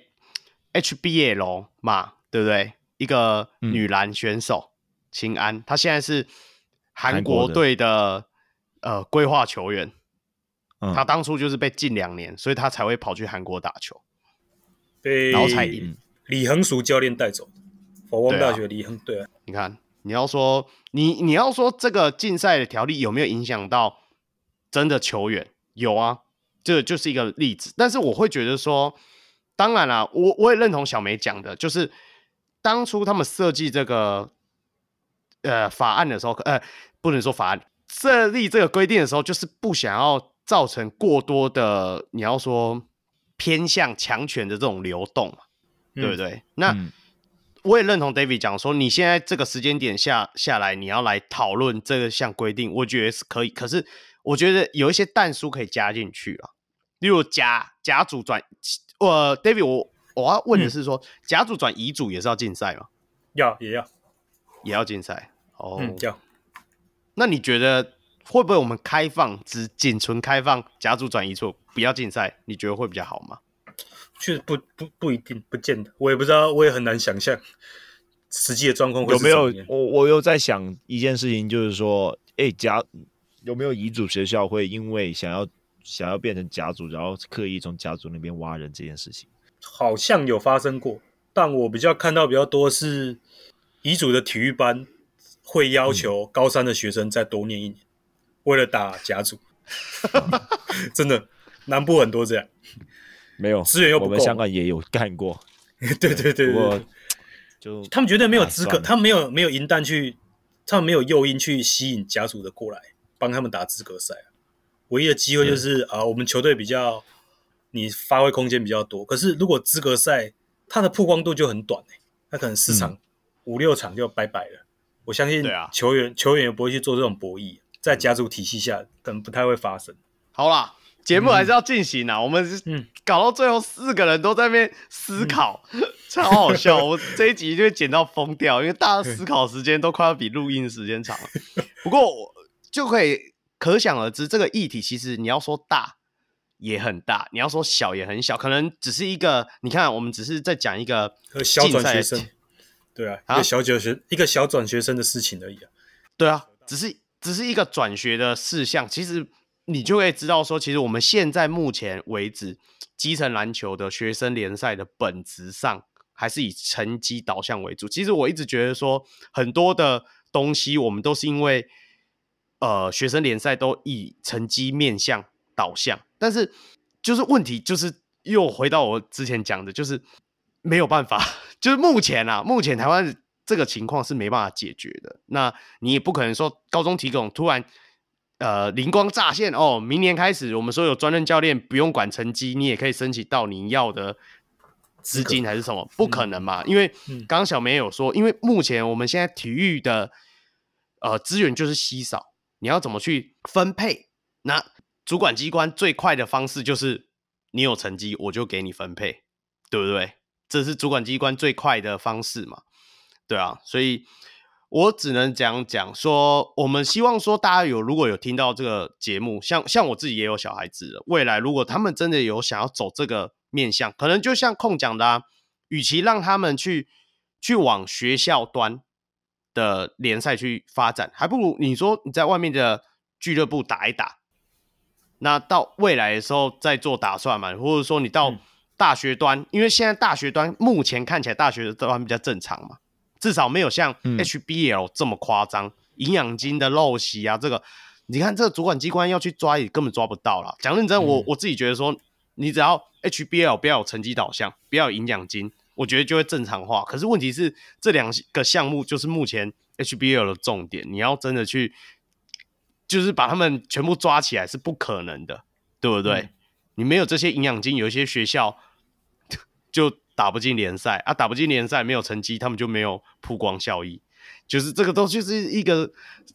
HBL 嘛，对不对？一个女篮选手秦安，她现在是韩国队的规划球员。她当初就是被禁2年，所以她才会跑去韩国打球，然后才赢。 李恒淑教练带走，佛光大学李恒，对啊。 你看，你要说你要说这个竞赛的条例有没有影响到真的球员？有啊，这就是一个例子。但是我会觉得说，当然啦，我也认同小梅讲的，就是当初他们设计这个法案的时候，不能说法案，设立这个规定的时候，就是不想要造成过多的你要说偏向强权的这种流动嘛，对不对？那我也认同 David 讲说，你现在这个时间点下来，你要来讨论这个项规定，我觉得是可以。可是我觉得有一些但书可以加进去啊，例如甲组转，David 我要问的是说，甲组转乙组也是要竞赛吗？ 也要竞赛哦。 要。 那你觉得会不会我们开放仅纯开放甲组转乙组，不要竞赛？你觉得会比较好吗？ 确实不一定，不见得，我也不知道，我也很难想象实际的状况会是怎么样。有没有？我又在想一件事情，就是说，有没有乙组学校会因为想要变成甲组，然后刻意从甲组那边挖人这件事情？ 好像有发生过，但我看到比较多是乙组的体育班会要求高三的学生再多念1年，为了打甲组。真的，南部很多这样。 没有资源又不够， 我们香港也有干过。 对，不过就他们绝对没有资格，他们没有银弹去，他们没有诱因去吸引甲组的过来帮他们打资格赛。唯一的机会就是我们球队比较你发挥空间比较多，可是如果资格赛它的曝光度就很短它可能4场、5-6场就拜拜了。我相信球员也不会去做这种博弈，在甲组体系下可能不太会发生。 好啦。节目还是要进行啊，我们搞到最后4个人都在那边思考，超好笑。我这一集就会剪到疯掉，因为大家思考时间都快要比录音时间长了。不过就可想而知，这个议题其实你要说大也很大，你要说小也很小，可能只是一个，你看我们只是在讲一个小转学生，对啊，一个小转学生的事情而已啊。 对啊，只是一个转学的事项，其实。你就会知道说，其实我们现在目前为止，基层篮球的学生联赛的本质上还是以成绩导向为主。其实我一直觉得说，很多的东西我们都是因为学生联赛都以成绩面向导向，但是就是问题就是又回到我之前讲的，就是没有办法，就是目前台湾这个情况是没办法解决的。那你也不可能说高中体统突然。灵光乍现哦！明年开始，我们说有专任教练不用管成绩，你也可以申请到你要的资金还是什么？不可能嘛！因为刚刚小梅有说，因为目前我们现在体育的资源就是稀少，你要怎么去分配？那主管机关最快的方式就是你有成绩，我就给你分配，对不对？这是主管机关最快的方式嘛？对啊，所以。我只能讲说，我们希望说大家如果有听到这个节目，像我自己也有小孩子了，未来如果他们真的有想要走这个面向，可能就像控讲的与其让他们去往学校端的联赛去发展，还不如你说你在外面的俱乐部打一打，那到未来的时候再做打算嘛，或者说你到大学端，因为现在大学端目前看起来大学端比较正常嘛。至少没有像 HBL 这么夸张，营养金的陋习啊，这个你看这个主管机关要去抓也根本抓不到啦。讲认真，我自己觉得说，你只要 HBL 不要有成绩导向，不要有营养金，我觉得就会正常化。可是问题是这2个项目就是目前 HBL 的重点，你要真的去就是把他们全部抓起来是不可能的，对不对？你没有这些营养金，有一些学校就打不进联赛啊，打不进联赛没有成绩，他们就没有曝光效益，就是这个都就是一个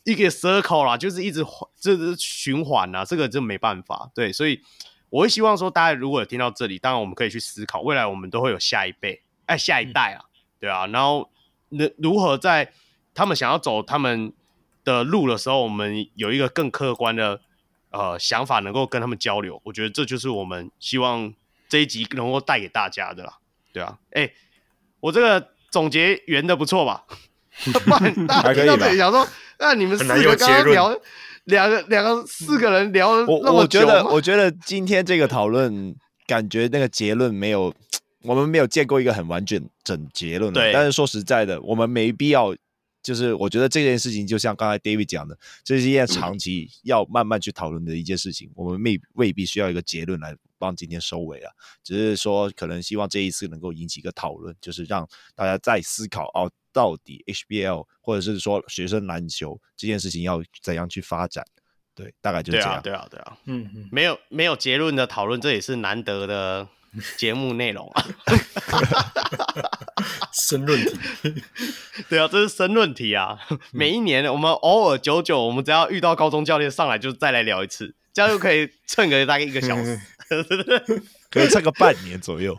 circle 啦，就是一直就是循环啦，这个就没办法。对，所以我会希望说，大家如果有听到这里，当然我们可以去思考，未来我们都会有下一代啊，对啊，然后如何在他们想要走他们的路的时候，我们有一个更客观的想法能够跟他们交流，我觉得这就是我们希望这一集能够带给大家的啦，对啊，我这个总结圆的不错吧？不然大家听到这里想说，那你们4个刚刚聊4个人聊那么久我觉得今天这个讨论，感觉那个结论没有，我们没有见过一个很完整结论。对，但是说实在的，我们没必要。就是我觉得这件事情就像刚才 David 讲的，这是一件长期要慢慢去讨论的一件事情，我们未必需要一个结论来帮今天收尾啊，只是说可能希望这一次能够引起一个讨论，就是让大家再思考到底 HBL 或者是说学生篮球这件事情要怎样去发展，对，大概就是这样。 对啊，没有结论的讨论，这也是难得的节目内容啊。 申论题， 对啊，这是申论题啊。每一年我们偶尔久，我们只要遇到高中教练上来，就再来聊一次，这样就可以蹭个大概1个小时， 可以蹭个半年左右。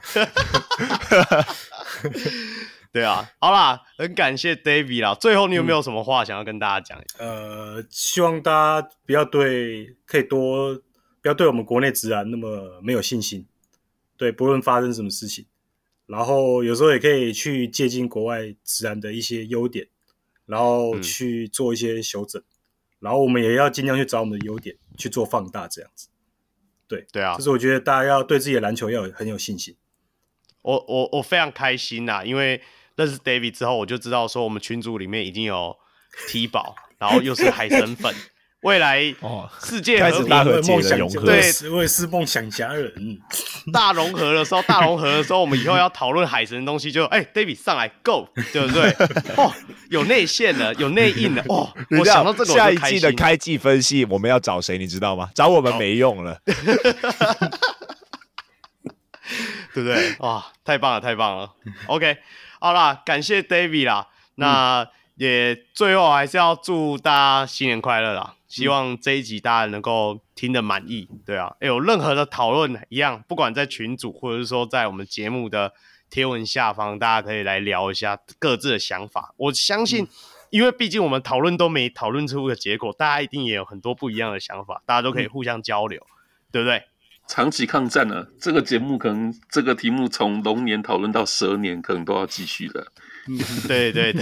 对啊，好啦，很感谢 David 啦。最后你有没有什么话想要跟大家讲？ 希望大家不要对我们国内职篮那么没有信心。对，不论发生什么事情。然后有时候也可以去借鉴国外职篮的一些优点，然后去做一些修正，然后我们也要尽量去找我们的优点去做放大，这样子。对啊，就是我觉得大家要对自己的篮球要很有信心。 我非常开心啦，因为认识 David 之后，我就知道说我们群组里面已经有T宝，然后又是海神粉。未来世界和平大和解的融合， 对，我也是梦想家人。 大融合的时候，我们以后要讨论海神的东西就，David 上来 Go， 对不对？有内线了，有内应了，我想到这个下一季的开季分析，我们要找谁？你知道吗？找我们没用了， 对不对？哇，太棒了 ！OK， 好啦，感谢 David 啦，那也最后还是要祝大家新年快乐啦！希望这一集大家能够听得满意，对啊，有任何的讨论一样，不管在群组或者是说在我们节目的贴文下方，大家可以来聊一下各自的想法。我相信，因为毕竟我们讨论都没讨论出个结果，大家一定也有很多不一样的想法，大家都可以互相交流，对不对？ 长期抗战呢，这个节目可能这个题目从龙年讨论到蛇年，可能都要继续的。 对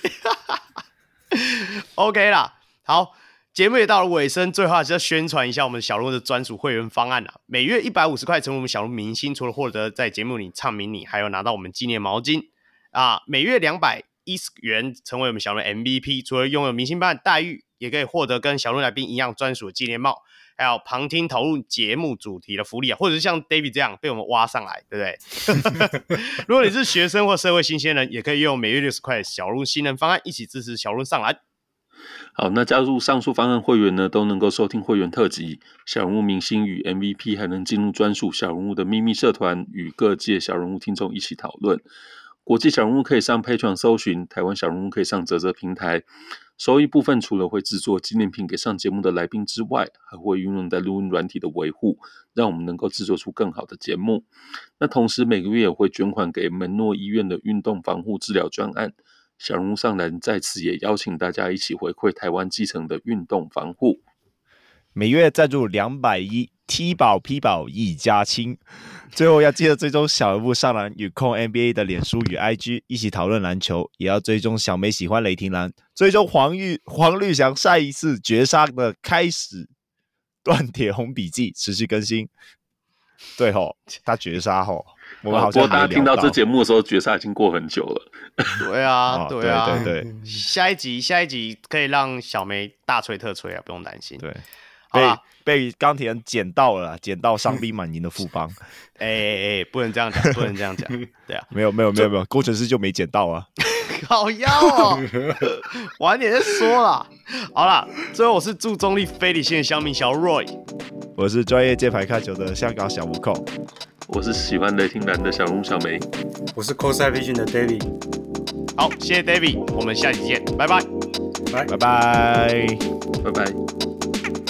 ，OK 啦，好。节目也到了尾声，最后还是要宣传一下我们小鹿的专属会员方案啦。每月150块成为我们小鹿明星，除了获得在节目里唱名你，还有拿到我们纪念毛巾啊。每月210元成为我们小鹿 MVP， 除了拥有明星般待遇，也可以获得跟小鹿来宾一样专属的纪念帽，还有旁听讨论节目主题的福利啊，或者是像 David 这样被我们挖上来，对不对？如果你是学生或社会新鲜人，也可以用每月60块的小鹿新人方案一起支持小鹿上篮。 好，那加入上述方案会员呢，都能够收听会员特辑、小人物明星与 MVP， 还能进入专属小人物的秘密社团，与各界小人物听众一起讨论。国际小人物可以上 Patreon 搜寻，台湾小人物可以上嘖平台。收益部分除了会制作纪念品给上节目的来宾之外，还会运用在录音软体的维护，让我们能够制作出更好的节目。那同时每个月也会捐款给门诺医院的运动防护治疗专案。小人物上篮在此也邀请大家一起回馈台湾基层的运动防护。 每月赞助210 T 宝 P 宝一家亲。最后要记得追踪小人物上篮与控 NBA 的脸书与 IG， 一起讨论篮球，也要追踪小梅喜欢雷霆篮，追踪黄绿翔下一次绝杀的开始断铁红笔记持续更新。对吼，他绝杀吼。我们好像不过大家听到这节目的时候，绝杀已经过很久了。 对啊， 对， 下一集可以让小梅大吹特吹啊，不用担心。 对， 被钢铁人捡到了，捡到伤兵满营的富邦。 不能这样讲，不能这样讲。对啊， 没有，工程师就没捡到啊。 好妖哦，晚点再说啦。好啦，最后我是驻中立非理性的乡民小 Roy， 我是专业街牌看球的香港小吴寇。 我是喜欢雷霆篮的小人物小梅， 我是 Cosai Vision 的 David。 好，谢谢 David， 我们下期见，拜拜， 拜拜， 拜拜。